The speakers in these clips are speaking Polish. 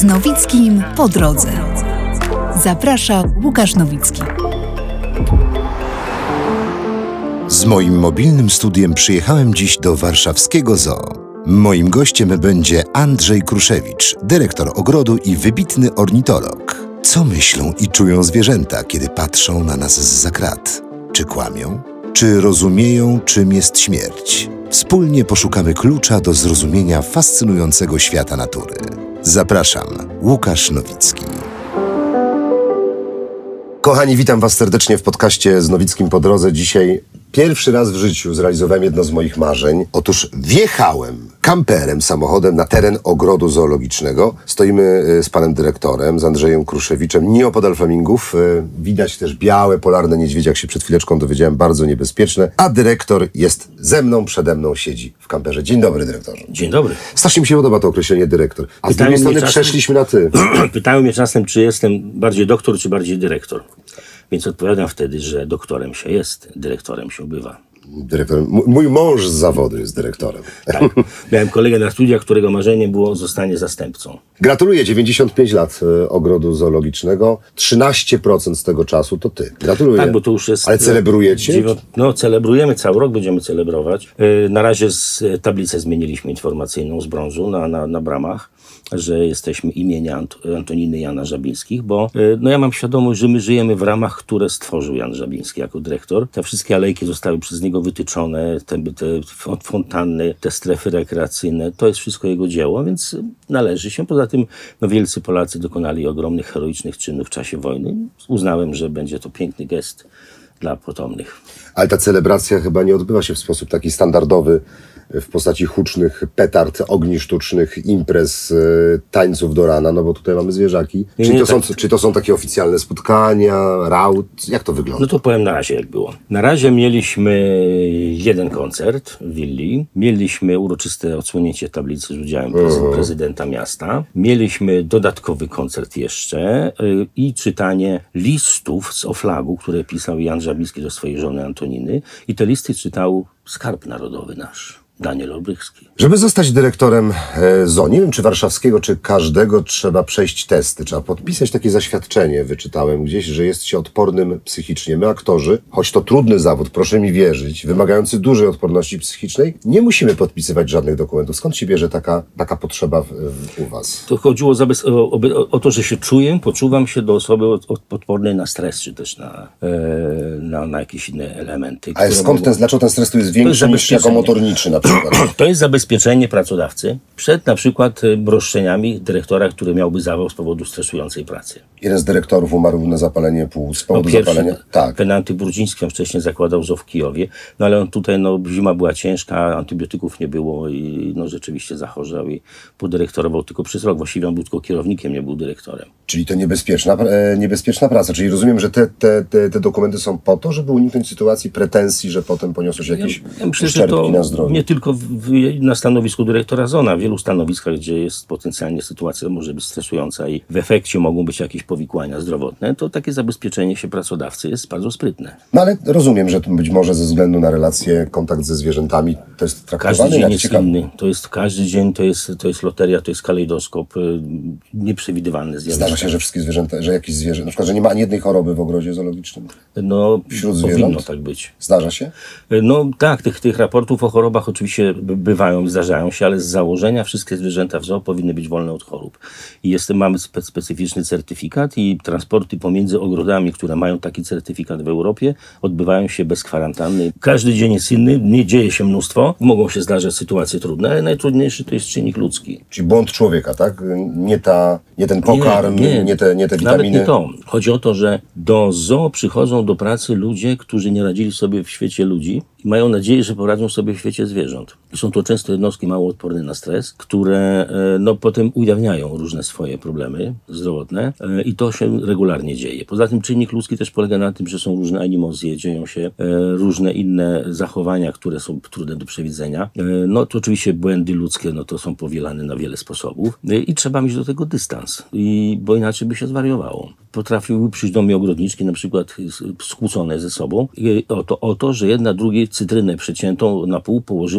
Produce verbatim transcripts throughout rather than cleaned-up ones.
Nowickim po drodze. Zaprasza Łukasz Nowicki. Z moim mobilnym studiem przyjechałem dziś do warszawskiego zoo. Moim gościem będzie Andrzej Kruszewicz, dyrektor ogrodu i wybitny ornitolog. Co myślą i czują zwierzęta, kiedy patrzą na nas zza krat? Czy kłamią? Czy rozumieją, czym jest śmierć? Wspólnie poszukamy klucza do zrozumienia fascynującego świata natury. Zapraszam, Łukasz Nowicki. Kochani, witam Was serdecznie w podcaście z Nowickim po drodze. Dzisiaj pierwszy raz w życiu zrealizowałem jedno z moich marzeń. Otóż wjechałem kamperem, samochodem na teren ogrodu zoologicznego. Stoimy z panem dyrektorem, z Andrzejem Kruszewiczem, nieopodal flamingów. Widać też białe, polarne niedźwiedzie, jak się przed chwileczką dowiedziałem, bardzo niebezpieczne. A dyrektor jest ze mną, przede mną siedzi w kamperze. Dzień dobry, dyrektorze. Dzień dobry. Strasznie mi się podoba to określenie dyrektor. A z drugiej strony przeszliśmy na ty. Pytają mnie czasem, czy jestem bardziej doktor, czy bardziej dyrektor. Więc odpowiadam wtedy, że doktorem się jest, dyrektorem się bywa. Dyrektorem. M- mój mąż z zawodu jest dyrektorem. Tak. Miałem kolegę na studiach, którego marzeniem było zostanie zastępcą. Gratuluję, dziewięćdziesiąt pięć lat y, ogrodu zoologicznego. trzynaście procent z tego czasu to ty. Gratuluję. Tak, bo to już jest... Ale celebrujecie? Dziewią... No, celebrujemy, cały rok będziemy celebrować. Yy, na razie z, tablicę zmieniliśmy informacyjną z brązu na, na, na bramach, że jesteśmy imienia Ant- Antoniny Jana Żabińskich, bo yy, no ja mam świadomość, że my żyjemy w ramach, które stworzył Jan Żabiński jako dyrektor. Te wszystkie alejki zostały przez niego wytyczone, te, te fontanny, te strefy rekreacyjne, to jest wszystko jego dzieło, więc należy się. Poza tym no, wielcy Polacy dokonali ogromnych, heroicznych czynów w czasie wojny. Uznałem, że będzie to piękny gest dla potomnych. Ale ta celebracja chyba nie odbywa się w sposób taki standardowy, w postaci hucznych petard, ogni sztucznych, imprez, y, tańców do rana, no bo tutaj mamy zwierzaki. Nie, czy, nie, to są, tak. czy to są takie oficjalne spotkania, raut? Jak to wygląda? No to powiem na razie, jak było. Na razie mieliśmy jeden koncert w willi. Mieliśmy uroczyste odsłonięcie tablicy z udziałem prezy- prezydenta miasta. Mieliśmy dodatkowy koncert jeszcze y, i czytanie listów z Oflagu, które pisał Jan Żabiński do swojej żony Antoniny. I te listy czytał Skarb Narodowy nasz, Daniel Olbrychski. Żeby zostać dyrektorem e, zoo, nie wiem czy warszawskiego, czy każdego, trzeba przejść testy. Trzeba podpisać takie zaświadczenie, wyczytałem gdzieś, że jest się odpornym psychicznie. My aktorzy, choć to trudny zawód, proszę mi wierzyć, wymagający dużej odporności psychicznej, nie musimy podpisywać żadnych dokumentów. Skąd się bierze taka, taka potrzeba w, w, u was? To chodziło zabez- o, o, o to, że się czuję, poczuwam się do osoby od, od, odpornej na stres, czy też na, e, na, na jakieś inne elementy. Ale skąd mogą... ten, dlaczego ten stres tu jest większy niż jako motorniczy na przykład? To jest zabezpieczenie pracodawcy przed na przykład roszczeniami dyrektora, który miałby zawał z powodu stresującej pracy. Jeden z dyrektorów umarł na zapalenie płuc, z powodu No, pierwszy, zapalenia. Tak. Penanty Brudziński, on wcześniej zakładał zoo w Kijowie, no ale on tutaj, no zima była ciężka, antybiotyków nie było i no rzeczywiście zachorzał i podyrektorował tylko przez rok. Właściwie on był tylko kierownikiem, nie był dyrektorem. Czyli to niebezpieczna, e, niebezpieczna praca. Czyli rozumiem, że te, te, te, te dokumenty są po to, żeby uniknąć sytuacji pretensji, że potem poniosłeś jakieś Ja, ja myślę, że uszczerbki to na zdrowiu. nie tylko w, w, na stanowisku dyrektora zoo, na wielu stanowiskach, gdzie jest potencjalnie sytuacja może być stresująca i w efekcie mogą być jakieś powikłania zdrowotne, to takie zabezpieczenie się pracodawcy jest bardzo sprytne. No ale rozumiem, że to być może ze względu na relacje, kontakt ze zwierzętami, to jest traktowane Każdy dzień jak jest ciekawe. inny. To jest, każdy dzień to jest, to jest loteria, to jest kalejdoskop, y, nieprzewidywalne zjawisko. Zdarza się, że wszystkie zwierzęta, że jakieś zwierzę, na przykład, że nie ma ani jednej choroby w ogrodzie zoologicznym? No, Wśród powinno zwierząt? tak być. Zdarza się? No tak, tych, tych raportów o chorobach oczywiście by- bywają i zdarzają się, ale z założenia wszystkie zwierzęta w zoo powinny być wolne od chorób. I jest, mamy spe, specyficzny certyfikat i transporty pomiędzy ogrodami, które mają taki certyfikat w Europie, odbywają się bez kwarantanny. Każdy dzień jest inny, nie dzieje się mnóstwo, mogą się zdarzać sytuacje trudne, ale najtrudniejszy to jest czynnik ludzki. Czyli błąd człowieka, tak? Nie, ta, nie ten pokarm, nie, nie, te, nie te Nawet witaminy. nie to. Chodzi o to, że do zoo przychodzą do pracy ludzie, którzy nie radzili sobie w świecie ludzi i mają nadzieję, że poradzą sobie w świecie zwierząt. I są to często jednostki mało odporne na stres, które e, no, potem ujawniają różne swoje problemy zdrowotne e, i to się regularnie dzieje. Poza tym czynnik ludzki też polega na tym, że są różne animozje, dzieją się e, różne inne zachowania, które są trudne do przewidzenia. E, no to oczywiście błędy ludzkie no, to są powielane na wiele sposobów e, i trzeba mieć do tego dystans, I, bo inaczej by się zwariowało. Potrafiły przyjść do mnie ogrodniczki na przykład skłócone ze sobą i o to, o to, że jedna drugiej cytrynę przeciętą na pół położyła przeciętą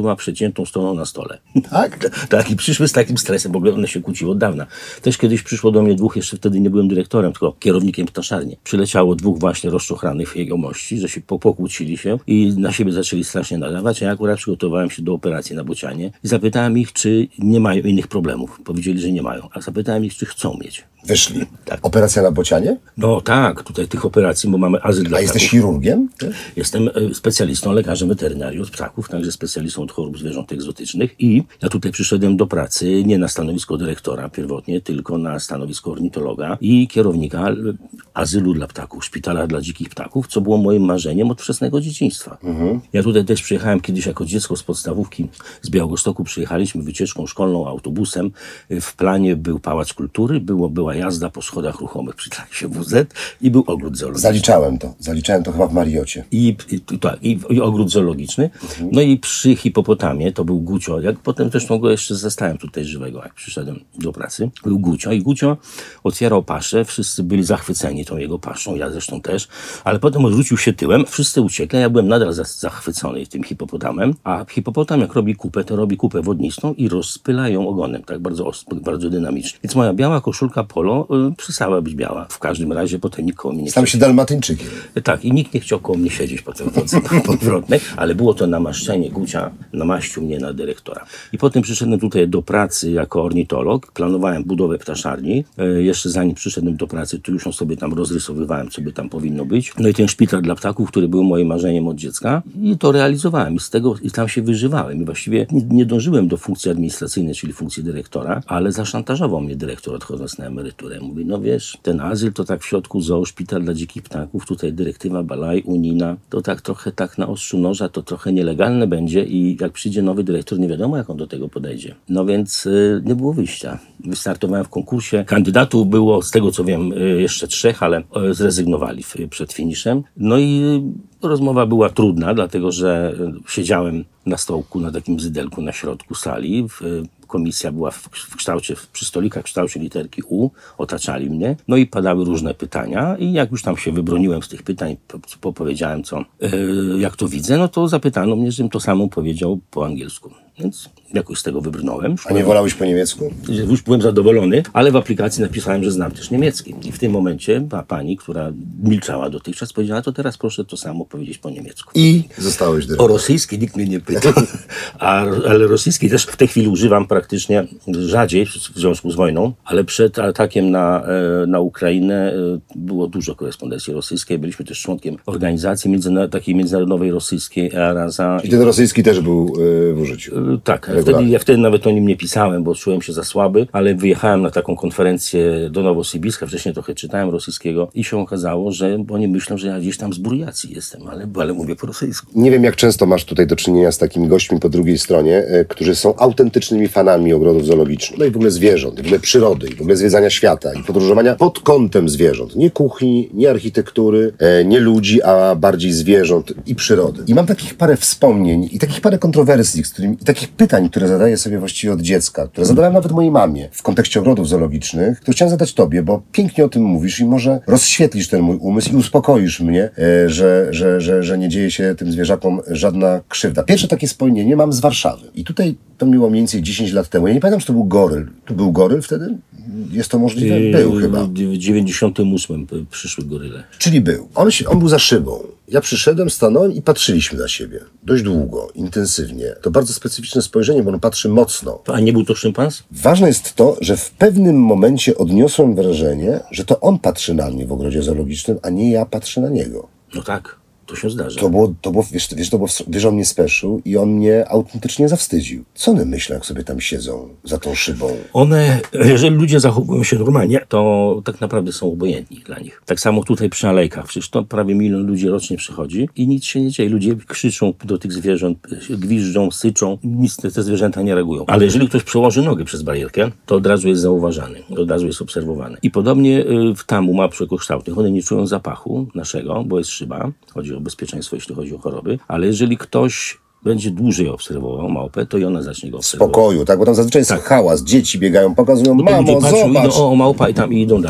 zaciśniętą stroną na stole. Tak? Tak, i przyszły z takim stresem, w ogóle one się kłóciły od dawna. Też kiedyś przyszło do mnie dwóch, jeszcze wtedy nie byłem dyrektorem, tylko kierownikiem ptaszarni. Przyleciało dwóch właśnie rozczochranych jegomości, że się pokłócili się i na siebie zaczęli strasznie nadawać, a ja akurat przygotowałem się do operacji na bocianie i zapytałem ich, czy nie mają innych problemów. Powiedzieli, że nie mają, a zapytałem ich, czy chcą mieć. Wyszli. Tak. Operacja na bocianie? No tak, tutaj tych operacji, bo mamy azyl dla A jesteś ptaków. chirurgiem? Jestem e, specjalistą, lekarzem weterynarii od ptaków, także specjalistą od chorób zwierząt egzotycznych i ja tutaj przyszedłem do pracy nie na stanowisko dyrektora pierwotnie, tylko na stanowisko ornitologa i kierownika azylu dla ptaków, szpitala dla dzikich ptaków, co było moim marzeniem od wczesnego dzieciństwa. Mhm. Ja tutaj też przyjechałem kiedyś jako dziecko z podstawówki z Białegostoku, przyjechaliśmy wycieczką szkolną autobusem. W planie był Pałac Kultury, było, była jazda po schodach ruchomych przy trakcie W Z i był ogród zoologiczny. Zaliczałem to. Zaliczałem to chyba w Mariocie. I, i, tak, i, i ogród zoologiczny. Mhm. No i przy hipopotamie, to był Gucio, jak potem zresztą go jeszcze zastałem tutaj żywego, jak przyszedłem do pracy. Był Gucio i Gucio otwierał paszę, wszyscy byli zachwyceni tą jego paszą, ja zresztą też, ale potem odwrócił się tyłem, wszyscy uciekli, ja byłem nadal zachwycony tym hipopotamem, a hipopotam jak robi kupę, to robi kupę wodnistą i rozpyla ją ogonem, tak bardzo, bardzo dynamicznie. Więc moja biała koszulka polo y, przestała być biała. W każdym razie potem nikt koło mnie nie Stał się dalmatyńczykiem. Tak, i nikt nie chciał koło mnie siedzieć potem w drodze powrotnej, ale było to namaszczenie. Gucia namaścił mnie na dyrektora. I potem przyszedłem tutaj do pracy jako ornitolog. Planowałem budowę ptaszarni. E, jeszcze zanim przyszedłem do pracy, to już sobie tam rozrysowywałem, co by tam powinno być. No i ten szpital dla ptaków, który był moim marzeniem od dziecka. I to realizowałem. I z tego, i tam się wyżywałem. I właściwie nie, nie dążyłem do funkcji administracyjnej, czyli funkcji dyrektora, ale zaszantażował mnie dyrektor odchodząc na emeryturę. Mówi, no wiesz, ten azyl to tak w środku zoo, szpital dla dzikich ptaków, tutaj dyrektywa Balaj, unijna, to tak trochę tak na ostrzu noża, to trochę nielegalne będzie i jak przyjdzie nowy dyrektor, nie wiadomo jak on do tego podejdzie. No więc y, nie było wyjścia. Wystartowałem w konkursie. Kandydatów było, z tego co wiem, y, jeszcze trzech, ale y, zrezygnowali w, przed finiszem. No i y, rozmowa była trudna, dlatego że y, siedziałem na stołku, na takim zydelku na środku sali. W, y, Komisja była w, w kształcie, przy stolikach w kształcie literki U, otaczali mnie, no i padały różne pytania i jak już tam się wybroniłem z tych pytań, po, powiedziałem co, yy, jak to widzę, no to zapytano mnie, żebym to samo powiedział po angielsku. Więc jakoś z tego wybrnąłem. A nie wolałeś po niemiecku? Już byłem zadowolony, ale w aplikacji napisałem, że znam też niemiecki. I w tym momencie ta pani, która milczała dotychczas, powiedziała, to teraz proszę to samo powiedzieć po niemiecku. I zostałeś dyrektorem. O rosyjski nikt mnie nie pytał, A, ale rosyjski też w tej chwili używam praktycznie rzadziej w związku z wojną, ale przed atakiem na, na Ukrainę było dużo korespondencji rosyjskiej. Byliśmy też członkiem organizacji międzyna- takiej międzynarodowej rosyjskiej E A R A Z A. I ten rosyjski też był y, w użyciu. Tak, wtedy, ja wtedy nawet o nim nie pisałem, bo czułem się za słaby, ale wyjechałem na taką konferencję do Nowosybirska, wcześniej trochę czytałem rosyjskiego i się okazało, że oni myślą, że ja gdzieś tam z Burjacji jestem, ale, ale mówię po rosyjsku. Nie wiem, jak często masz tutaj do czynienia z takimi gośćmi po drugiej stronie, y, którzy są autentycznymi fanami ogrodów zoologicznych, no i w ogóle zwierząt, i w ogóle przyrody, i w ogóle zwiedzania świata, i podróżowania pod kątem zwierząt. Nie kuchni, nie architektury, y, nie ludzi, a bardziej zwierząt i przyrody. I mam takich parę wspomnień i takich parę kontrowersji, z którymi, i takich pytań, które zadaję sobie właściwie od dziecka, które zadałem nawet mojej mamie w kontekście ogrodów zoologicznych, które chciałem zadać tobie, bo pięknie o tym mówisz i może rozświetlisz ten mój umysł i uspokoisz mnie, e, że, że, że, że nie dzieje się tym zwierzakom żadna krzywda. Pierwsze takie wspomnienie mam z Warszawy. I tutaj to było mniej więcej dziesięć lat temu. Ja nie pamiętam, czy to był goryl. Tu był goryl wtedy? Jest to możliwe? Był chyba. W dziewięćdziesiątym ósmym przyszły goryle. Czyli był. On, się, on był za szybą. Ja przyszedłem, stanąłem i patrzyliśmy na siebie. Dość długo, intensywnie. To bardzo specyficzne spojrzenie, bo on patrzy mocno. A nie był to szympans? Ważne jest to, że w pewnym momencie odniosłem wrażenie, że to on patrzy na mnie w ogrodzie zoologicznym, a nie ja patrzę na niego. No tak. To się zdarza. To było, to było, wiesz, wiesz, to było, wiesz, on mnie speszył i on mnie autentycznie zawstydził. Co one myślą, jak sobie tam siedzą za tą szybą? One, jeżeli ludzie zachowują się normalnie, to tak naprawdę są obojętni dla nich. Tak samo tutaj przy alejkach. Przecież to prawie milion ludzi rocznie przychodzi i nic się nie dzieje. Ludzie krzyczą do tych zwierząt, gwiżdżą, syczą. Nic te zwierzęta nie reagują. Ale jeżeli ktoś przełoży nogę przez barierkę, to od razu jest zauważany. Od razu jest obserwowany. I podobnie w tam u małp szerokokształtnych. One nie czują zapachu naszego, bo jest szyba. Chodzi o bezpieczeństwo, jeśli chodzi o choroby, ale jeżeli ktoś będzie dłużej obserwował małpę, to i ona zacznie go obserwować. Spokoju, tak? Bo tam zazwyczaj jest tak. hałas, dzieci biegają, pokazują, bo mamo, ludzie patrzą, zobacz. Idą, o, małpa i tam i idą dalej. Tak.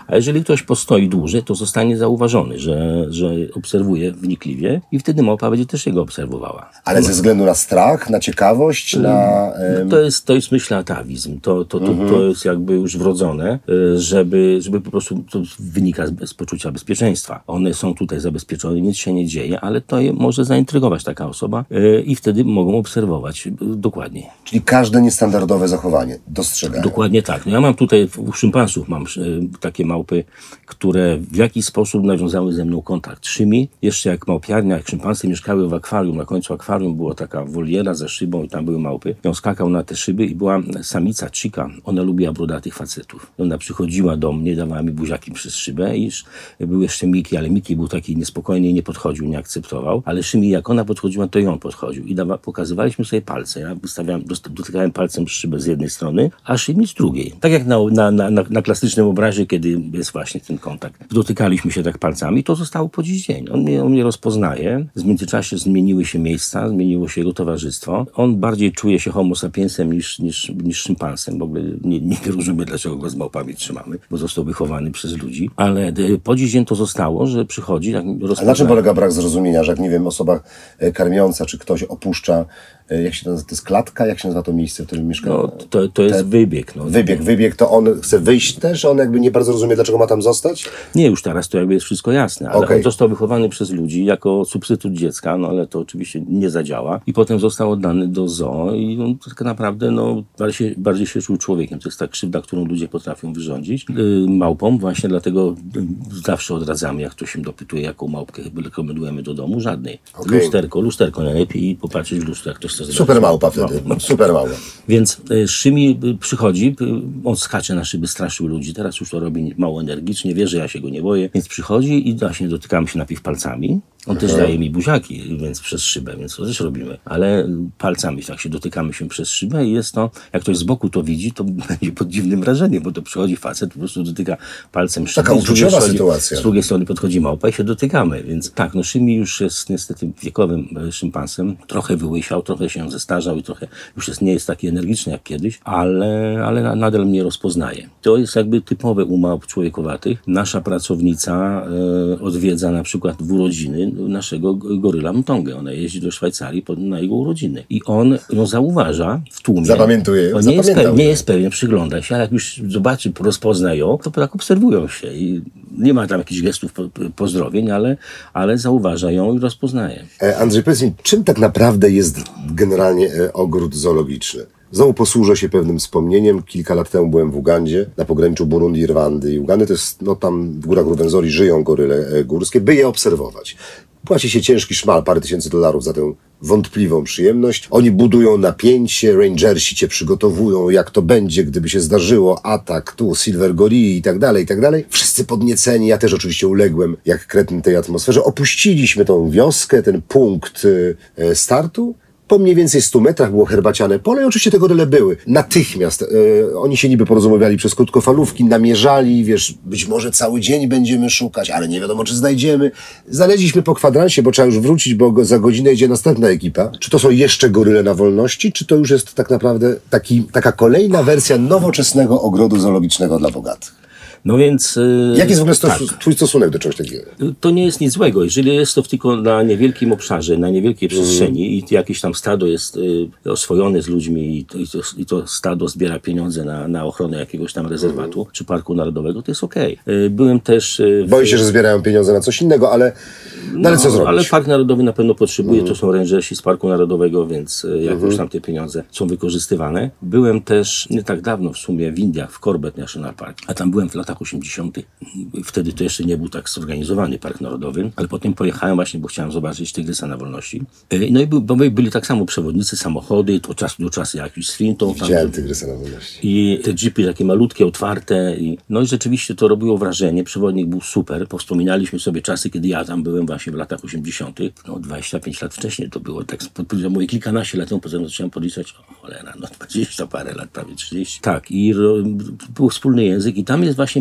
A jeżeli ktoś postoi dłużej, to zostanie zauważony, że, że obserwuje wnikliwie i wtedy małpa będzie też jego obserwowała. Ale ze względu na strach, na ciekawość, na... No to jest, to jest myślę atawizm. To, to, to, Mhm. to jest jakby już wrodzone, y, żeby, żeby po prostu to wynika z, z poczucia bezpieczeństwa. One są tutaj zabezpieczone, nic się nie dzieje, ale to je może zaintrygować taka osoba y, i wtedy mogą obserwować y, dokładnie. Czyli każde niestandardowe zachowanie dostrzegają. Dokładnie tak. No ja mam tutaj, u szympansów mam y, takie małpy, które w jakiś sposób nawiązały ze mną kontakt. Szymi, jeszcze jak małpiarnia, jak szympansy mieszkały w akwarium, na końcu akwarium była taka woliera ze szybą i tam były małpy. I on skakał na te szyby i była samica, chica. Ona lubiła brodatych facetów. Ona przychodziła do mnie, dawała mi buziaki przez szybę i był jeszcze Miki, ale Miki był taki niespokojny i nie podchodził, nie akceptował. Ale Szymi, jak ona podchodziła, to i on podchodził. I dawa, pokazywaliśmy sobie palce. Ja wystawiałem, dotykałem palcem szybę z jednej strony, a Szymi z drugiej. Tak jak na, na, na, na, na klasycznym obrazie, kiedy jest właśnie ten kontakt. Dotykaliśmy się tak palcami i to zostało po dziś dzień. On mnie, on mnie rozpoznaje. W międzyczasie zmieniły się miejsca, zmieniło się jego towarzystwo. On bardziej czuje się homo sapiensem niż, niż, niż szympansem. W ogóle nie, nie rozumiemy, dlaczego go z małpami trzymamy, bo został wychowany przez ludzi. Ale po dziś dzień to zostało, że przychodzi... Jak A na czym polega brak zrozumienia, że jak, nie wiem, osoba karmiąca, czy ktoś opuszcza, jak się to nazywa, to jest klatka? Jak się nazywa to miejsce, w którym mieszka? No, to, to jest Te... wybieg. No. Wybieg, wybieg, to on chce wyjść też? On jakby nie bardzo rozumie, dlaczego ma tam zostać? Nie, już teraz to jakby jest wszystko jasne, ale Okay. on został wychowany przez ludzi jako substytut dziecka, no ale to oczywiście nie zadziała. I potem został oddany do zoo i on tak naprawdę no, bardziej, się, bardziej się czuł człowiekiem. To jest ta krzywda, którą ludzie potrafią wyrządzić. Yy, małpom właśnie dlatego yy, zawsze odradzamy, jak ktoś się dopytuje, jaką małpkę rekomendujemy do domu, żadnej. Okay. Lusterko, lusterko najlepiej i popatrzeć w lustro, jak ktoś chce zrobić. Super małpa wtedy, no. Super małpa. Więc y, Szymi y, przychodzi, y, on skacze na szyby, straszył ludzi, teraz już to robi mało energicznie, wie, że ja się go nie boję, więc przychodzi i właśnie dotykamy się najpierw palcami. On też daje mi buziaki, więc przez szybę, więc to też robimy. Ale palcami tak się dotykamy się przez szybę i jest to, jak ktoś z boku to widzi, to będzie pod dziwnym wrażeniem, bo to przychodzi facet, po prostu dotyka palcem szybę. Taka uczuciowa sytuacja. Z drugiej strony podchodzi małpa i się dotykamy, więc tak, no Szymi już jest niestety wiekowym szympansem. Trochę wyłysiał, trochę się zestarzał i trochę już jest, nie jest taki energiczny jak kiedyś, ale, ale nadal mnie rozpoznaje. To jest jakby typowe u małp człowiekowatych. Nasza pracownica e, odwiedza na przykład w urodziny naszego goryla Mtongę. Ona jeździ do Szwajcarii pod, na jego urodziny. I on ją zauważa w tłumie. Zapamiętuje. On nie jest, pewien, nie jest pewien, przygląda się, ale jak już zobaczy, rozpozna ją, to tak obserwują się. I nie ma tam jakichś gestów po, pozdrowień, ale, ale zauważa ją i rozpoznaje. E, Andrzej, powiedz mi, czym tak naprawdę jest generalnie e, ogród zoologiczny? Znowu posłużę się pewnym wspomnieniem. Kilka lat temu byłem w Ugandzie, na pograniczu Burundi i Rwandy. I Ugandy to jest, no tam w górach Ruwenzori żyją goryle e, górskie, by je obserwować. Płaci się ciężki szmal, parę tysięcy dolarów za tę wątpliwą przyjemność. Oni budują napięcie, rangersi cię przygotowują, jak to będzie, gdyby się zdarzyło, atak tu, Silver Gorilli i tak dalej, i tak dalej. Wszyscy podnieceni, ja też oczywiście uległem jak kretyn tej atmosferze. Opuściliśmy tą wioskę, ten punkt e, startu. Po mniej więcej stu metrach było herbaciane pole i oczywiście te goryle były. Natychmiast. E, oni się niby porozumiewali przez krótkofalówki, namierzali, wiesz, być może cały dzień będziemy szukać, ale nie wiadomo, czy znajdziemy. Znaleźliśmy po kwadransie, bo trzeba już wrócić, bo go, za godzinę idzie następna ekipa. Czy to są jeszcze goryle na wolności, czy to już jest tak naprawdę taki, taka kolejna wersja nowoczesnego ogrodu zoologicznego dla bogatych? No więc... Jaki jest w ogóle stos- tak. twój stosunek do czegoś takiego? To nie jest nic złego. Jeżeli jest to tylko na niewielkim obszarze, na niewielkiej przestrzeni i jakieś tam stado jest y, oswojone z ludźmi i to, i to, i to stado zbiera pieniądze na, na ochronę jakiegoś tam rezerwatu mm. czy parku narodowego, to jest okej. Okay. Byłem też... Y, w... Boję się, że zbierają pieniądze na coś innego, ale, no, ale co no, zrobić? Ale Park Narodowy na pewno potrzebuje, mm. to są rangersi z Parku Narodowego, więc y, jakoś mm. tam te pieniądze są wykorzystywane. Byłem też nie tak dawno w sumie w Indiach, w Corbett National Park, a tam byłem w latach osiemdziesiątych. Wtedy to jeszcze nie był tak zorganizowany Park Narodowy, ale potem pojechałem właśnie, bo chciałem zobaczyć tygrysa na wolności. No i by, byli tak samo przewodnicy, samochody, to czas do czasu jakiś sprintą. Widziałem tygrysa na wolności. I te jeepy takie malutkie, otwarte. I, no i rzeczywiście to robiło wrażenie. Przewodnik był super. Powspominaliśmy sobie czasy, kiedy ja tam byłem właśnie w latach osiemdziesiątych. No dwadzieścia pięć lat wcześniej to było. Tak, mówię, kilkanaście lat temu, potem zacząłem podliczać, o cholera, no dwadzieścia parę lat, prawie trzydzieści. Tak, i ro, był wspólny język i tam jest właśnie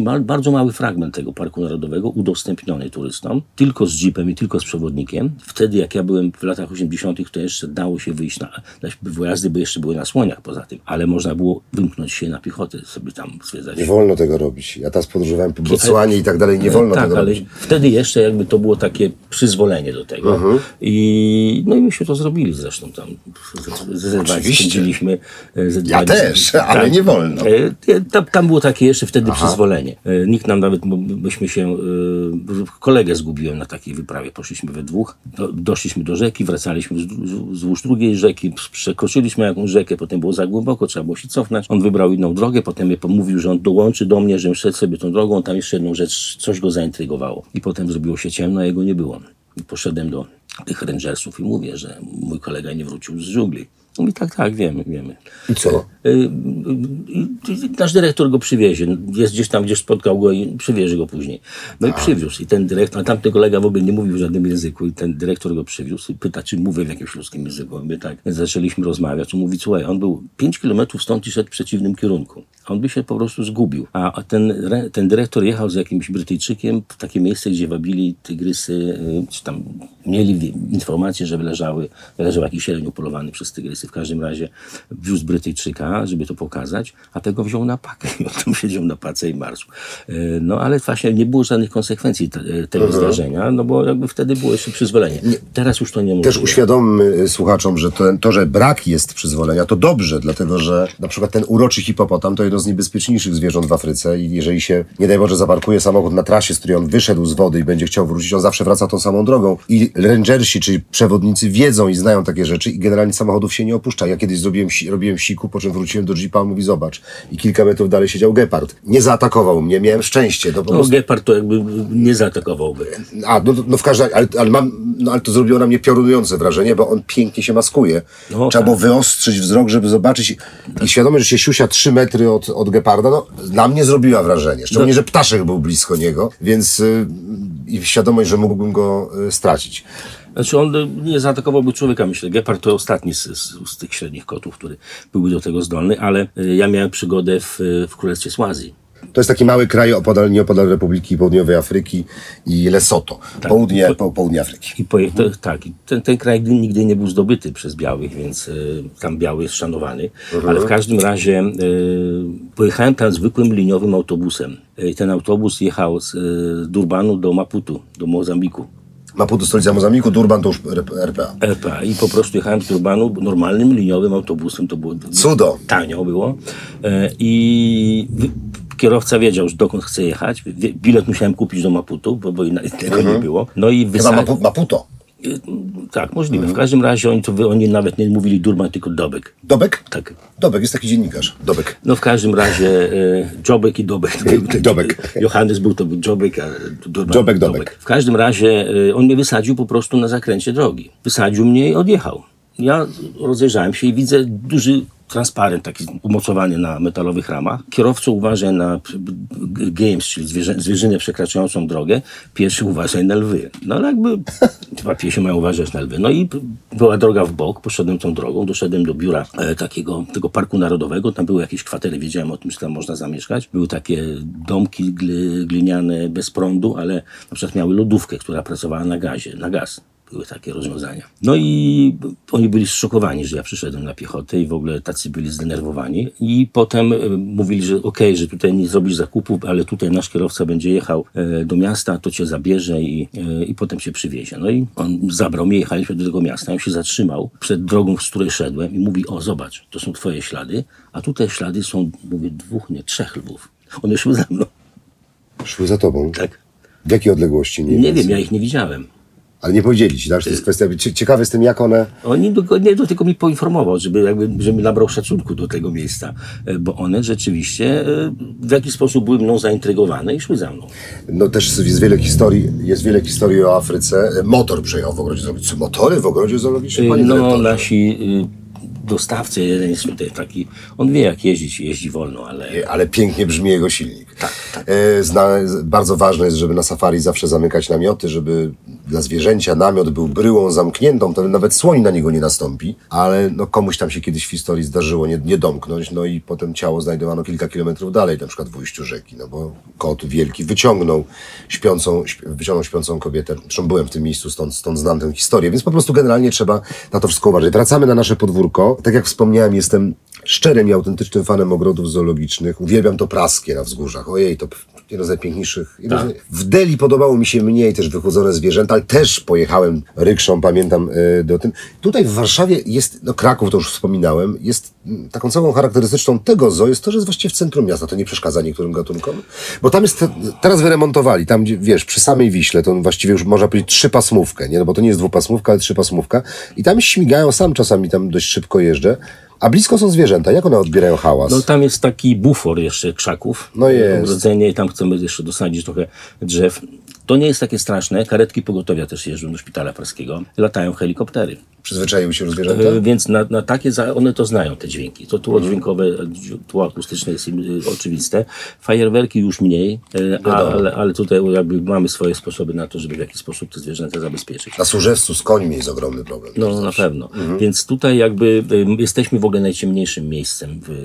ma, bardzo mały fragment tego Parku Narodowego udostępniony turystom, tylko z jeepem i tylko z przewodnikiem. Wtedy, jak ja byłem w latach osiemdziesiątych, to jeszcze dało się wyjść na, na wyjazdy, bo jeszcze były na słoniach poza tym, ale można było wymknąć się na piechotę, sobie tam zwiedzać. Nie wolno tego robić. Ja teraz podróżowałem po Botswanie i tak dalej, nie wolno tak, tego ale robić. Wtedy jeszcze jakby to było takie przyzwolenie do tego. Uh-huh. I, no i myśmy to zrobili zresztą tam. Spędziliśmy. Ja też, ale tak, nie wolno. Tam, tam było takie jeszcze wtedy Aha. przyzwolenie. Nikt nam nawet, myśmy się, kolegę zgubiłem na takiej wyprawie. Poszliśmy we dwóch, do, doszliśmy do rzeki, wracaliśmy wzdłuż drugiej rzeki, przekroczyliśmy jakąś rzekę, potem było za głęboko, trzeba było się cofnąć. On wybrał inną drogę, potem mnie pomówił, że on dołączy do mnie, żebym szedł sobie tą drogą, on tam jeszcze jedną rzecz, coś go zaintrygowało. I potem zrobiło się ciemno, a jego nie było. I poszedłem do tych rangersów i mówię, że mój kolega nie wrócił z dżungli. Mówi, tak, tak, wiemy, wiemy. I co? Nasz dyrektor go przywiezie. Jest gdzieś tam, gdzie spotkał go i przywiezie go później. No i a. przywiózł. I ten dyrektor, a tamten kolega w ogóle nie mówił w żadnym języku i ten dyrektor go przywiózł i pyta, czy mówię w jakimś ludzkim języku. Mówię, tak. Więc zaczęliśmy rozmawiać. On mówi, słuchaj, on był pięć kilometrów stąd i szedł w przeciwnym kierunku. On by się po prostu zgubił. A ten, ten dyrektor jechał z jakimś Brytyjczykiem w takie miejsce, gdzie wabili tygrysy, czy tam mieli informację, że leżały, leżał jakiś jeleń upolowany przez tygrysy. W każdym razie wiózł Brytyjczyka, żeby to pokazać, a tego wziął na pakę i on tam siedział na pace i marsł. No ale właśnie nie było żadnych konsekwencji te, tego mhm. zdarzenia, no bo jakby wtedy było jeszcze przyzwolenie. Teraz już to nie może. Też uświadommy słuchaczom, że to, to, że brak jest przyzwolenia, to dobrze, dlatego że na przykład ten uroczy hipopotam to jedno z niebezpieczniejszych zwierząt w Afryce i jeżeli się, nie daj Boże, zaparkuje samochód na trasie, z której on wyszedł z wody i będzie chciał wrócić, on zawsze wraca tą samą drogą i rangersi, czyli przewodnicy wiedzą i znają takie rzeczy i generalnie samochodów się nie opuszcza. Ja kiedyś zrobiłem, robiłem siku, po czym wróciłem do jeepa, on mówi, zobacz. I kilka metrów dalej siedział gepard. Nie zaatakował mnie, miałem szczęście. To po no prostu... gepard to jakby nie zaatakowałby. A, no, no w każdym razie, ale, ale, mam, no, ale to zrobiło na mnie piorunujące wrażenie, bo on pięknie się maskuje. No, Trzeba tak. było wyostrzyć wzrok, żeby zobaczyć. I świadomość, że się siusia trzy metry od, od geparda, no na mnie zrobiła wrażenie. Szczególnie, no. że ptaszek był blisko niego, więc yy, i świadomość, że mógłbym go yy, stracić. Znaczy on nie zaatakowałby człowieka, myślę. Gepard to ostatni z, z, z tych średnich kotów, który byłby do tego zdolny, ale ja miałem przygodę w, w Królestwie Swazji. To jest taki mały kraj opodal, nieopodal Republiki Południowej Afryki i Lesotho, tak, południe, po, południe Afryki. I po, to, tak, ten, ten kraj nigdy nie był zdobyty przez białych, więc y, tam biały jest szanowany, uh-huh. ale w każdym razie y, pojechałem tam zwykłym liniowym autobusem. I ten autobus jechał z y, Durbanu do Maputu, do Mozambiku. Maputo, stolica Mozambiku, Durban to już R P A. R P A. I po prostu jechałem z Durbanu normalnym liniowym autobusem. To było cudo. Tanio było. I kierowca wiedział, że dokąd chce jechać. Bilet musiałem kupić do Maputu, bo, bo innego mhm. nie było. No i wysa... Chyba Mapu- Maputo. Tak, możliwe. Mhm. W każdym razie oni, to, oni nawet nie mówili Durban, tylko Dobek. Dobek? Tak. Dobek, jest taki dziennikarz. Dobek. No w każdym razie e, Jobek i Dobek. Dobek. Johannes był to był Jobek, a Durban Jobek, Dobek. Dobek. W każdym razie e, on mnie wysadził po prostu na zakręcie drogi. Wysadził mnie i odjechał. Ja rozejrzałem się i widzę duży transparent taki umocowany na metalowych ramach. Kierowco uważaj na games, czyli zwierzę, zwierzynę przekraczającą drogę. Pieszy uważaj na lwy. No ale jakby chyba piesi mają uważać na lwy. No i była droga w bok, poszedłem tą drogą, doszedłem do biura e, takiego, tego Parku Narodowego. Tam były jakieś kwatery, wiedziałem o tym, że tam można zamieszkać. Były takie domki gli, gliniane bez prądu, ale na przykład miały lodówkę, która pracowała na gazie, na gaz. Były takie rozwiązania. No i oni byli zszokowani, że ja przyszedłem na piechotę i w ogóle tacy byli zdenerwowani. I potem e, mówili, że okej, okay, że tutaj nie zrobisz zakupów, ale tutaj nasz kierowca będzie jechał e, do miasta, to cię zabierze i, e, i potem cię przywiezie. No i on zabrał mnie, jechaliśmy do tego miasta, on się zatrzymał przed drogą, z której szedłem i mówi, o zobacz, to są twoje ślady, a tutaj ślady są, mówię, dwóch, nie, trzech lwów. One szły za mną. Szły za tobą? Tak. W jakiej odległości? Nie, nie wiem, ja ich nie widziałem. Ale nie powiedzieli ci, tak? To jest kwestia... Ciekawy jestem, jak one... Oni nie, to tylko mi poinformował, żeby jakby, żeby nabrał szacunku do tego miejsca, bo one rzeczywiście w jakiś sposób były mną zaintrygowane i szły za mną. No też jest wiele historii, jest wiele historii o Afryce. Motor przejechał w ogrodzie zoologicznym. Czy motory w ogrodzie zoologicznym, panie No dyrektorze? nasi dostawcy, jeden jest tutaj taki, on wie jak jeździć, jeździ wolno, ale... Ale pięknie brzmi jego silnik. Tak, tak. Zna, bardzo ważne jest, żeby na safari zawsze zamykać namioty, żeby dla zwierzęcia namiot był bryłą zamkniętą, to nawet słoń na niego nie nastąpi, ale no komuś tam się kiedyś w historii zdarzyło nie, nie domknąć, no i potem ciało znajdowano kilka kilometrów dalej, na przykład w ujściu rzeki, no bo kot wielki wyciągnął śpiącą, śpi, wyciągnął śpiącą kobietę. Zresztą byłem w tym miejscu, stąd, stąd znam tę historię, więc po prostu generalnie trzeba na to wszystko uważać. Wracamy na nasze podwórko. Tak jak wspomniałem, jestem szczerym i autentycznym fanem ogrodów zoologicznych. Uwielbiam to praskie na wzgórzach. Ojej, to jedno z najpiękniejszych. Jedno Tak. z... W Delhi podobało mi się mniej też wychłodzone zwierzęta, ale też pojechałem rykszą, pamiętam y, do tym. Tutaj w Warszawie jest, no Kraków to już wspominałem, jest m, taką całą charakterystyczną tego zoo jest to, że jest właściwie w centrum miasta. To nie przeszkadza niektórym gatunkom. Bo tam jest, te, teraz wyremontowali, tam gdzie, wiesz, przy samej Wiśle, to właściwie już można powiedzieć trzypasmówkę, nie? No bo to nie jest dwupasmówka, ale trzypasmówka. I tam śmigają, sam czasami tam dość szybko jeżdżę. A blisko są zwierzęta. Jak one odbierają hałas? No tam jest taki bufor jeszcze krzaków. No jest. Ogrodzenie i tam chcemy jeszcze dosadzić trochę drzew. To nie jest takie straszne. Karetki pogotowia też jeżdżą do szpitala praskiego. Latają helikoptery. Przyzwyczaiły się już zwierzęta? E, Więc na, na takie, za, one to znają, te dźwięki. To tło dźwiękowe, tło akustyczne jest im y, oczywiste. Fajerwerki już mniej, e, ale, ale tutaj jakby mamy swoje sposoby na to, żeby w jakiś sposób te zwierzęta zabezpieczyć. Na Służewcu z końmi jest ogromny problem. No na pewno. Więc tutaj jakby y, jesteśmy w ogóle najciemniejszym miejscem w,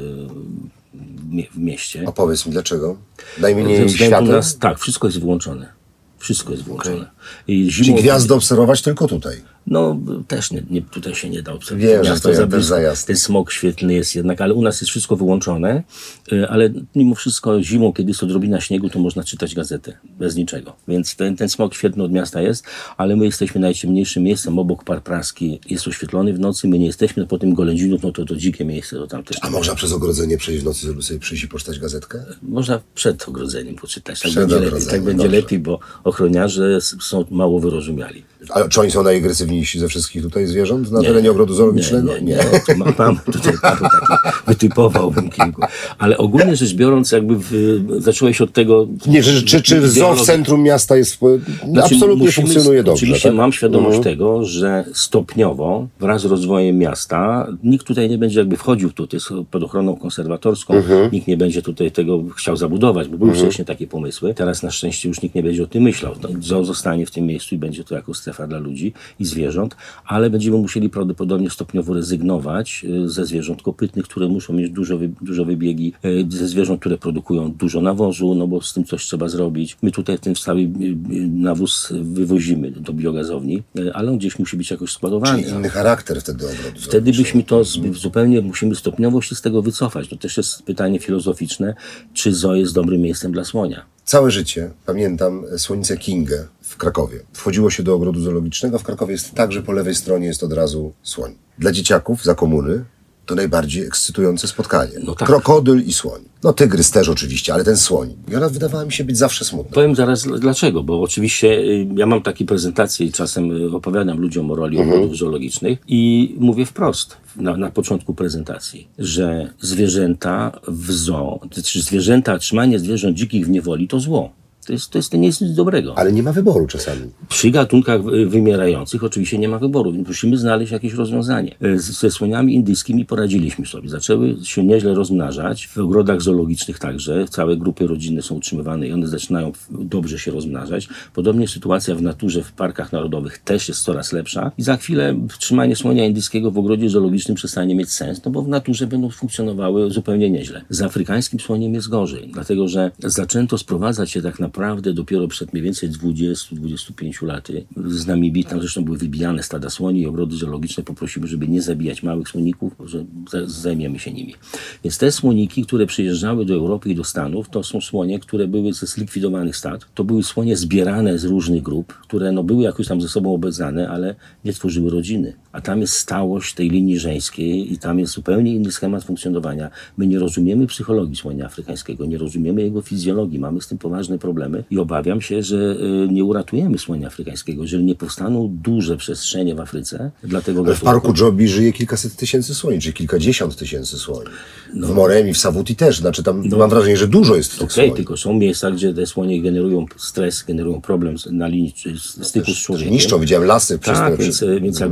w mieście. Opowiedz mi dlaczego? Ze Najmniej względu światła? na, tak, wszystko jest wyłączone. Wszystko jest wyłączone. I Czyli zimą, gwiazdy obserwować tylko tutaj. No też nie, nie, tutaj się nie da obserwować. Wiem, że Miasto to za jest blisko. za jasne. Ten smog świetlny jest jednak, ale u nas jest wszystko wyłączone, y, ale mimo wszystko zimą, kiedy jest odrobina śniegu, to można czytać gazetę bez niczego. Więc ten, ten smog świetlny od miasta jest, ale my jesteśmy najciemniejszym miejscem, obok Park Praski jest oświetlony w nocy, my nie jesteśmy, no po tym Golędzinu, no to to dzikie miejsce, to tam też... A można przez ogrodzenie przejść w nocy, żeby sobie przyjść i poczytać gazetkę? Można przed ogrodzeniem poczytać, tak Przed będzie lepiej, ogrodzeniem, tak będzie dobrze. lepiej, bo ochroniarze są mało wyrozumiali. A czy oni są najagresywniejsi ze wszystkich tutaj zwierząt na terenie ogrodu zoologicznego? Nie, nie, nie. nie. Mam, mam tutaj paru takich, wytypowałbym kilku. Ale ogólnie rzecz biorąc, jakby w, zacząłeś od tego... Nie, czy, czy, czy zoo w centrum miasta jest Znaczy, absolutnie musimy- funkcjonuje dobrze? Oczywiście tak? mam świadomość Mhm. tego, że stopniowo, wraz z rozwojem miasta, nikt tutaj nie będzie jakby wchodził tu, to jest pod ochroną konserwatorską, Mhm. nikt nie będzie tutaj tego chciał zabudować, bo były wcześniej takie pomysły. Teraz na szczęście już nikt nie będzie o tym myślał. To zoo zostanie w tym miejscu i będzie to jako strefa dla ludzi i zwierząt, ale będziemy musieli prawdopodobnie stopniowo rezygnować y, ze zwierząt kopytnych, które muszą mieć dużo, wy, dużo wybiegi, y, ze zwierząt, które produkują dużo nawozu, no bo z tym coś trzeba zrobić. My tutaj ten cały y, y, nawóz wywozimy do biogazowni, y, ale on gdzieś musi być jakoś składowany. Czyli inny charakter wtedy ogrodu Wtedy zoologicznego. byśmy to z, zupełnie musimy stopniowo się z tego wycofać. To też jest pytanie filozoficzne, czy zoo jest dobrym miejscem dla słonia. Całe życie pamiętam słonicę Kingę w Krakowie. Wchodziło się do ogrodu zoologicznego. W Krakowie jest tak, że po lewej stronie jest od razu słoń. Dla dzieciaków za komuny to najbardziej ekscytujące spotkanie. No tak. Krokodyl i słoń. No tygrys też oczywiście, ale ten słoń. I ona wydawała mi się być zawsze smutna. Powiem zaraz dlaczego, bo oczywiście y, ja mam takie prezentacje i czasem y, opowiadam ludziom o roli ogrodów zoologicznych i mówię wprost na, na początku prezentacji, że zwierzęta w zoo, czy zwierzęta, trzymanie zwierząt dzikich w niewoli to zło. To jest, to jest, to nie jest nic dobrego. Ale nie ma wyboru czasami. Przy gatunkach y, wymierających oczywiście nie ma wyboru, więc musimy znaleźć jakieś rozwiązanie. Y, z- Ze słoniami indyjskimi poradziliśmy sobie. Zaczęły się nieźle rozmnażać, w ogrodach zoologicznych także. Całe grupy rodzinne są utrzymywane i one zaczynają w- dobrze się rozmnażać. Podobnie sytuacja w naturze, w parkach narodowych też jest coraz lepsza. I za chwilę trzymanie słonia indyjskiego w ogrodzie zoologicznym przestanie mieć sens, no bo w naturze będą funkcjonowały zupełnie nieźle. Z afrykańskim słoniem jest gorzej, dlatego że zaczęto sprowadzać się tak naprawdę dopiero przed mniej więcej dwudziestu do dwudziestu pięciu laty z Namibii. Tam zresztą były wybijane stada słoni i ogrody zoologiczne poprosiły, żeby nie zabijać małych słoników, że za- zajmiemy się nimi. Więc te słoniki, które przyjeżdżały do Europy i do Stanów, to są słonie, które były ze zlikwidowanych stad. To były słonie zbierane z różnych grup, które no, były jakoś tam ze sobą obeznane, ale nie tworzyły rodziny. A tam jest stałość tej linii żeńskiej i tam jest zupełnie inny schemat funkcjonowania. My nie rozumiemy psychologii słonia afrykańskiego, nie rozumiemy jego fizjologii, mamy z tym poważne problemy i obawiam się, że y, nie uratujemy słonia afrykańskiego, jeżeli nie powstaną duże przestrzenie w Afryce. Dlatego Ale w parku Dżobi żyje kilkaset tysięcy słoni, czy kilkadziesiąt tysięcy słoni. W Moremi, w Savuti też. Znaczy tam mam wrażenie, że dużo jest tych Okej, słoni. tylko są miejsca, gdzie te słonie generują stres, generują problem z- na linii czy z- styku z Też człowiekiem. niszczą, widziałem lasy przez Tak, te... więc, Przez... więc jakby to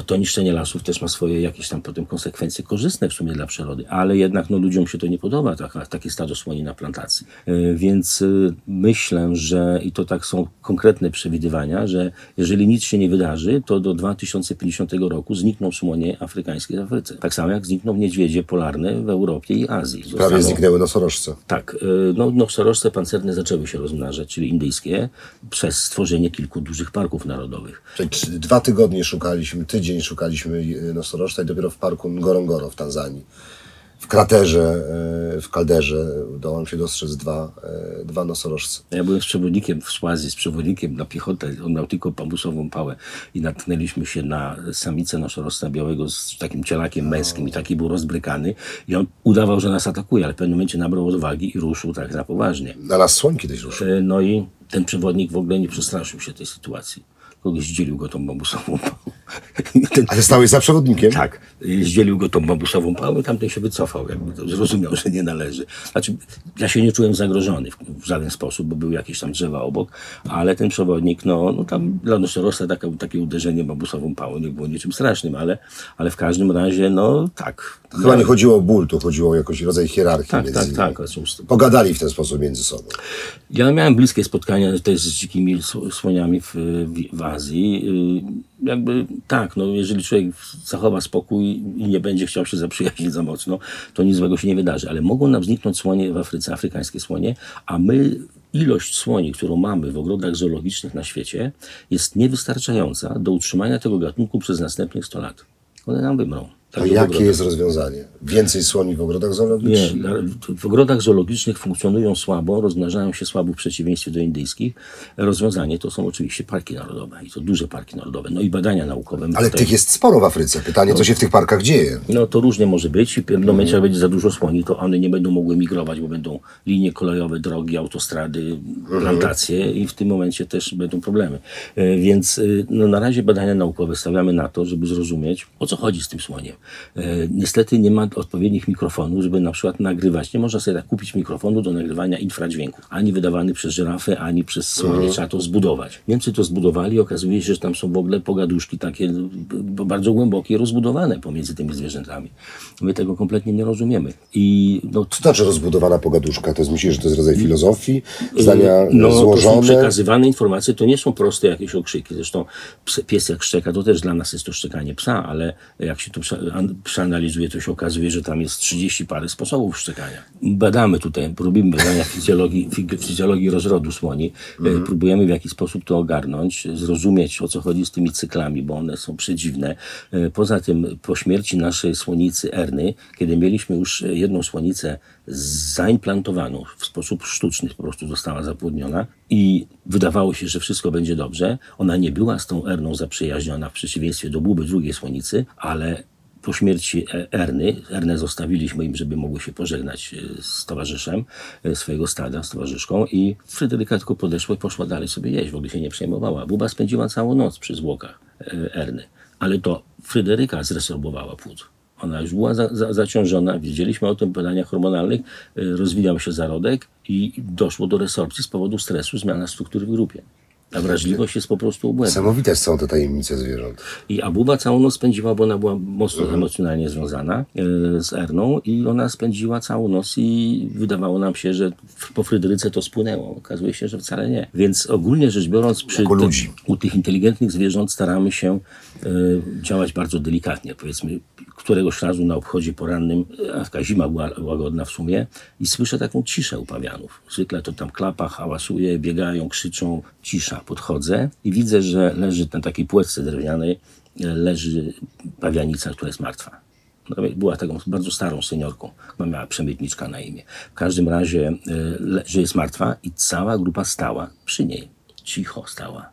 to, to niszczenie lasów też ma swoje jakieś tam potem konsekwencje korzystne w sumie dla przyrody, ale jednak no, ludziom się to nie podoba, tak, takie stado słoni na plantacji. Yy, więc yy, myślę, że i to tak są konkretne przewidywania, że jeżeli nic się nie wydarzy, to do dwa tysiące pięćdziesiątego roku znikną słonie afrykańskie w Afryce. Tak samo jak znikną niedźwiedzie polarne w Europie i Azji. Prawie Zostaną... zniknęły nosorożce. Tak, yy, no, nosorożce pancerne zaczęły się rozmnażać, czyli indyjskie, przez stworzenie kilku dużych parków narodowych. Czyli dwa tygodnie szukaliśmy, tydzień szukaliśmy nosorożca i dopiero w parku Ngorongoro w Tanzanii, w kraterze, w kalderze udało nam się dostrzec dwa, dwa nosorożce. Ja byłem z przewodnikiem w Swazji, z przewodnikiem na piechotę, on miał tylko bambusową pałę i natknęliśmy się na samicę nosorożca białego z takim cielakiem męskim i taki był rozbrykany i on udawał, że nas atakuje, ale w pewnym momencie nabrał odwagi i ruszył tak na poważnie. Na las słoń kiedyś ruszył. No i ten przewodnik w ogóle nie przestraszył się tej sytuacji. Kogoś zdzielił go tą bambusową pałą. Ten... Ale stałeś za przewodnikiem? Tak. Zdzielił go tą bambusową pałą i tamten się wycofał, jakby to zrozumiał, że nie należy. Znaczy, ja się nie czułem zagrożony w, w żaden sposób, bo były jakieś tam drzewa obok, ale ten przewodnik, no, no tam dla nosorożca takie, takie uderzenie bambusową pałą nie było niczym strasznym, ale, ale w każdym razie, no tak. Chyba nie chodziło o ból, to chodziło o jakiś rodzaj hierarchii. Tak, między tak, nimi. tak. Pogadali w ten sposób między sobą. Ja miałem bliskie spotkania też z dzikimi słoniami w, w, w Azji. Jakby tak, no jeżeli człowiek zachowa spokój i nie będzie chciał się zaprzyjaźnić za mocno, to nic złego się nie wydarzy. Ale mogą nam zniknąć słonie w Afryce, afrykańskie słonie, a my ilość słoni, którą mamy w ogrodach zoologicznych na świecie, jest niewystarczająca do utrzymania tego gatunku przez następnych sto lat. One nam wymrą. A jakie jest rozwiązanie? Więcej słoni w ogrodach zoologicznych? Nie, w ogrodach zoologicznych funkcjonują słabo, rozmnażają się słabo w przeciwieństwie do indyjskich. Rozwiązanie to są oczywiście parki narodowe i to duże parki narodowe. No i badania naukowe. Ale tutaj... tych jest sporo w Afryce. Pytanie, co się w tych parkach dzieje? No to różnie może być. W pewnym momencie, jak będzie za dużo słoni, to one nie będą mogły migrować, bo będą linie kolejowe, drogi, autostrady, plantacje i w tym momencie też będą problemy. Więc no, na razie badania naukowe stawiamy na to, żeby zrozumieć, o co chodzi z tym słoniem. E, niestety nie ma odpowiednich mikrofonów, żeby na przykład nagrywać. Nie można sobie tak kupić mikrofonu do nagrywania infradźwięku. Ani wydawany przez żyrafę, ani przez słonie. Mhm. Trzeba to zbudować. Niemcy to zbudowali i okazuje się, że tam są w ogóle pogaduszki takie bardzo głębokie, rozbudowane pomiędzy tymi zwierzętami. My tego kompletnie nie rozumiemy. I, no, Co znaczy rozbudowana pogaduszka? To jest, myślisz, że to jest rodzaj filozofii? Zdania no, złożone? To są przekazywane informacje, to nie są proste jakieś okrzyki. Zresztą pies jak szczeka, to też dla nas jest to szczekanie psa, ale jak się to przeanalizuje, to się okazuje, że tam jest trzydzieści parę sposobów szczekania. Badamy tutaj, robimy badania fizjologii, fizjologii rozrodu słoni, mhm. próbujemy w jakiś sposób to ogarnąć, zrozumieć, o co chodzi z tymi cyklami, bo one są przedziwne. Poza tym, po śmierci naszej słonicy Erny, kiedy mieliśmy już jedną słonicę zaimplantowaną w sposób sztuczny, po prostu została zapłodniona i wydawało się, że wszystko będzie dobrze. Ona nie była z tą Erną zaprzyjaźniona w przeciwieństwie do Buby, drugiej słonicy, ale po śmierci Erny, Ernę zostawiliśmy im, żeby mogły się pożegnać z towarzyszem swojego stada, z towarzyszką i Fryderyka tylko podeszła i poszła dalej sobie jeść, w ogóle się nie przejmowała. Buba spędziła całą noc przy zwłokach Erny, ale to Fryderyka zresorbowała płód. Ona już była za, za, zaciążona, wiedzieliśmy o tym w badaniach hormonalnych, rozwijał się zarodek i doszło do resorpcji z powodu stresu, zmiana struktury w grupie. Ta wrażliwość jest po prostu ubłędna. Niesamowite są te tajemnice zwierząt. I Abuba całą noc spędziła, bo ona była mocno mhm. emocjonalnie związana e, z Erną i ona spędziła całą noc i wydawało nam się, że po Fryderyce to spłynęło. Okazuje się, że wcale nie. Więc ogólnie rzecz biorąc, przy te, u tych inteligentnych zwierząt staramy się e, działać bardzo delikatnie. Powiedzmy, któregoś razu na obchodzie porannym, a taka zima była łagodna w sumie i słyszę taką ciszę u pawianów. Zwykle to tam klapa, hałasuje, biegają, krzyczą, cisza. Podchodzę i widzę, że leży na takiej płetce drewnianej, leży pawianica, która jest martwa. Była taką bardzo starą seniorką, miała Przemytniczka na imię. W każdym razie, że jest martwa i cała grupa stała przy niej. Cicho stała.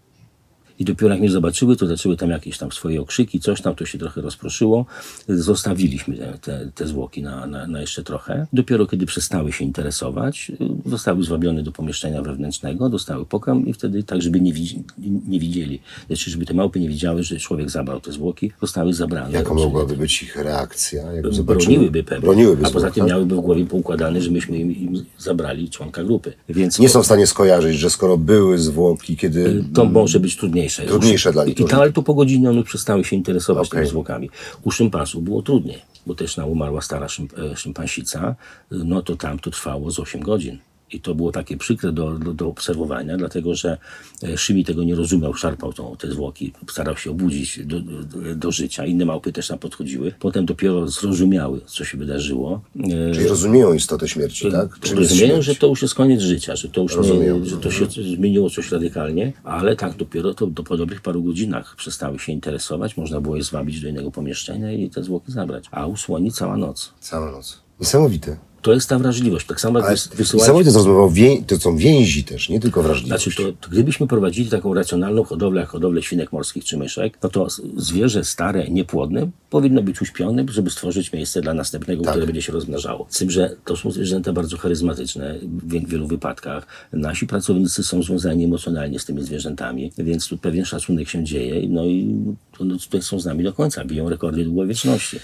I dopiero jak mnie zobaczyły, to zaczęły tam jakieś tam swoje okrzyki, coś tam, to się trochę rozproszyło. Zostawiliśmy te, te zwłoki na, na, na jeszcze trochę. Dopiero kiedy przestały się interesować, zostały zwabione do pomieszczenia wewnętrznego, dostały pokarm i wtedy tak, żeby nie, widzi, nie widzieli, znaczy, żeby te małpy nie widziały, że człowiek zabrał te zwłoki, zostały zabrane. Jaka mogłaby być ich reakcja? Jak Broniłyby pewnie. Broniłyby a poza zwłok, tym tak? miałyby w głowie poukładane, że myśmy im, im zabrali członka grupy. Więc nie są w stanie skojarzyć, że skoro były zwłoki, kiedy... To może być trudniejsze. trudniejsze. Trudniejsze dla nich. I to, ale to po godzinie one przestały się interesować Okay. tymi zwłokami. U szympansów było trudniej, bo też nam umarła stara szymp, szympansica, no to tam to trwało z osiem godzin. I to było takie przykre do, do, do obserwowania, dlatego że Szymi tego nie rozumiał, szarpał tą, te zwłoki, starał się obudzić do, do, do życia. Inne małpy też tam podchodziły. Potem dopiero zrozumiały, co się wydarzyło. Czyli rozumieją istotę śmierci, tak? Czym rozumieją, że to już jest koniec życia, że to już rozumiem. nie, że to się zmieniło coś radykalnie, ale tak dopiero to do, po dobrych paru godzinach przestały się interesować, można było je zwabić do innego pomieszczenia i te zwłoki zabrać. A u słoni cała noc. Cała noc. Niesamowite. To jest ta wrażliwość. Tak samo jak wysyłać... Niesamowite zrozumiał, wię... to są więzi też, nie tylko wrażliwość. Znaczy, to, to gdybyśmy prowadzili taką racjonalną hodowlę, jak hodowlę świnek morskich czy myszek, no to zwierzę stare, niepłodne powinno być uśpione, żeby stworzyć miejsce dla następnego, tak. które będzie się rozmnażało. Z tym, że to są zwierzęta bardzo charyzmatyczne w wielu wypadkach. Nasi pracownicy są związani emocjonalnie z tymi zwierzętami, więc tu pewien szacunek się dzieje. No i no, tutaj są z nami do końca, biją rekordy długowieczności.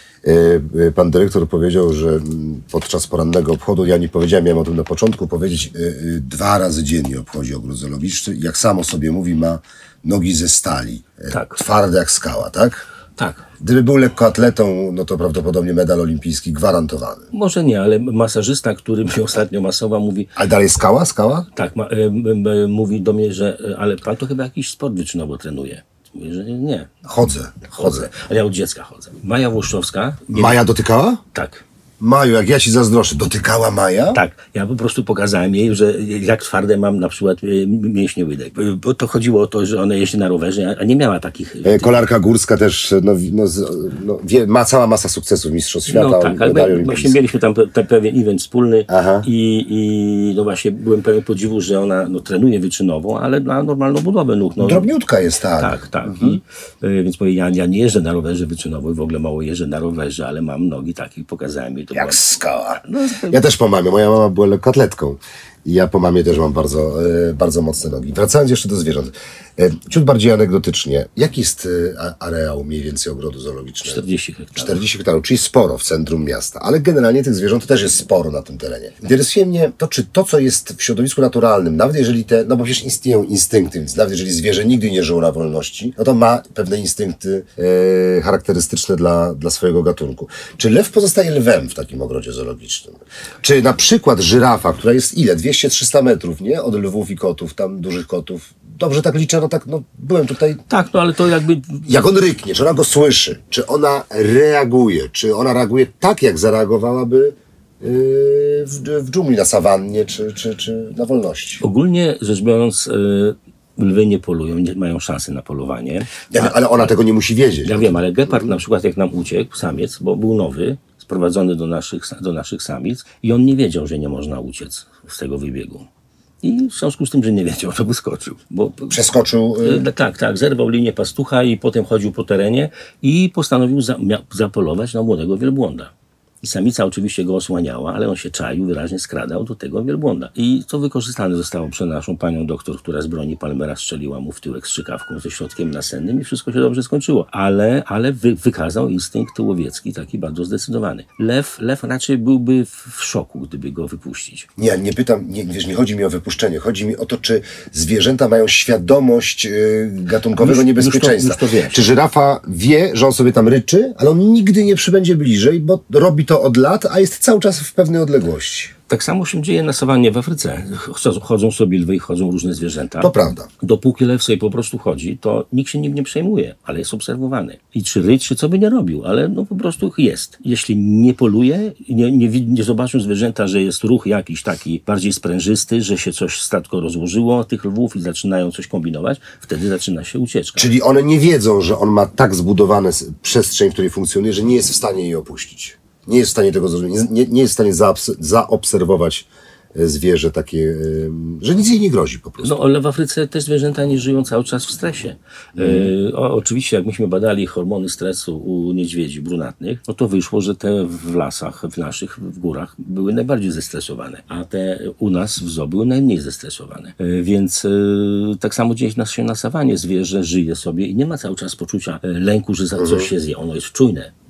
Pan dyrektor powiedział, że podczas porannego obchodu, ja nie powiedziałem, miałem o tym na początku powiedzieć, dwa razy dziennie obchodzi ogród zoologiczny. Jak samo sobie mówi, ma nogi ze stali. Tak. Twarde jak skała, tak? Tak. Gdyby był lekkoatletą, no to prawdopodobnie medal olimpijski gwarantowany. Może nie, ale masażysta, który mnie ostatnio masował, mówi... Ale dalej skała? Skała? Tak, ma, y, y, mówi do mnie, że ale pan to chyba jakiś sport wyczynowo trenuje. Mówię, że nie. Chodzę, chodzę. Chodzę. Ale ja od dziecka chodzę. Maja Włoszczowska... Nie Maja dotykała? Tak. Maju, jak ja ci zazdroszczę, dotykała Maja? Tak, ja po prostu pokazałem jej, że jak twarde mam na przykład mięśnie łydek. Bo to chodziło o to, że ona jeździ na rowerze, a nie miała takich... Kolarka górska też no, no, no, wie, ma cała masa sukcesów mistrzostw świata. No tak, ale my, właśnie mieliśmy tam pe, pe, pewien event wspólny i, i no właśnie byłem pełen podziwu, że ona no, trenuje wyczynowo, ale na normalną budowę nóg. No, drobniutka jest, tak. Tak, tak. Mhm. I, y, więc mówię, ja, ja nie jeżdżę na rowerze wyczynowo i w ogóle mało jeżdżę na rowerze, ale mam nogi takie, pokazałem jej to. Jak była... skała. No, ja też po mamie. Moja mama była lekkoatletką. I ja po mamie też mam bardzo, e, bardzo mocne nogi. Wracając jeszcze do zwierząt. E, ciut bardziej anegdotycznie. Jaki jest e, areał mniej więcej ogrodu zoologicznego? czterdzieści hektarów. czterdzieści hektarów, czyli sporo w centrum miasta. Ale generalnie tych zwierząt też jest sporo na tym terenie. Interesuje mnie to, czy to, co jest w środowisku naturalnym, nawet jeżeli te, no bo przecież istnieją instynkty, więc nawet jeżeli zwierzę nigdy nie żyło na wolności, no to ma pewne instynkty e, charakterystyczne dla, dla swojego gatunku. Czy lew pozostaje lwem w takim ogrodzie zoologicznym? Czy na przykład żyrafa, która jest ile? dwieście trzysta metrów, nie? Od lwów i kotów, tam dużych kotów. Dobrze tak liczę, no tak, no byłem tutaj. Tak, no ale to jakby... Jak on ryknie, czy ona go słyszy, czy ona reaguje, czy ona reaguje tak, jak zareagowałaby yy, w, w dżungli, na sawannie, czy, czy, czy na wolności. Ogólnie rzecz biorąc, yy, lwy nie polują, nie mają szansy na polowanie. Ja wiem, ale ona tego nie musi wiedzieć. Ja wiem, ale gepard na przykład jak nam uciekł, samiec, bo był nowy, sprowadzony do naszych, do naszych samic i on nie wiedział, że nie można uciec z tego wybiegu. I w związku z tym, że nie wiedział, to wyskoczył. Bo, Przeskoczył? Yy... Tak, tak. Zerwał linię pastucha i potem chodził po terenie i postanowił za, mia, zapolować na młodego wielbłąda. I samica oczywiście go osłaniała, ale on się czaił, wyraźnie skradał do tego wielbłąda. I to wykorzystane zostało przez naszą panią doktor, która z broni Palmera strzeliła mu w tyłek strzykawką ze środkiem nasennym i wszystko się dobrze skończyło. Ale, ale wy, wykazał instynkt łowiecki taki bardzo zdecydowany. Lew, lew raczej byłby w, w szoku, gdyby go wypuścić. Nie, nie pytam, nie, wiesz, nie chodzi mi o wypuszczenie. Chodzi mi o to, czy zwierzęta mają świadomość yy, gatunkowego już, niebezpieczeństwa. Już to, już to czy żyrafa wie, że on sobie tam ryczy, ale on nigdy nie przybędzie bliżej, bo robi to od lat, a jest cały czas w pewnej odległości. Tak samo się dzieje na sawannie w Afryce. Chodzą sobie lwy i chodzą różne zwierzęta. To prawda. Dopóki lew sobie po prostu chodzi, to nikt się nim nie przejmuje, ale jest obserwowany. I czy ryć, czy co by nie robił, ale no po prostu jest. Jeśli nie poluje, nie, nie, nie zobaczą zwierzęta, że jest ruch jakiś taki bardziej sprężysty, że się coś statko rozłożyło tych lwów i zaczynają coś kombinować, wtedy zaczyna się ucieczka. Czyli one nie wiedzą, że on ma tak zbudowane przestrzeń, w której funkcjonuje, że nie jest w stanie jej opuścić. Nie jest w stanie tego zrozumieć, nie, nie jest w stanie zaobs- zaobserwować zwierzę takie, że nic jej nie grozi po prostu. No ale w Afryce te zwierzęta nie żyją cały czas w stresie. Mm. E, o, oczywiście jak myśmy badali hormony stresu u niedźwiedzi brunatnych, no to wyszło, że te w lasach, w naszych, w górach były najbardziej zestresowane, a te u nas w zoo były najmniej zestresowane. E, więc e, tak samo dzieje się na sawanie. Zwierzę żyje sobie i nie ma cały czas poczucia lęku, że za coś się zje. Ono jest czujne.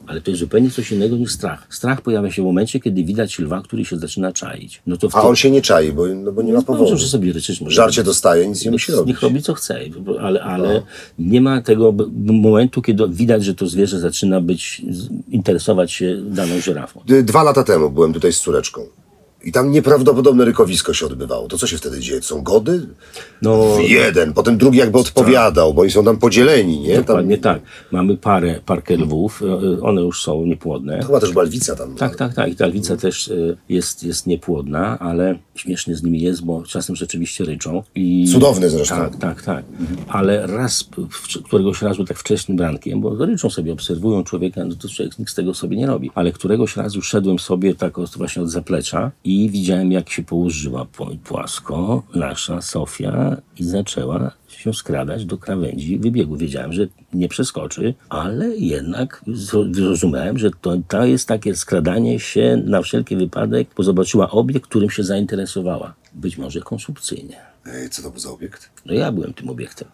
Ale to jest zupełnie coś innego niż strach. Strach pojawia się w momencie, kiedy widać lwa, który się zaczyna czaić. No to A on się nie czai, bo, no bo nie ma powodu. Może sobie ryczyć. Może Żarcie robić. dostaje, nic nie musi robić. Niech robi co chce, ale, ale no. nie ma tego b- momentu, kiedy widać, że to zwierzę zaczyna być, interesować się daną żyrafą. Dwa lata temu byłem tutaj z córeczką. I tam nieprawdopodobne rykowisko się odbywało. To co się wtedy dzieje? To są gody? No, Jeden, potem drugi jakby odpowiadał, bo oni są tam podzieleni, nie? Dokładnie tam... tak. Mamy parę, parkę lwów, one już są niepłodne. To chyba też była lwica tam. Tak, tak, tak. I ta lwica też jest, jest niepłodna, ale śmiesznie z nimi jest, bo czasem rzeczywiście ryczą. I... Cudowny zresztą. Tak, tak, tak. Ale raz, któregoś razu tak wcześnym rankiem, bo ryczą sobie, obserwują człowieka, no to człowiek nikt z tego sobie nie robi. Ale któregoś razu szedłem sobie tak właśnie od zaplecza i widziałem, jak się położyła płasko nasza Sofia i zaczęła się skradać do krawędzi wybiegu. Wiedziałem, że nie przeskoczy, ale jednak zrozumiałem, że to, to jest takie skradanie się na wszelki wypadek, bo zobaczyła obiekt, którym się zainteresowała. Być może konsumpcyjnie. Ej, co to był za obiekt? No ja byłem tym obiektem.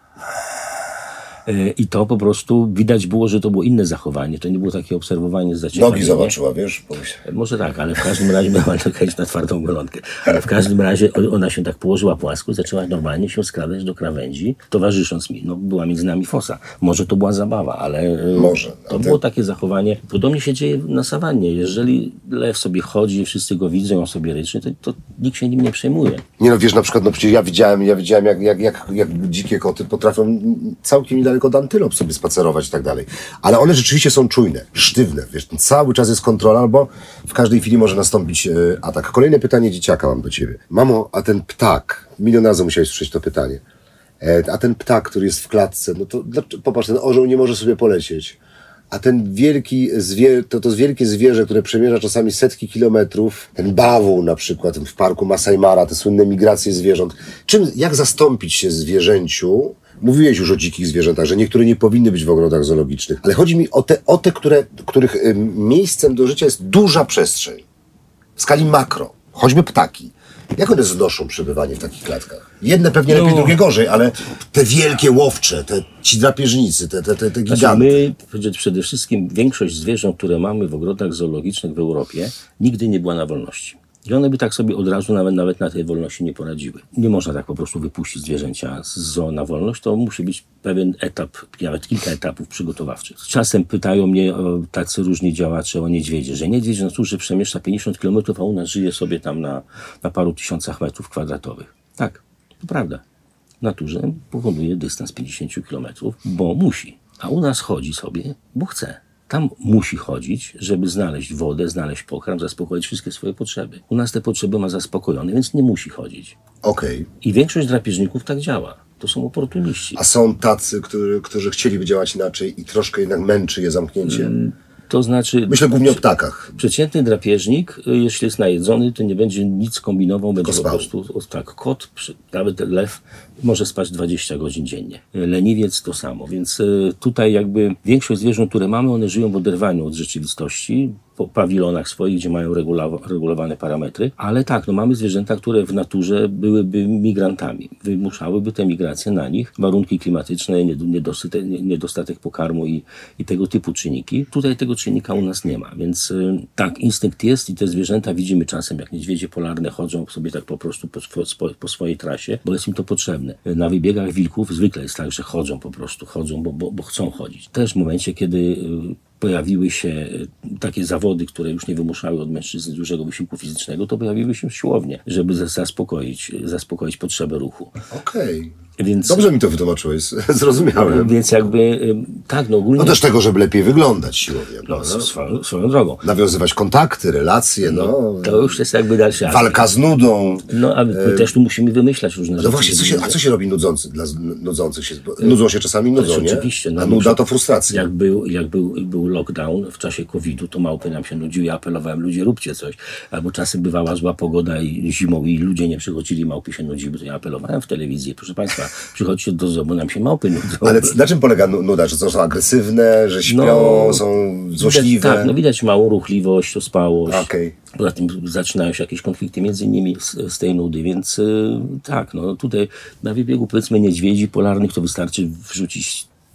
I to po prostu widać było, że to było inne zachowanie. To nie było takie obserwowanie z zaciekawieniem. Nogi zobaczyła, wiesz? Może tak, ale w każdym razie miała czekać na twardą golonkę. Ale w każdym razie ona się tak położyła płasko i zaczęła normalnie się skradać do krawędzi, towarzysząc mi. No, była między nami fosa. Może to była zabawa, ale Może, to ale było ty... takie zachowanie. Podobnie się dzieje na sawannie. Jeżeli lew sobie chodzi, wszyscy go widzą, on sobie ryczy, to, to nikt się nim nie przejmuje. Nie no, wiesz, na przykład, no przecież ja widziałem, ja widziałem jak, jak, jak, jak dzikie koty potrafią całkiem niedaleko od antylop sobie spacerować i tak dalej. Ale one rzeczywiście są czujne, sztywne, wiesz, cały czas jest kontrola, albo w każdej chwili może nastąpić e, atak. Kolejne pytanie dzieciaka mam do ciebie. Mamo, a ten ptak, milion razy musiałeś słyszeć to pytanie, e, a ten ptak, który jest w klatce, no to popatrz, ten orzeł nie może sobie polecieć. A ten wielki zwier- to, to wielkie zwierzę, które przemierza czasami setki kilometrów, ten bawół na przykład w parku Masai Mara, te słynne migracje zwierząt. Czym, jak zastąpić się zwierzęciu? Mówiłeś już o dzikich zwierzętach, że niektóre nie powinny być w ogrodach zoologicznych, ale chodzi mi o te, o te które, których y, miejscem do życia jest duża przestrzeń. W skali makro. Choćby ptaki. Jak one znoszą przebywanie w takich klatkach? Jedne pewnie lepiej, no. drugie gorzej, ale te wielkie łowcze, te ci drapieżnicy, te, te, te, te giganty. Znaczy my, przede wszystkim większość zwierząt, które mamy w ogrodach zoologicznych w Europie, nigdy nie była na wolności. I one by tak sobie od razu nawet, nawet na tej wolności nie poradziły. Nie można tak po prostu wypuścić zwierzęcia z zoo na wolność, to musi być pewien etap, nawet kilka etapów przygotowawczych. Czasem pytają mnie o, tacy różni działacze o niedźwiedzie, że niedźwiedź na naturze przemieszcza pięćdziesiąt kilometrów, a u nas żyje sobie tam na, na paru tysiącach metrów kwadratowych. Tak, to prawda. W naturze powoduje dystans pięćdziesiąt kilometrów, bo musi, a u nas chodzi sobie, bo chce. Tam musi chodzić, żeby znaleźć wodę, znaleźć pokarm, zaspokoić wszystkie swoje potrzeby. U nas te potrzeby ma zaspokojone, więc nie musi chodzić. Okej. Okay. I większość drapieżników tak działa. To są oportuniści. A są tacy, którzy, którzy chcieliby działać inaczej i troszkę jednak męczy je zamknięcie? Hmm. To znaczy... Myślę głównie o ptakach. Przeciętny drapieżnik, jeśli jest najedzony, to nie będzie nic kombinował, będzie po prostu... O, tak, kot, nawet lew może spać dwadzieścia godzin dziennie. Leniwiec to samo. Więc tutaj jakby większość zwierząt, które mamy, one żyją w oderwaniu od rzeczywistości, po pawilonach swoich, gdzie mają regula- regulowane parametry. Ale tak, no mamy zwierzęta, które w naturze byłyby migrantami. Wymuszałyby te migracje na nich. Warunki klimatyczne, niedostatek, niedostatek pokarmu i, i tego typu czynniki. Tutaj tego czynnika u nas nie ma. Więc y, tak, instynkt jest i te zwierzęta widzimy czasem, jak niedźwiedzie polarne chodzą sobie tak po prostu po, po, po swojej trasie, bo jest im to potrzebne. Na wybiegach wilków zwykle jest tak, że chodzą po prostu, chodzą, bo, bo, bo chcą chodzić. Też w momencie, kiedy y, pojawiły się takie zawody, które już nie wymuszały od mężczyzn dużego wysiłku fizycznego, to pojawiły się siłownie, żeby zaspokoić, zaspokoić potrzebę ruchu. Okej. Okay. Więc, dobrze mi to wytłumaczyłeś, zrozumiałem. Więc jakby, tak, no ogólnie... No też tego, żeby lepiej wyglądać siłownie. No, no. Swoją, swoją drogą. Nawiązywać kontakty, relacje, no. no. To już jest jakby dalszy aspekt. Walka z nudą. No, a my e... też tu musimy wymyślać różne no rzeczy. No właśnie, co się, a co się robi nudzący, dla nudzących się? Nudzą się czasami, nudzą, znaczy, nie? Oczywiście. No, a nuda to frustracja. Jak był, jak był, był lockdown w czasie kowida, to małpy nam się nudziły, ja apelowałem, ludzie róbcie coś. Albo czasem bywała zła pogoda i zimą i ludzie nie przychodzili, małpy się nudziły, to ja apelowałem w telewizji. Proszę Państwa, przychodźcie do zoo, bo nam się małpy nudzą. Ale na czym polega nuda? Że są agresywne, że śpią, no, są złośliwe? Widać, tak, no widać małą ruchliwość, ospałość. Okay. Poza tym zaczynają się jakieś konflikty między nimi z, z tej nudy, więc yy, tak, no tutaj na wybiegu powiedzmy niedźwiedzi polarnych to wystarczy wrzucić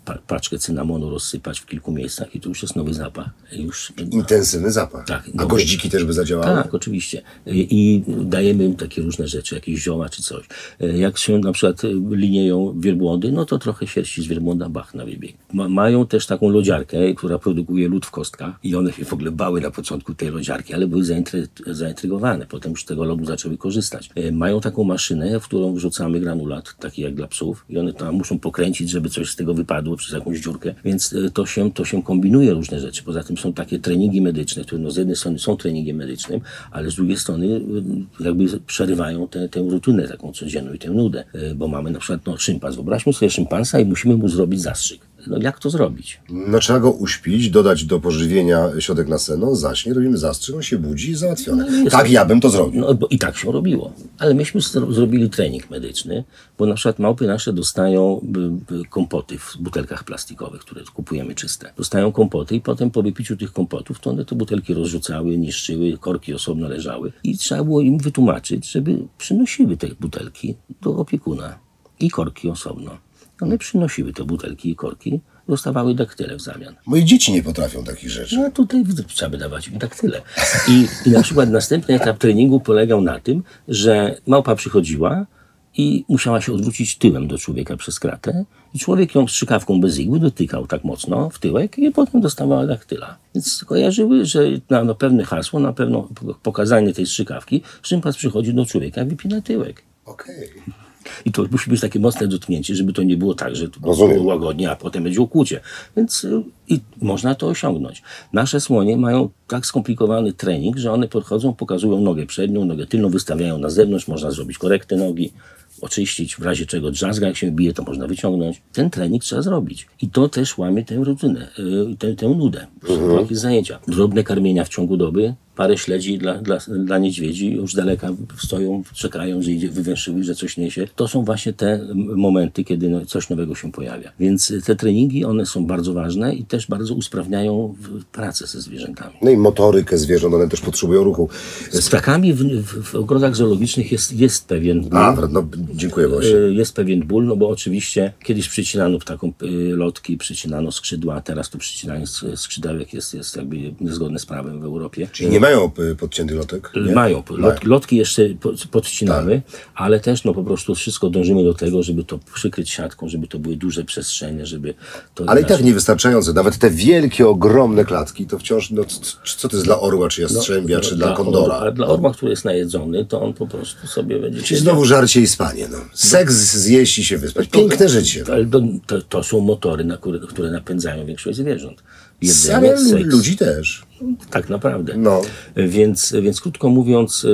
pa, paczkę cynamonu rozsypać w kilku miejscach i to już jest nowy zapach. Już, Intensywny zapach. Tak, A nowy. goździki też by zadziałały? Tak, oczywiście. I, I dajemy im takie różne rzeczy, jakieś zioła czy coś. Jak się na przykład linieją wielbłądy, no to trochę sierści z wielbłąda bach na wybieg. Ma, mają też taką lodziarkę, która produkuje lód w kostkach i one się w ogóle bały na początku tej lodziarki, ale były zaintry, zaintrygowane. Potem już z tego lodu zaczęły korzystać. E, mają taką maszynę, w którą wrzucamy granulat, taki jak dla psów i one tam muszą pokręcić, żeby coś z tego wypadło przez jakąś dziurkę. Więc e, to, się, to się kombinuje różne rzeczy. Poza tym są takie treningi medyczne, które no z jednej strony są treningiem medycznym, ale z drugiej strony e, jakby przerywają tę, tę rutynę taką codzienną i tę nudę. E, bo mamy na przykład no, szympas. Wyobraźmy sobie szympansa i musimy mu zrobić zastrzyk. No jak to zrobić? No trzeba go uśpić, dodać do pożywienia środek na sen, on zaśnie, robimy zastrzyk, on się budzi i załatwione. No, tak, ja bym to zrobił. No bo i tak się robiło. Ale myśmy zro- zrobili trening medyczny, bo na przykład małpy nasze dostają b, b, kompoty w butelkach plastikowych, które kupujemy czyste. Dostają kompoty i potem po wypiciu tych kompotów to one te butelki rozrzucały, niszczyły, korki osobno leżały i trzeba było im wytłumaczyć, żeby przynosiły te butelki do opiekuna i korki osobno. One przynosiły te butelki i korki, dostawały daktyle w zamian. Moje dzieci nie potrafią takich rzeczy. No tutaj trzeba by dawać im daktyle. I, I na przykład następny etap treningu polegał na tym, że małpa przychodziła i musiała się odwrócić tyłem do człowieka przez kratę i człowiek ją strzykawką bez igły dotykał tak mocno w tyłek i potem dostawała daktyla. Więc kojarzyły, że na, na pewne hasło, na pewno pokazanie tej strzykawki, szympas przychodzi do człowieka i wypina tyłek. Okej. I to musi być takie mocne dotknięcie, żeby to nie było tak, że to Rozumiem. było łagodnie, a potem będzie ukłucie. Więc y, i można to osiągnąć. Nasze słonie mają tak skomplikowany trening, że one podchodzą, pokazują nogę przednią, nogę tylną, wystawiają na zewnątrz, można zrobić korektę nogi, oczyścić, w razie czego drzazga, jak się bije, to można wyciągnąć. Ten trening trzeba zrobić. I to też łamie tę rutynę, y, tę, tę nudę. Mhm. Jakieś zajęcia. Drobne karmienia w ciągu doby, parę śledzi dla, dla, dla niedźwiedzi, już z daleka stoją, czekają, że idzie, wywęszyły, że coś niesie. To są właśnie te momenty, kiedy no, coś nowego się pojawia. Więc te treningi, one są bardzo ważne i też bardzo usprawniają pracę ze zwierzętami. No i motorykę zwierząt, one też potrzebują ruchu. Z ptakami w, w, w ogrodach zoologicznych jest, jest pewien ból. A, no dziękuję właśnie. Jest pewien ból, no bo oczywiście kiedyś przycinano ptakom lotki, przycinano skrzydła, a teraz to przycinanie skrzydełek jest, jest jakby niezgodne z prawem w Europie. Czyli nie mają podciętych lotek? Nie? Mają. Lot, lotki jeszcze podcinamy, tak. Ale też no po prostu wszystko dążymy do tego, żeby to przykryć siatką, żeby to były duże przestrzenie, żeby to... Ale i tak niewystarczające. Nawet te wielkie, ogromne klatki, to wciąż, no co to jest dla orła, czy jastrzębia, no, czy dla, dla kondora? A dla orła, który jest najedzony, to on po prostu sobie będzie... Czyli znowu żarcie i spanie, no. Seks, zjeść i się wyspać. Piękne życie. Ale to, to, to są motory, na które, które napędzają większość zwierząt. Jedzenie, ale seks. Ludzi też. Tak naprawdę. No. Więc, więc krótko mówiąc,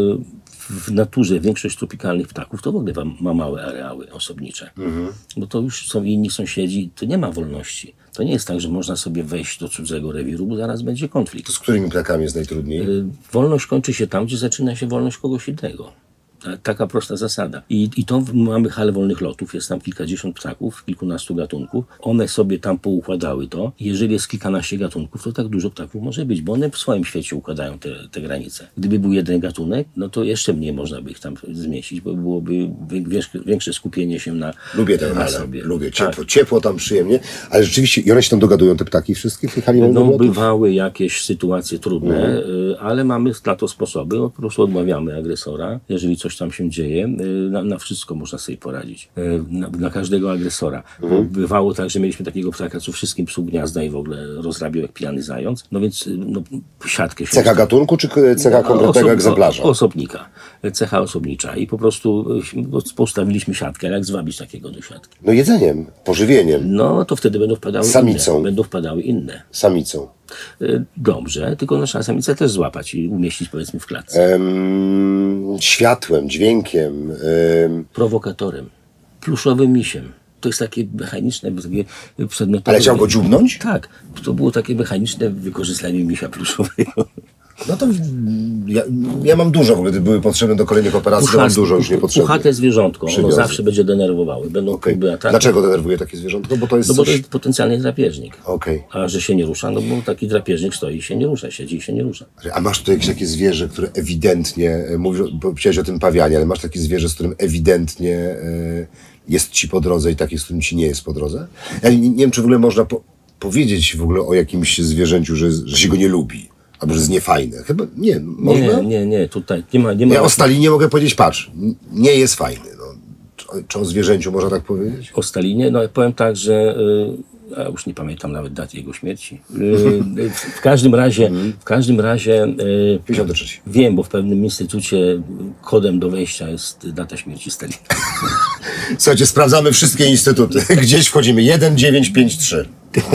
w naturze większość tropikalnych ptaków to w ogóle ma małe areały osobnicze. Mhm. Bo to już są inni sąsiedzi, to nie ma wolności. To nie jest tak, że można sobie wejść do cudzego rewiru, bo zaraz będzie konflikt. To z którymi ptakami jest najtrudniej? Wolność kończy się tam, gdzie zaczyna się wolność kogoś innego. Taka prosta zasada. I, I to mamy halę wolnych lotów, jest tam kilkadziesiąt ptaków, kilkunastu gatunków. One sobie tam poukładały to. Jeżeli jest kilkanaście gatunków, to tak dużo ptaków może być, bo one w swoim świecie układają te, te granice. Gdyby był jeden gatunek, no to jeszcze mniej można by ich tam zmieścić, bo byłoby większe skupienie się na Lubię tę na halę, sobie. lubię. Ciepło, tak. Ciepło tam przyjemnie, ale rzeczywiście, i one się tam dogadują, te ptaki wszystkie w tej hali wolnych No lotów? bywały jakieś sytuacje trudne, mhm. ale mamy na to sposoby. Po prostu odmawiamy agresora, jeżeli coś tam się dzieje, na, na wszystko można sobie poradzić. Na, na każdego agresora. Mhm. Bywało tak, że mieliśmy takiego ptaka, co wszystkim psuł gniazda i w ogóle rozrabiał jak pijany zając. No więc no, siatkę się... Cecha ustawi... gatunku czy cecha konkretnego Oso... egzemplarza? Osobnika. Cecha osobnicza. I po prostu postawiliśmy siatkę. Jak zwabić takiego do siatki? No jedzeniem, pożywieniem. No to wtedy będą wpadały Samicą. inne. Będą wpadały inne. Samicą. Dobrze, tylko no, trzeba samicę też złapać i umieścić powiedzmy w klatce. Um, światłem, dźwiękiem. Um... Prowokatorem. Pluszowym misiem. To jest takie mechaniczne takie przedmiotowe. Ale chciał go dziubnąć? Tak. To było takie mechaniczne wykorzystanie misia pluszowego. No to ja, ja mam dużo, w ogóle były potrzebne do kolejnych operacji, to mam dużo już niepotrzebne. Puchate zwierzątko, ono zawsze będzie denerwowało. Będą okay. próby ataku. Dlaczego denerwuje takie zwierzątko? Bo to jest no bo coś... to jest potencjalny drapieżnik. Okay. A że się nie rusza, no bo taki drapieżnik stoi i się nie rusza, siedzi i się nie rusza. A masz tutaj jakieś takie zwierzę, które ewidentnie, mówisz, powiedziałeś o tym pawianie, ale masz takie zwierzę, z którym ewidentnie e, jest ci po drodze i taki, z którym ci nie jest po drodze? Ja nie, nie wiem, czy w ogóle można po, powiedzieć w ogóle o jakimś zwierzęciu, że, że się go nie lubi, albo że jest niefajne. Chyba nie, można? Nie, nie, nie, tutaj nie ma... Nie ma Ja o Stalinie mogę powiedzieć, patrz, nie jest fajny. No. Czy, czy o zwierzęciu można tak powiedzieć? O Stalinie? No ja powiem tak, że... Yy... Ja już nie pamiętam nawet daty jego śmierci. Yy, w każdym razie, w każdym razie yy, pięćdziesiąty trzeci. Wiem, bo w pewnym instytucie kodem do wejścia jest data śmierci Stalina. Słuchajcie, sprawdzamy wszystkie instytuty. Gdzieś wchodzimy. jeden dziewięć pięć trzy.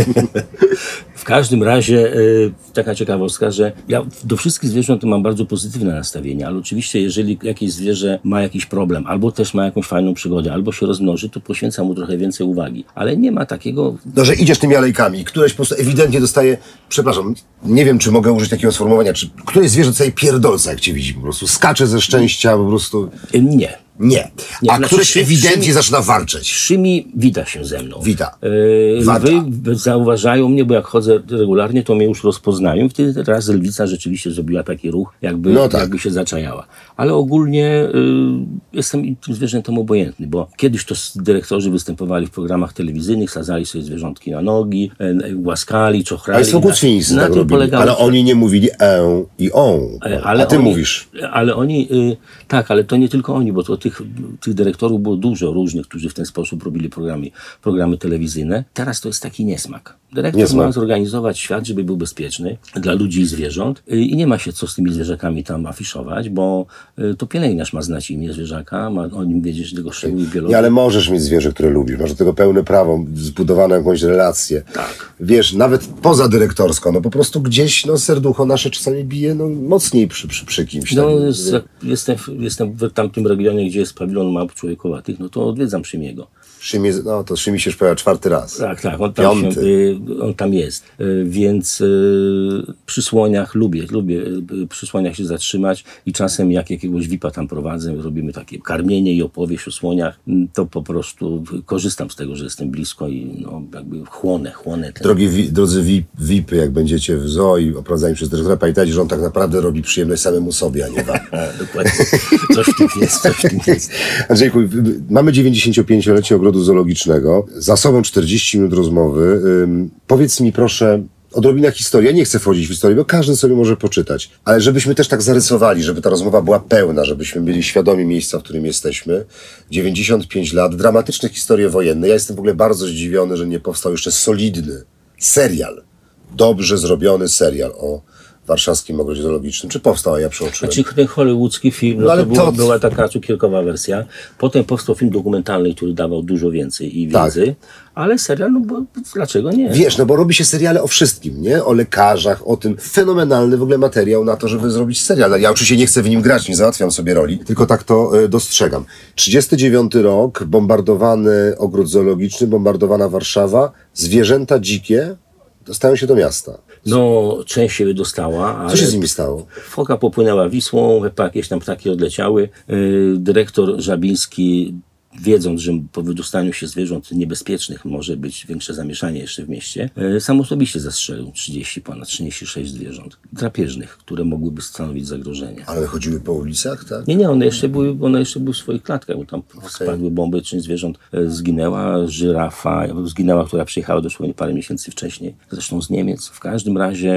W każdym razie yy, taka ciekawostka, że ja do wszystkich zwierząt mam bardzo pozytywne nastawienie, ale oczywiście jeżeli jakieś zwierzę ma jakiś problem, albo też ma jakąś fajną przygodę, albo się rozmnoży, to poświęcam mu trochę więcej uwagi. Ale nie ma takiego... No, że idziesz tymi alejkami i któreś po prostu ewidentnie dostaje, przepraszam, nie wiem, czy mogę użyć takiego sformułowania, czy któreś zwierzę dostaje pierdolca, jak cię widzi po prostu, skacze ze szczęścia po prostu... Yy, nie. Nie. Nie, A znaczy, któreś Szymi- ewidentnie Szymi- zaczyna warczeć. Szymi wita się ze mną. Wita. Yy, Wada. Lwy zauważają mnie, bo jak chodzę regularnie, to mnie już rozpoznają. I wtedy teraz lwica rzeczywiście zrobiła taki ruch, jakby, No tak. jakby się zaczajała. Ale ogólnie yy, jestem tym zwierzętom obojętny, bo kiedyś to dyrektorzy występowali w programach telewizyjnych, sadzali sobie zwierzątki na nogi, yy, głaskali, czochrali. Państwo kłócwińscy na tak tym robili, polegało, ale oni nie mówili e i on. E, Ale A ty oni, mówisz. Ale oni, y, tak, ale to nie tylko oni, bo to tych, tych dyrektorów było dużo różnych, którzy w ten sposób robili programy, programy telewizyjne. Teraz to jest taki niesmak. Dyrektor Niesmak. ma zorganizować świat, żeby był bezpieczny dla ludzi i zwierząt y, i nie ma się co z tymi zwierzakami tam afiszować, bo y, to pielęgniarz ma znać imię zwierzaka, ma o nim wiedzieć tego szczegółu biologii. Nie, ale możesz mieć zwierzę, które lubisz. Masz do tego pełne prawo, zbudowaną jakąś relację. Tak. Wiesz, nawet poza dyrektorsko, no po prostu gdzieś no, serducho nasze czasami bije no, mocniej przy, przy, przy kimś. No, tak. jest, jestem, jestem w tamtym regionie, gdzie jest pawilon małp człowiekowatych, no to odwiedzam Szymiego. Szymie, no to Szymi się już pojawia czwarty raz. Tak, tak, on tam, się, Piąty. y, on tam jest, y, więc y, przy słoniach lubię, lubię y, przy słoniach się zatrzymać i czasem jak jakiegoś V I P-a tam prowadzę, robimy takie karmienie i opowieść o słoniach, y, to po prostu korzystam z tego, że jestem blisko i no, jakby chłonę, chłonę ten... Drogi, wi- drodzy V I P-y, jak będziecie w zoo i oprowadzani przez dyrektora, pamiętajcie, że on tak naprawdę robi przyjemność samemu sobie, a nie wam. A, dokładnie, coś w tym jest, coś w tym jest. Andrzejku, mamy dziewięćdziesięciopięciolecie Ogrodu Zoologicznego, za sobą czterdzieści minut rozmowy. Ym, powiedz mi proszę, odrobina historii. Ja nie chcę wchodzić w historię, bo każdy sobie może poczytać. Ale żebyśmy też tak zarysowali, żeby ta rozmowa była pełna, żebyśmy byli świadomi miejsca, w którym jesteśmy. dziewięćdziesiąt pięć lat, dramatyczne historie wojenne. Ja jestem w ogóle bardzo zdziwiony, że nie powstał jeszcze solidny serial, dobrze zrobiony serial o Warszawskim Ogrodzie Zoologicznym. Czy powstał, a ja przeoczyłem? Znaczy ten hollywoodzki film, no, No ale to, było, to- była taka cukierkowa wersja. Potem powstał film dokumentalny, który dawał dużo więcej i Tak. wiedzy, ale serial, no bo dlaczego nie? Wiesz, no bo robi się seriale o wszystkim, nie? O lekarzach, o tym. Fenomenalny w ogóle materiał na to, żeby zrobić serial. Ja oczywiście nie chcę w nim grać, nie załatwiam sobie roli, tylko tak to y, dostrzegam. trzydziesty dziewiąty rok, bombardowany ogród zoologiczny, bombardowana Warszawa, zwierzęta dzikie dostają się do miasta. No, część się wydostała, ale Co się z nimi stało? foka popłynęła Wisłą, chyba jakieś tam ptaki odleciały. Yy, dyrektor Żabiński, wiedząc, że po wydostaniu się zwierząt niebezpiecznych może być większe zamieszanie jeszcze w mieście, yy, sam osobiście zastrzelił trzydzieści, ponad trzydzieści sześć zwierząt drapieżnych, które mogłyby stanowić zagrożenie. Ale chodziły po ulicach, tak? Nie, nie, one jeszcze były, one jeszcze były w swoich klatkach, bo tam spadły bomby, część zwierząt e, zginęła, żyrafa zginęła, która przyjechała dosłownie parę miesięcy wcześniej, zresztą z Niemiec. W każdym razie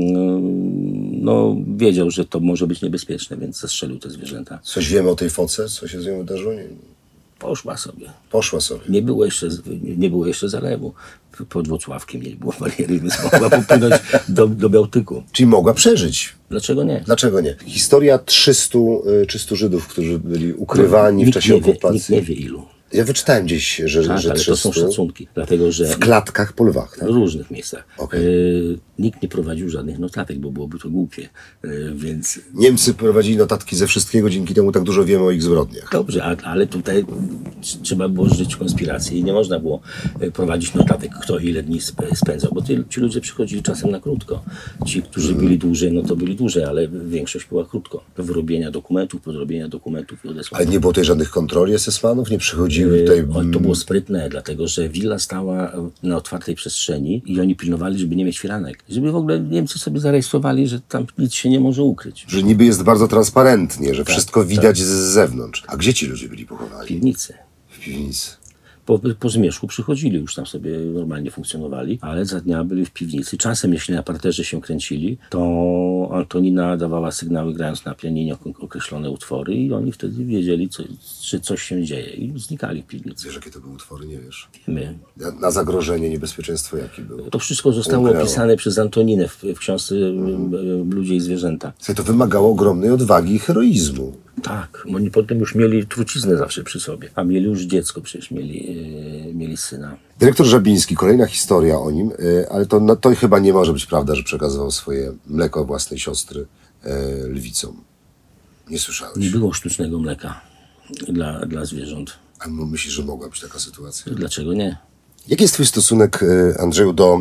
mm, no, wiedział, że to może być niebezpieczne, więc zastrzelił te zwierzęta. Coś wiemy o tej foce? Co się z nią wydarzyło? Nie. Poszła sobie. Poszła sobie. Nie było jeszcze, nie było jeszcze zalewu. Pod Włocławkiem nie było bariery, więc mogła popłynąć do, do Bałtyku. Czyli mogła przeżyć. Dlaczego nie? Dlaczego nie? Historia trzystu, y, trzystu Żydów, którzy byli ukrywani w Nikt czasie nie wie, okupacji. nikt nie wie ilu. Ja wyczytałem gdzieś, że, Tak, że ale to są trzystu szacunki, dlatego że w klatkach po lwach, tak? w różnych miejscach. Okej. E, nikt nie prowadził żadnych notatek, bo byłoby to głupie. E, więc Niemcy prowadzili notatki ze wszystkiego, dzięki temu tak dużo wiemy o ich zbrodniach. dobrze, a, ale tutaj trzeba było żyć konspirację i nie można było e, prowadzić notatek, kto ile dni sp- spędzał, bo ty, ci ludzie przychodzili czasem na krótko. Ci, którzy byli dłużej, no to byli dłużej, ale większość była krótko. Do wyrobienia dokumentów, podrobienia dokumentów i odesłania. Ale nie było tutaj żadnych kontroli es es manów? Nie przychodziły tutaj... O, to było sprytne, dlatego że willa stała na otwartej przestrzeni i oni pilnowali, żeby nie mieć firanek. Żeby w ogóle Niemcy sobie zarejestrowali, że tam nic się nie może ukryć. Że niby jest bardzo transparentnie, że Tak, wszystko widać z zewnątrz. A gdzie ci ludzie byli W pochowani? piwnicy. W piwnicy. Po, po zmierzchu przychodzili, już tam sobie normalnie funkcjonowali, ale za dnia byli w piwnicy. Czasem, jeśli na parterze się kręcili, to Antonina dawała sygnały, grając na pianinie określone utwory i oni wtedy wiedzieli, co, czy coś się dzieje i znikali w piwnicy. Wiesz, jakie to były utwory, nie wiesz? Wiemy. Na, na zagrożenie, niebezpieczeństwo jakie było? To wszystko zostało Ukryło. opisane przez Antoninę w, w książce hmm. Ludzie i zwierzęta. Słuchaj, to wymagało ogromnej odwagi i heroizmu. Tak, oni potem już mieli truciznę zawsze przy sobie, a mieli już dziecko, przecież mieli, yy, mieli syna. Dyrektor Żabiński, kolejna historia o nim, yy, ale to, no, to chyba nie może być prawda, że przekazywał swoje mleko własnej siostry yy, lwicom. Nie słyszałeś? Nie było sztucznego mleka dla, dla zwierząt. A myślisz, że mogła być taka sytuacja? Dlaczego nie? Jaki jest twój stosunek, Andrzeju, do,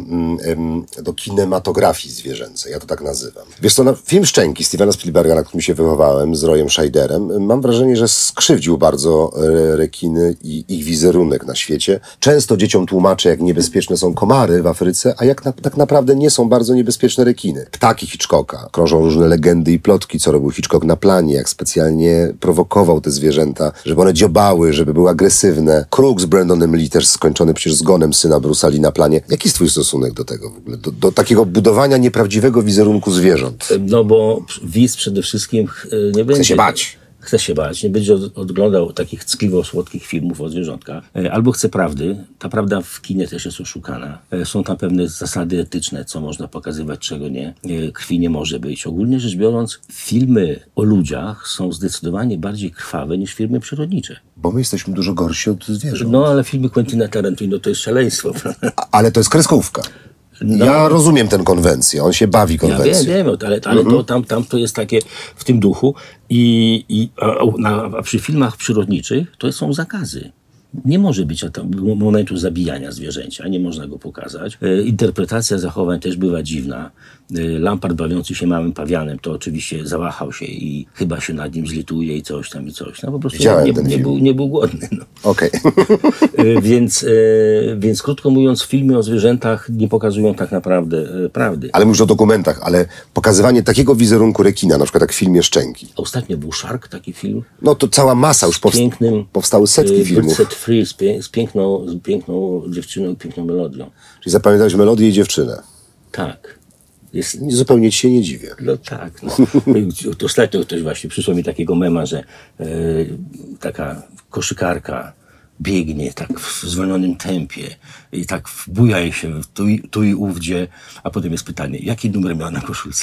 do kinematografii zwierzęcej? Ja to tak nazywam. Wiesz co, na film Szczęki Stevena Spielberga, na którym się wychowałem z Royem Scheiderem, mam wrażenie, że skrzywdził bardzo rekiny i ich wizerunek na świecie. Często dzieciom tłumaczę, jak niebezpieczne są komary w Afryce, a jak na, tak naprawdę nie są bardzo niebezpieczne rekiny. Ptaki Hitchcocka. Krążą różne legendy i plotki, co robił Hitchcock na planie, jak specjalnie prowokował te zwierzęta, żeby one dziobały, żeby były agresywne. Kruk z Brandonem Lee, też skończony przecież zgonem syna Bruce'a Lee na planie. Jaki jest twój stosunek do tego w ogóle? Do, do takiego budowania nieprawdziwego wizerunku zwierząt? No bo widz przede wszystkim nie będzie... Chce się bać. Chce się bać, nie będzie od, oglądał takich ckliwo-słodkich filmów o zwierzątkach. Albo chce prawdy. Ta prawda w kinie też jest oszukana. Są tam pewne zasady etyczne, co można pokazywać, czego nie. Krwi nie może być. Ogólnie rzecz biorąc, filmy o ludziach są zdecydowanie bardziej krwawe niż filmy przyrodnicze. Bo my jesteśmy dużo gorsi od zwierząt. No, ale filmy Quentina Tarantino to jest szaleństwo. A, ale to jest kreskówka. No. Ja rozumiem tę konwencję, on się bawi konwencją. Ja wiem, wiem, ale, ale to, tam, tam to jest takie w tym duchu. I, i, a, na, a przy filmach przyrodniczych to są zakazy. Nie może być momentu zabijania zwierzęcia, nie można go pokazać. E, interpretacja zachowań też bywa dziwna. E, Lampard bawiący się małym pawianem, to oczywiście zawahał się i chyba się nad nim zlituje i coś tam i coś. No po prostu nie, nie, był, nie był głodny. No. Okej. Okay. e, więc, e, więc krótko mówiąc, filmy o zwierzętach nie pokazują tak naprawdę e, prawdy. Ale mówisz o dokumentach, ale pokazywanie takiego wizerunku rekina, na przykład jak w filmie Szczęki. Ostatnio był Shark, taki film. No to cała masa, już powst- pięknym, powstały setki e, filmów. Set Free, z, pie- z, piękną, z piękną dziewczyną i piękną melodią. Czyli zapamiętałeś melodię i dziewczynę. Tak. Jest, Zupełnie ci się nie dziwię. no tak. No. To ostatnio ktoś właśnie przyszło mi takiego mema, że e, taka koszykarka biegnie tak w zwolnionym tempie i tak buja się tu i, tu i ówdzie, a potem jest pytanie, jaki numer miała na koszulce?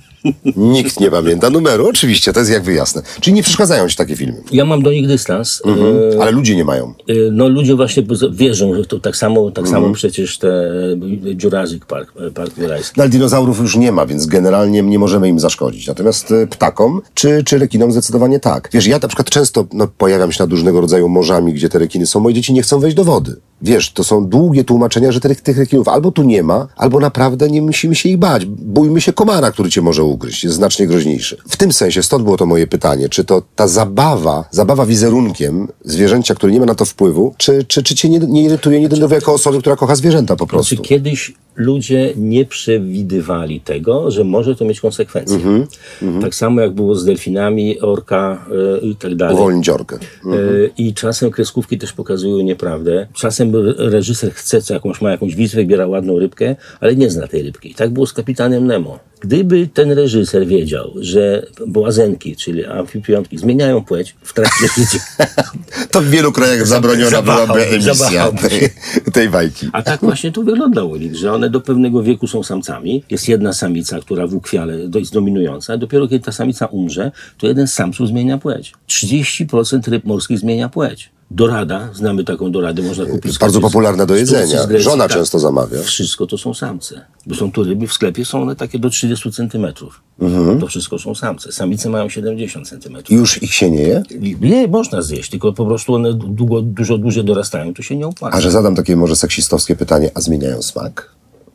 Nikt nie pamięta numeru, oczywiście, to jest jakby jasne. Czyli nie przeszkadzają ci takie filmy. Ja mam do nich dystans. Mhm. Ale ludzie nie mają. No ludzie właśnie wierzą, że to tak samo, tak samo przecież te Jurassic Park, Park Jurajski. No ale dinozaurów już nie ma, więc generalnie nie możemy im zaszkodzić. Natomiast e, ptakom czy, czy rekinom zdecydowanie tak. Wiesz, ja na przykład często no, pojawiam się nad różnego rodzaju morzami, gdzie te rekiny są. Moje dzieci nie chcą wejść do wody. Wiesz, to są długie tłumaczenia, że te, tych rekinów albo tu nie ma, albo naprawdę nie musimy się ich bać. Bójmy się komara, który cię może ugryźć. Jest znacznie groźniejszy. W tym sensie, stąd było to moje pytanie, czy to ta zabawa, zabawa wizerunkiem zwierzęcia, który nie ma na to wpływu, czy, czy, czy cię nie, nie irytuje, nie denerwuje jako osoby, która kocha zwierzęta po prostu? Znaczy, kiedyś ludzie nie przewidywali tego, że może to mieć konsekwencje. Mm-hmm, mm-hmm. Tak samo jak było z delfinami, orka y, i tak dalej. Uwolnić orkę. Mm-hmm. Y, I czasem kreskówki też pokazują nieprawdę. Czasem reżyser chce, co jakąś, ma jakąś wizję, wybiera ładną rybkę, ale nie zna tej rybki. I tak było z Kapitanem Nemo. Gdyby ten reżyser wiedział, że błazenki, czyli amfibionki, zmieniają płeć w trakcie życia. To w wielu krajach zabroniona Zawahał, byłaby emisja zawahał. tej, tej bajki. A tak właśnie to wygląda u nich, że one do pewnego wieku są samcami. Jest jedna samica, która w ukwiale jest dominująca. Dopiero kiedy ta samica umrze, to jeden z samców zmienia płeć. trzydzieści procent ryb morskich zmienia płeć. Dorada, znamy taką doradę, można kupić. Jest bardzo popularna do jedzenia. Grecji, Żona tak. często zamawia. Wszystko to są samce. Bo są tu ryby w sklepie, są one takie do trzydziestu centymetrów. Mhm. To wszystko są samce. Samice mają siedemdziesiąt centymetrów. I już ich się nie je? Nie, można zjeść, tylko po prostu one długo, dużo dłużej dorastają, to się nie opłaca. A że zadam takie może seksistowskie pytanie, a zmieniają smak?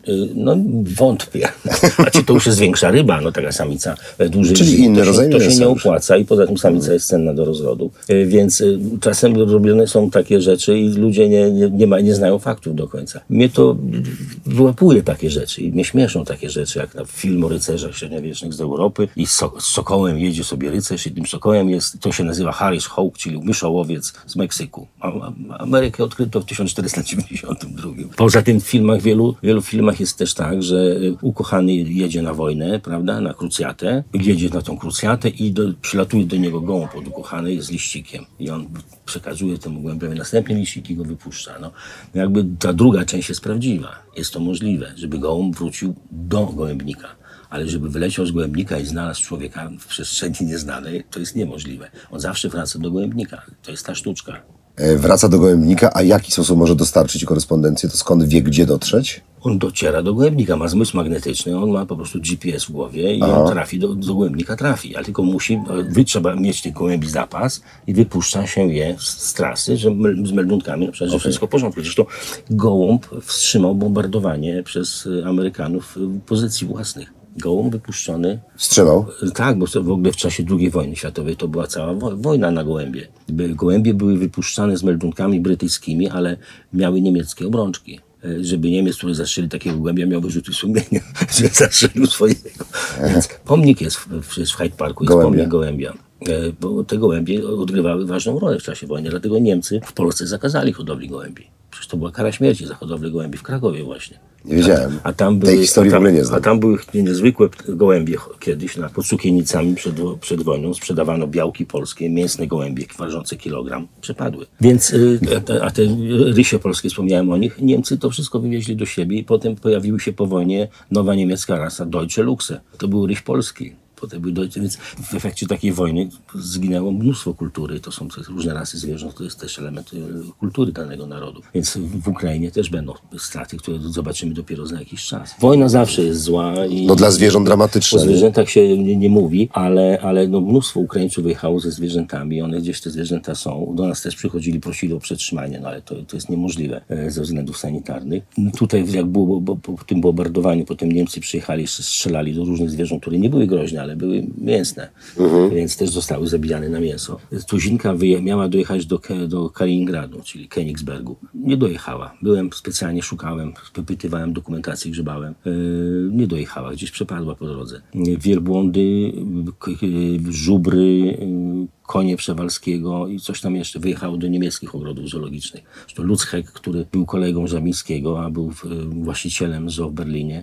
No wątpię. Znaczy to już jest większa ryba, no taka samica dłużej Czyli żyje. inny to się, rodzaj to się mięsa nie już. opłaca i poza tym samica jest cenna do rozrodu. Więc czasem robione są takie rzeczy i ludzie nie, nie, nie, ma, nie znają faktów do końca. Mnie to wyłapuje takie rzeczy i mnie śmieszą takie rzeczy, jak na film o rycerzach średniowiecznych z Europy i so, z sokołem jedzie sobie rycerz i tym sokołem jest, to się nazywa Harris Hawk, czyli myszołowiec z Meksyku. A, a, Amerykę odkryto w tysiąc czterysta dziewięćdziesiątym drugim. Poza tym w filmach, wielu, wielu filmach jest też tak, że ukochany jedzie na wojnę, prawda, na krucjatę, jedzie na tą krucjatę i do, przylatuje do niego gołąb od ukochanej z liścikiem. I on przekazuje temu gołębiowi następny liścik i go wypuszcza. No, jakby ta druga część jest prawdziwa. Jest to możliwe, żeby gołąb wrócił do gołębnika. Ale żeby wyleciał z gołębnika i znalazł człowieka w przestrzeni nieznanej, to jest niemożliwe. On zawsze wraca do gołębnika. To jest ta sztuczka. Wraca do gołębnika, a jaki sposób może dostarczyć korespondencję? To skąd wie, gdzie dotrzeć? On dociera do gołębnika, ma zmysł magnetyczny, on ma po prostu G P S w głowie i Aha. on trafi, do, do gołębnika trafi. Ale tylko musi, wy trzeba mieć tych gołębi zapas i wypuszcza się je z, z trasy, że, z meldunkami, na przykład, że okay. wszystko w porządku. Zresztą gołąb wstrzymał bombardowanie przez Amerykanów pozycji własnych. Gołąb wypuszczony. Wstrzymał? Tak, bo w ogóle w czasie drugiej wojny światowej to była cała wo- wojna na gołębie. Gołębie były wypuszczane z meldunkami brytyjskimi, ale miały niemieckie obrączki. Żeby Niemiec, który zastrzelił takiego gołębia, miał wyrzuty sumienia, że zastrzelił swojego. Więc pomnik jest w, w, w Hyde Parku, jest gołębia. Pomnik gołębia. Bo te gołębie odgrywały ważną rolę w czasie wojny, dlatego Niemcy w Polsce zakazali hodowli gołębi. Przecież to była kara śmierci za hodowlę gołębi w Krakowie właśnie. Nie wiedziałem. A, a tam Tej były, historii a tam, w ogóle nie znam. A tam były niezwykłe gołębie kiedyś na, pod sukienicami przed, przed wojną. Sprzedawano białki polskie, mięsne gołębie ważące kilogram. Przepadły. Więc, y, a, a te rysie polskie, wspomniałem o nich, Niemcy to wszystko wywieźli do siebie i potem pojawiły się po wojnie nowa niemiecka rasa Deutsche Luchse. To był ryś polski. Potem były Deutsche, więc w efekcie takiej wojny zginęło mnóstwo kultury. To są różne rasy zwierząt, to jest też element kultury danego narodu. Więc w Ukrainie też będą straty, które zobaczymy dopiero za jakiś czas. Wojna zawsze jest zła. I no dla zwierząt dramatyczna. O zwierzętach się nie, nie mówi, ale, ale no mnóstwo Ukraińców wyjechało ze zwierzętami. One gdzieś te zwierzęta są. Do nas też przychodzili, prosili o przetrzymanie, no ale to, to jest niemożliwe ze względów sanitarnych. Tutaj jak było bo, po tym bombardowaniu, potem Niemcy przyjechali, strzelali do różnych zwierząt, które nie były groźne, ale były mięsne, mhm. więc też zostały zabijane na mięso. Tuzinka wyje- miała dojechać do, Ke- do Kaliningradu, czyli Königsbergu. Nie dojechała. Byłem, specjalnie szukałem, wypytywałem dokumentację, grzebałem. Yy, nie dojechała, gdzieś przepadła po drodze. Wielbłądy, k- żubry, yy, konie Przewalskiego i coś tam jeszcze wyjechało do niemieckich ogrodów zoologicznych. Zresztą Lutz Heck, który był kolegą Żabińskiego, a był właścicielem zoo w Berlinie,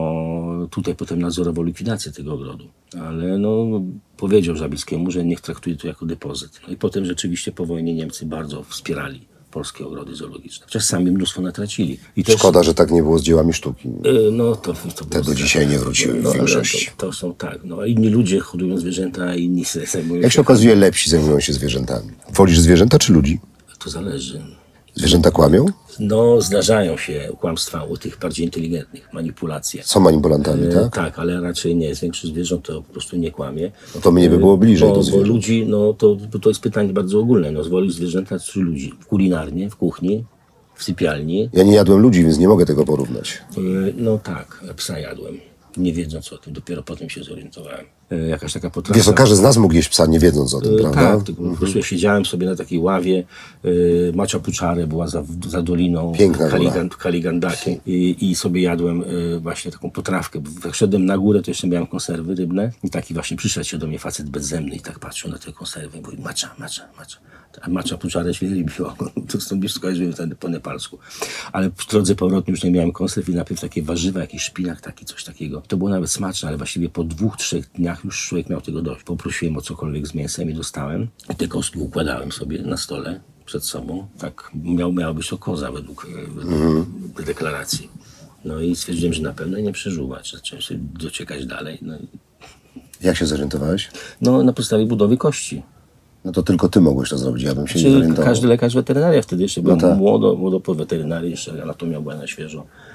to tutaj potem nadzorował likwidację tego ogrodu. Ale no, powiedział Żabińskiemu, że niech traktuje to jako depozyt. No i potem rzeczywiście po wojnie Niemcy bardzo wspierali polskie ogrody zoologiczne. Czasami mnóstwo natracili. I też, szkoda, że tak nie było z dziełami sztuki. Yy, no to, to Te do dzisiaj nie wróciły w no, większości. To, to są tak. No, a inni ludzie hodują zwierzęta, a inni se zajmują Jak się okazuje, lepsi zajmują się zwierzętami. Wolisz zwierzęta czy ludzi? To zależy. Zwierzęta kłamią? No, zdarzają się kłamstwa u tych bardziej inteligentnych, manipulacje. Są manipulantami, tak? E, tak, ale raczej nie. Z większość zwierząt to po prostu nie kłamie. No to mnie by było bliżej bo, do zwierząt. Bo ludzi, no to, to jest pytanie bardzo ogólne. No, zwolisz zwierzęta czy ludzi? Kulinarnie, w kuchni, w sypialni. Ja nie jadłem ludzi, więc nie mogę tego porównać. E, no tak, psa jadłem. Nie wiedząc o tym, dopiero potem się zorientowałem. E, jakaś taka potrawa. Wiesz, każdy z nas mógł jeść psa, nie wiedząc o tym, e, prawda? Tak, tylko po prostu ja siedziałem sobie na takiej ławie. E, Macia Puczare była za, za doliną Piękna Kaligan, Kaligandaki i, i sobie jadłem e, właśnie taką potrawkę. Jak szedłem na górę, to jeszcze miałem konserwy rybne i taki właśnie przyszedł się do mnie facet bezzemny i tak patrzył na te konserwy i mówi: Macza, macza, macza. A Macza Puczare się lubiło. To stąd skojarzyłem wtedy po nepalsku. Ale w drodze powrotnej już nie miałem konserw i najpierw takie warzywa, jakiś szpinak, taki coś takiego. To było nawet smaczne, ale właściwie po dwóch, trzech dniach już człowiek miał tego dość. Poprosiłem o cokolwiek z mięsem i dostałem. I te kostki układałem sobie na stole przed sobą. Tak miał, miała być to koza według, według mm. deklaracji. No i stwierdziłem, że na pewno nie przeżuwać. Zacząłem sobie dociekać dalej. No, i... Jak się zorientowałeś? No na podstawie budowy kości. No to tylko ty mogłeś to zrobić, ja bym się Czy nie zorientował. każdy lekarz weterynaria, wtedy jeszcze byłem No tak. młodo, młodo po weterynarii, jeszcze anatomia była na świeżo.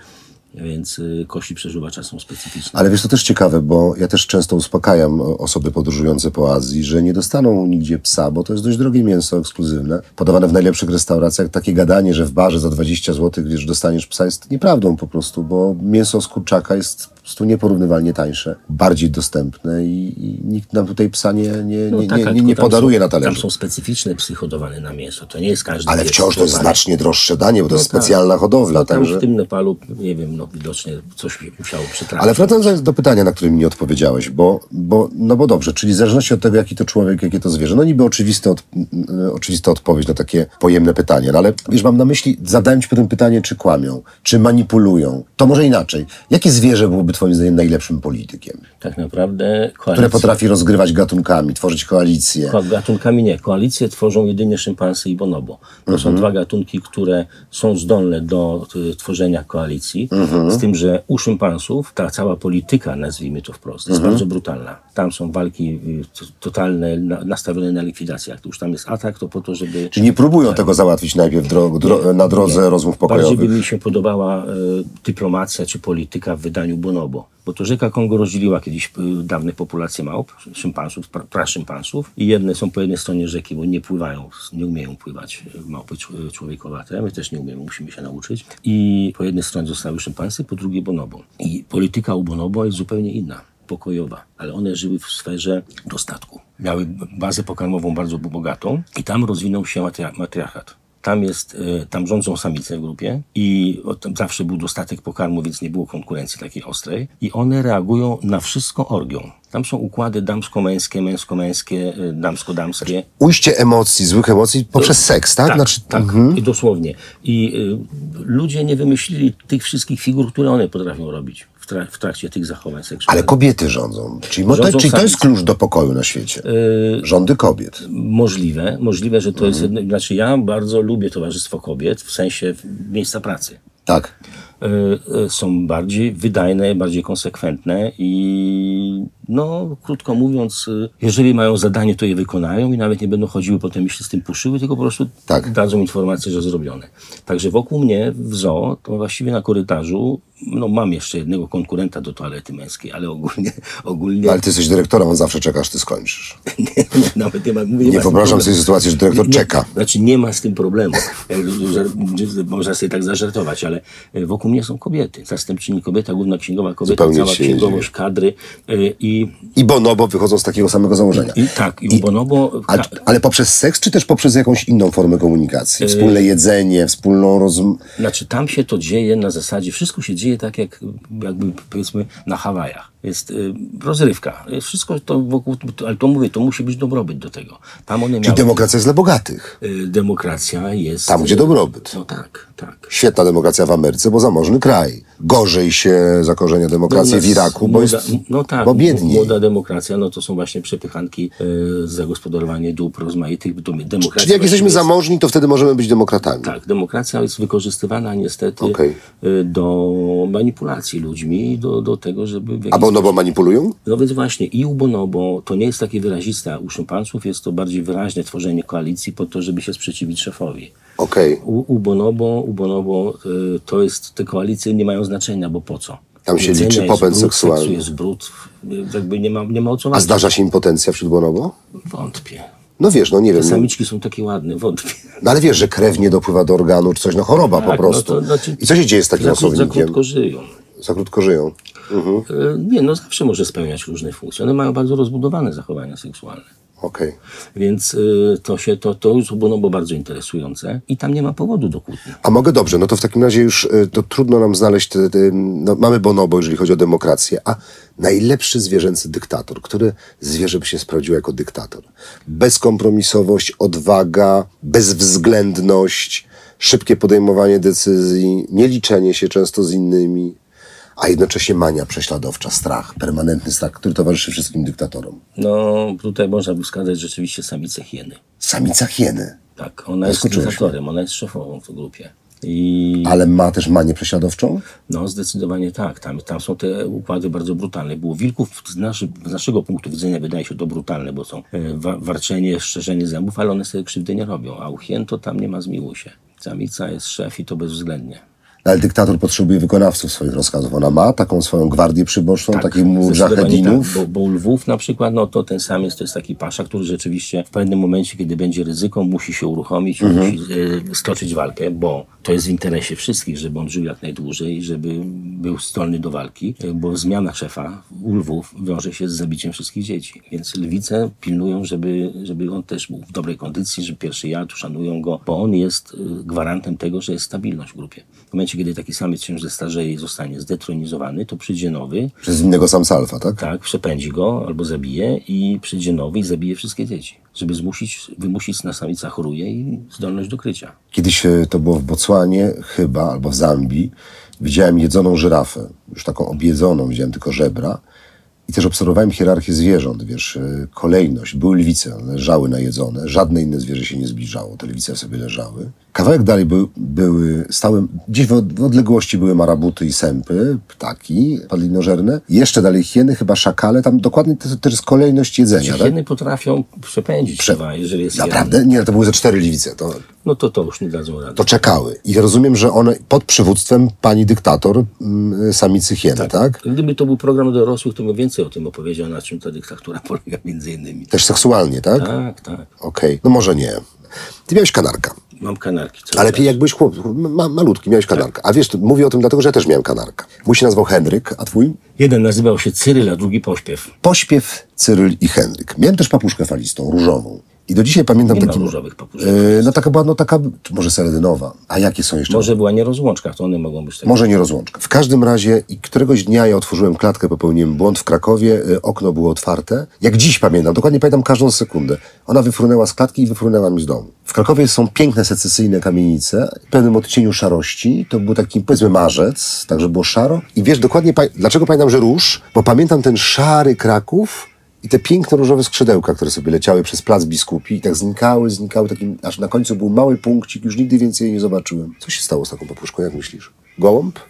Więc y, kości przeżuwacza są specyficzne. Ale wiesz, to też ciekawe, bo ja też często uspokajam osoby podróżujące po Azji, że nie dostaną nigdzie psa, bo to jest dość drogie mięso ekskluzywne, podawane w najlepszych restauracjach. Takie gadanie, że w barze za dwadzieścia złotych wiesz, dostaniesz psa, jest nieprawdą po prostu, bo mięso z kurczaka jest po prostu nieporównywalnie tańsze, bardziej dostępne i, i nikt nam tutaj psa nie, nie, No nie, tak, nie, a nie, nie tylko tam podaruje są, na talerzu. Tam są specyficzne psy hodowane na mięso. To nie jest każdy Ale pies wciąż to jest hodowany. znacznie droższe danie, bo to jest tak. specjalna hodowla. No tam także... w tym Nepalu, nie wiem, no widocznie coś musiało przytrafić. Ale wracając do pytania, na które mi nie odpowiedziałeś, bo, bo, no bo dobrze, czyli w zależności od tego, jaki to człowiek, jakie to zwierzę, no niby oczywiste od, oczywista odpowiedź na takie pojemne pytanie, no ale wiesz, mam na myśli, zadałem ci potem pytanie, czy kłamią, czy manipulują. To może inaczej. Jakie zwierzę byłoby twoim zdaniem najlepszym politykiem? Tak naprawdę Które koalicje, potrafi rozgrywać gatunkami, tworzyć koalicje. ko- gatunkami nie. Koalicje tworzą jedynie szympansy i bonobo. To Mhm. są dwa gatunki, które są zdolne do y, tworzenia koalicji, Mhm. z tym, że u szympansów ta cała polityka, nazwijmy to wprost, jest Mhm. bardzo brutalna. Tam są walki y, t- totalne, na, nastawione na likwidację. Jak to już tam jest atak, to po to, żeby... Czyli nie próbują tego załatwić najpierw dro, dro, na drodze Nie. rozmów Bardziej pokojowych. by mi się podobała y, dyplomacja czy polityka w wydaniu bonobo. Bo to rzeka Kongo rozdzieliła kiedyś y, dawne populacje małp, szympansów, pra, praszympansów i jedne są po jednej stronie rzeki, bo nie pływają, nie umieją pływać y, małpy cz- człowiekowate, my też nie umiemy, musimy się nauczyć. I po jednej stronie zostały szympansy, po drugiej bonobo. I polityka u bonobo jest zupełnie inna, pokojowa, ale one żyły w sferze dostatku. Miały bazę pokarmową bardzo bogatą i tam rozwinął się matria- matriarchat. Tam jest, y, tam rządzą samice w grupie i o, tam zawsze był dostatek pokarmu, więc nie było konkurencji takiej ostrej. I one reagują na wszystko orgią. Tam są układy damsko-męskie, męsko-męskie, y, damsko-damskie. Ujście emocji, złych emocji poprzez seks, tak? Tak, Znaczy, tak, mhm. i dosłownie. I y, ludzie nie wymyślili tych wszystkich figur, które one potrafią robić w, tra- w trakcie tych zachowań seksualnych. Ale kobiety rządzą. Czyli, mo- to, Rządzą czyli to jest samice. klucz do pokoju na świecie. Rządy kobiet. Możliwe, możliwe, że to jest jedno, znaczy ja bardzo lubię towarzystwo kobiet w sensie miejsca pracy. Tak. Y, y, są bardziej wydajne, bardziej konsekwentne i no, krótko mówiąc, y, jeżeli mają zadanie, to je wykonają i nawet nie będą chodziły potem i się z tym puszyły, tylko po prostu Tak. dadzą informację, że zrobione. Także wokół mnie w zoo, to właściwie na korytarzu, no mam jeszcze jednego konkurenta do toalety męskiej, ale ogólnie, ogólnie No, ale ty jesteś dyrektorem, on zawsze czeka, aż ty skończysz. nie, nie, nawet nie ma, mówię, Nie ma z tym wyobrażam problemu. sobie sytuacji, że dyrektor Nie, czeka. Znaczy nie ma z tym problemu. Żar- Można sobie tak zażartować, ale y, wokół mnie są kobiety. Zastępczyni kobieta, główna księgowa kobieta, Zupełnie cała się nie księgowość, kadry y, i, I bonobo wychodzą z takiego samego założenia. i tak, i u bonobo... Ale, ale poprzez seks, czy też poprzez jakąś inną formę komunikacji? Wspólne jedzenie, wspólną rozum... Znaczy tam się to dzieje na zasadzie, wszystko się dzieje tak jak jakby powiedzmy na Hawajach. Jest y, rozrywka. Jest wszystko to wokół, to, ale to mówię, to musi być dobrobyt do tego. Tam one Czyli miały, demokracja jest dla bogatych. y, demokracja jest... Tam, gdzie dobrobyt. No tak, tak. Świetna demokracja w Ameryce, bo zamożny kraj. Gorzej się zakorzenia demokrację No, w Iraku, bo młoda, jest no tak, bo biedniej. Młoda demokracja, no to są właśnie przepychanki, y, zagospodarowanie dóbr rozmaitych. Do, demokracja Czyli jak jesteśmy właściwie zamożni, to wtedy możemy być demokratami. Tak, demokracja jest wykorzystywana niestety Okej. y, do manipulacji ludźmi i do, do tego, żeby... w jakiś A bonobo manipulują? No więc właśnie i u bonobo to nie jest takie wyraziste, a u szympansów jest to bardziej wyraźne tworzenie koalicji po to, żeby się sprzeciwić szefowi. Okej. U, u bonobo, u bonobo y, to jest, te koalicje nie mają znaczenia, bo po co? Tam się Jedzenia liczy jest popęd brud, seksualny. seksu jest brud, y, jakby nie ma, nie ma o co A walczyć. zdarza się impotencja wśród bonobo? Wątpię. No wiesz, no nie wiem. Te No, samiczki są takie ładne, wątpię. no ale wiesz, że krew nie dopływa do organu, czy coś, no choroba po Tak, prostu. no to znaczy- I co się dzieje z takim Za, kró- za osobnikiem? krótko żyją. Za krótko żyją. Mhm. Y, Nie, no zawsze może spełniać różne funkcje. One mają bardzo rozbudowane zachowania seksualne. Okej. Więc y, to się, to, to jest u bonobo bardzo interesujące i tam nie ma powodu do kłótni. A mogę dobrze, no to w takim razie już y, to trudno nam znaleźć, te, te, no, mamy bonobo, jeżeli chodzi o demokrację, a najlepszy zwierzęcy dyktator, który zwierzę by się sprawdził jako dyktator? Bezkompromisowość, odwaga, bezwzględność, szybkie podejmowanie decyzji, nieliczenie się często z innymi, a jednocześnie mania prześladowcza, strach, permanentny strach, który towarzyszy wszystkim dyktatorom. No tutaj można by wskazać rzeczywiście samicę hieny. Samica hieny, Tak, ona jest Zaskoczyłeś dyktatorem, ona jest szefową w tej grupie. I ale ma też manię prześladowczą? no zdecydowanie tak, tam, tam są te układy bardzo brutalne. Było wilków z, naszy, z naszego punktu widzenia wydaje się to brutalne, bo są e, wa, warczenie, szczerzenie zębów, ale one sobie krzywdy nie robią, a u hien to tam nie ma zmiłuj się. Samica jest szef i to bezwzględnie. Ale dyktator potrzebuje wykonawców swoich rozkazów. Ona ma taką swoją gwardię przyboczną, Tak, takich mu zdecydowanie żachedinów. Tak, bo, bo u Lwów na przykład, no to ten sam jest, to jest taki pasza, który rzeczywiście w pewnym momencie, kiedy będzie ryzyko, musi się uruchomić, mhm. musi e, stoczyć walkę, bo to jest w interesie wszystkich, żeby on żył jak najdłużej, żeby był zdolny do walki, e, bo zmiana szefa u Lwów wiąże się z zabiciem wszystkich dzieci. Więc lwice pilnują, żeby, żeby on też był w dobrej kondycji, że pierwszy jadł, szanują go, bo on jest e, gwarantem tego, że jest stabilność w grupie. W momencie, kiedy taki samiec się zestarzeje i zostanie zdetronizowany, to przyjdzie nowy. Przez innego samca, tak? Tak, przepędzi go albo zabije i przyjdzie nowy i zabije wszystkie dzieci, żeby zmusić, wymusić na samica choruje i zdolność do krycia. Kiedyś to było w Botswanie chyba, albo w Zambii. Widziałem jedzoną żyrafę, już taką objedzoną, widziałem tylko żebra. I też obserwowałem hierarchię zwierząt, wiesz, kolejność. Były lwice, one leżały najedzone, żadne inne zwierzę się nie zbliżało, te lwice sobie leżały. Kawałek dalej by, były, stały, gdzieś w, od, w odległości były marabuty i sępy, ptaki padlinożerne. Jeszcze dalej hieny, chyba szakale, tam dokładnie to, to jest kolejność jedzenia, Czy tak? hieny potrafią przepędzić Prze- chyba, jeżeli jest Naprawdę? jeden. Nie, to były ze cztery lwice, to... No to to już nie dadzą rady. To czekały. I rozumiem, że one pod przywództwem pani dyktator, mm, samicy hieny, tak. tak? Gdyby to był program dla dorosłych, to bym więcej o tym opowiedział, na czym ta dyktatura polega między innymi. Też seksualnie, tak? Tak, tak. Okej, okay. No może nie. Ty miałeś kanarka. Mam kanarki. Co Ale jak byłeś chłop, ma, malutki, miałeś kanarka. A wiesz, mówię o tym dlatego, że ja też miałem kanarka. Mój się nazywał Henryk, a twój? Jeden nazywał się Cyryl, a drugi Pośpiew. Pośpiew, Cyryl i Henryk. Miałem też papuszkę falistą, różową. I do dzisiaj pamiętam Nie taki... ma różowych papuszek. Yy, no taka była, no taka, może seledynowa. A jakie są jeszcze? Może była nierozłączka, to one mogą być takie. Może nie rozłączka. W każdym razie i któregoś dnia ja otworzyłem klatkę, popełniłem błąd w Krakowie, y, okno było otwarte. Jak dziś pamiętam, dokładnie pamiętam każdą sekundę. Ona wyfrunęła z klatki i wyfrunęła mi z domu. W Krakowie są piękne secesyjne kamienice, w pewnym odcieniu szarości. To był taki, powiedzmy, marzec, także było szaro. I wiesz dokładnie, pa- dlaczego pamiętam, że róż? Bo pamiętam ten szary Kraków i te piękne różowe skrzydełka, które sobie leciały przez Plac Biskupi i tak znikały, znikały, takim, aż na końcu był mały punkcik, już nigdy więcej jej nie zobaczyłem. Co się stało z taką papuszką, jak myślisz? Gołąb?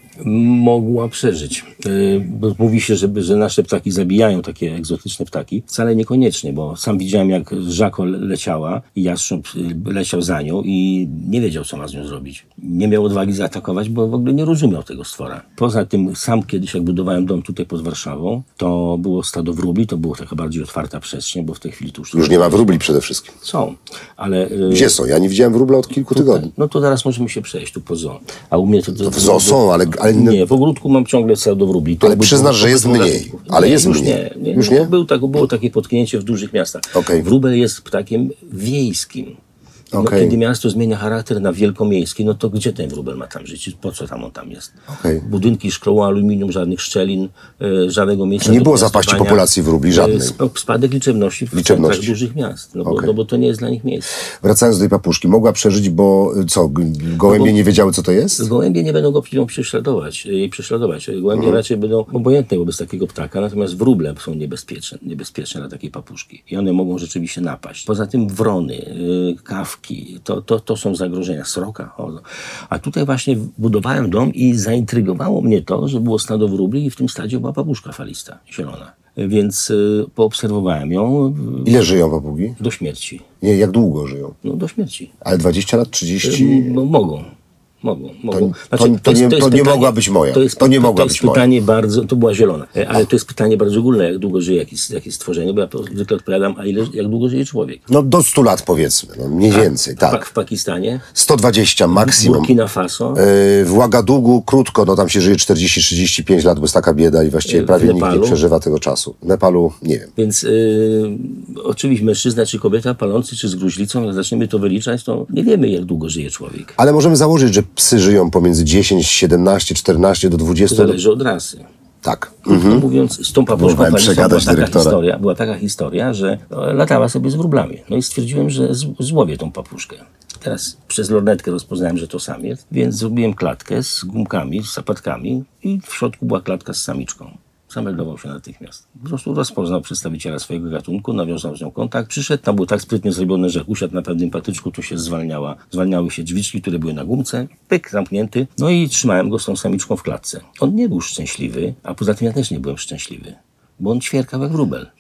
Mogła przeżyć. Yy, bo mówi się, że, że nasze ptaki zabijają takie egzotyczne ptaki. Wcale niekoniecznie, bo sam widziałem, jak żako leciała i jastrząb leciał za nią i nie wiedział, co ma z nią zrobić. Nie miał odwagi zaatakować, bo w ogóle nie rozumiał tego stwora. Poza tym, sam kiedyś, jak budowałem dom tutaj pod Warszawą, to było stado wróbli, to była taka bardziej otwarta przestrzeń, bo w tej chwili tu już... Już nie ma wróbli przede wszystkim. Są, ale... Yy, Gdzie są? Ja nie widziałem wróbla od kilku tygodni. No to teraz możemy się przejść tu po zoo. A u mnie to... to, to w zoo są, ale... ale nie, w ogródku mam ciągle stado wróbli. To ale był- przyznasz, że jest to był- mniej. Ale nie, jest już mniej. Nie, nie, Już nie? nie? Był tak, było takie potknięcie w dużych miastach. Okej. Wróbel jest ptakiem wiejskim. No, Okej. kiedy miasto zmienia charakter na wielkomiejski, no to gdzie ten wróbel ma tam żyć? Po co tam on tam jest? Okej. Budynki, szkło, aluminium, żadnych szczelin, e, żadnego miejsca Nie do było zapaści gniazdowania. populacji wróbli, żadnej. E, sp- Spadek liczebności w Liczebności. centrach dużych miast, no bo, Okej. no bo to nie jest dla nich miejsce. Wracając do tej papuszki, mogła przeżyć, bo co, g- gołębie No bo- nie wiedziały, co to jest? Gołębie nie będą go ją prześladować, jej prześladować. Gołębie Mhm. raczej będą obojętne wobec takiego ptaka, natomiast wróble są niebezpieczne, niebezpieczne dla takiej papuszki. I one mogą rzeczywiście napaść. Poza tym wrony, yy, kawki, to, to, to są zagrożenia. Sroka. O. A tutaj właśnie budowałem dom i zaintrygowało mnie to, że było stado wróbli i w tym stadzie była papuszka falista, zielona. Więc yy, poobserwowałem ją yy, Ile żyją papugi? do śmierci. Nie, jak długo żyją? No do śmierci. Ale dwadzieścia lat, trzydzieści? Yy, no, mogą. Mogą, mogą. to- to nie- to nie mogła być moja. To, jest, To nie mogła to jest być moja. pytanie bardzo, to była zielona, E, ale to jest pytanie bardzo ogólne, jak długo żyje jakieś, jakieś stworzenie, bo ja po- zwykle odpowiadam, a ile, jak długo żyje człowiek? No do stu lat powiedzmy, no, mniej więcej, W, Pa- tak. w Pakistanie, sto dwadzieścia maksimum. Burkina Faso, Yy, W Ouagadougou krótko, no tam się żyje czterdzieści trzydzieści pięć lat, bo jest taka bieda i właściwie W prawie nikt nie Nepalu? przeżywa tego czasu. W Nepalu nie wiem. więc y, oczywiście mężczyzna czy kobieta palący czy z gruźlicą, jak zaczniemy to wyliczać, to nie wiemy, jak długo żyje człowiek. Ale możemy założyć, że psy żyją pomiędzy dziesięć, siedemnaście, czternaście do To dwudziestu. zależy od rasy. Tak. Krótko mówiąc, z tą papuszką Próbowałem falistą była przegadać taka, dyrektora. historia, była taka historia, że no, latała sobie z wróblami. No i stwierdziłem, że z- złowię tą papuszkę. Teraz przez lornetkę rozpoznałem, że to samiec, więc zrobiłem klatkę z gumkami, z zapadkami i w środku była klatka z samiczką. Zameldował się natychmiast. Po prostu rozpoznał przedstawiciela swojego gatunku, nawiązał z nią kontakt, przyszedł, tam było tak sprytnie zrobione, że jak usiadł na pewnym patyczku, to się zwalniała, zwalniały się drzwiczki, które były na gumce, pyk, zamknięty. No i trzymałem go z tą samiczką w klatce. On nie był szczęśliwy, a poza tym ja też nie byłem szczęśliwy, bo on ćwierkał jak wróbel.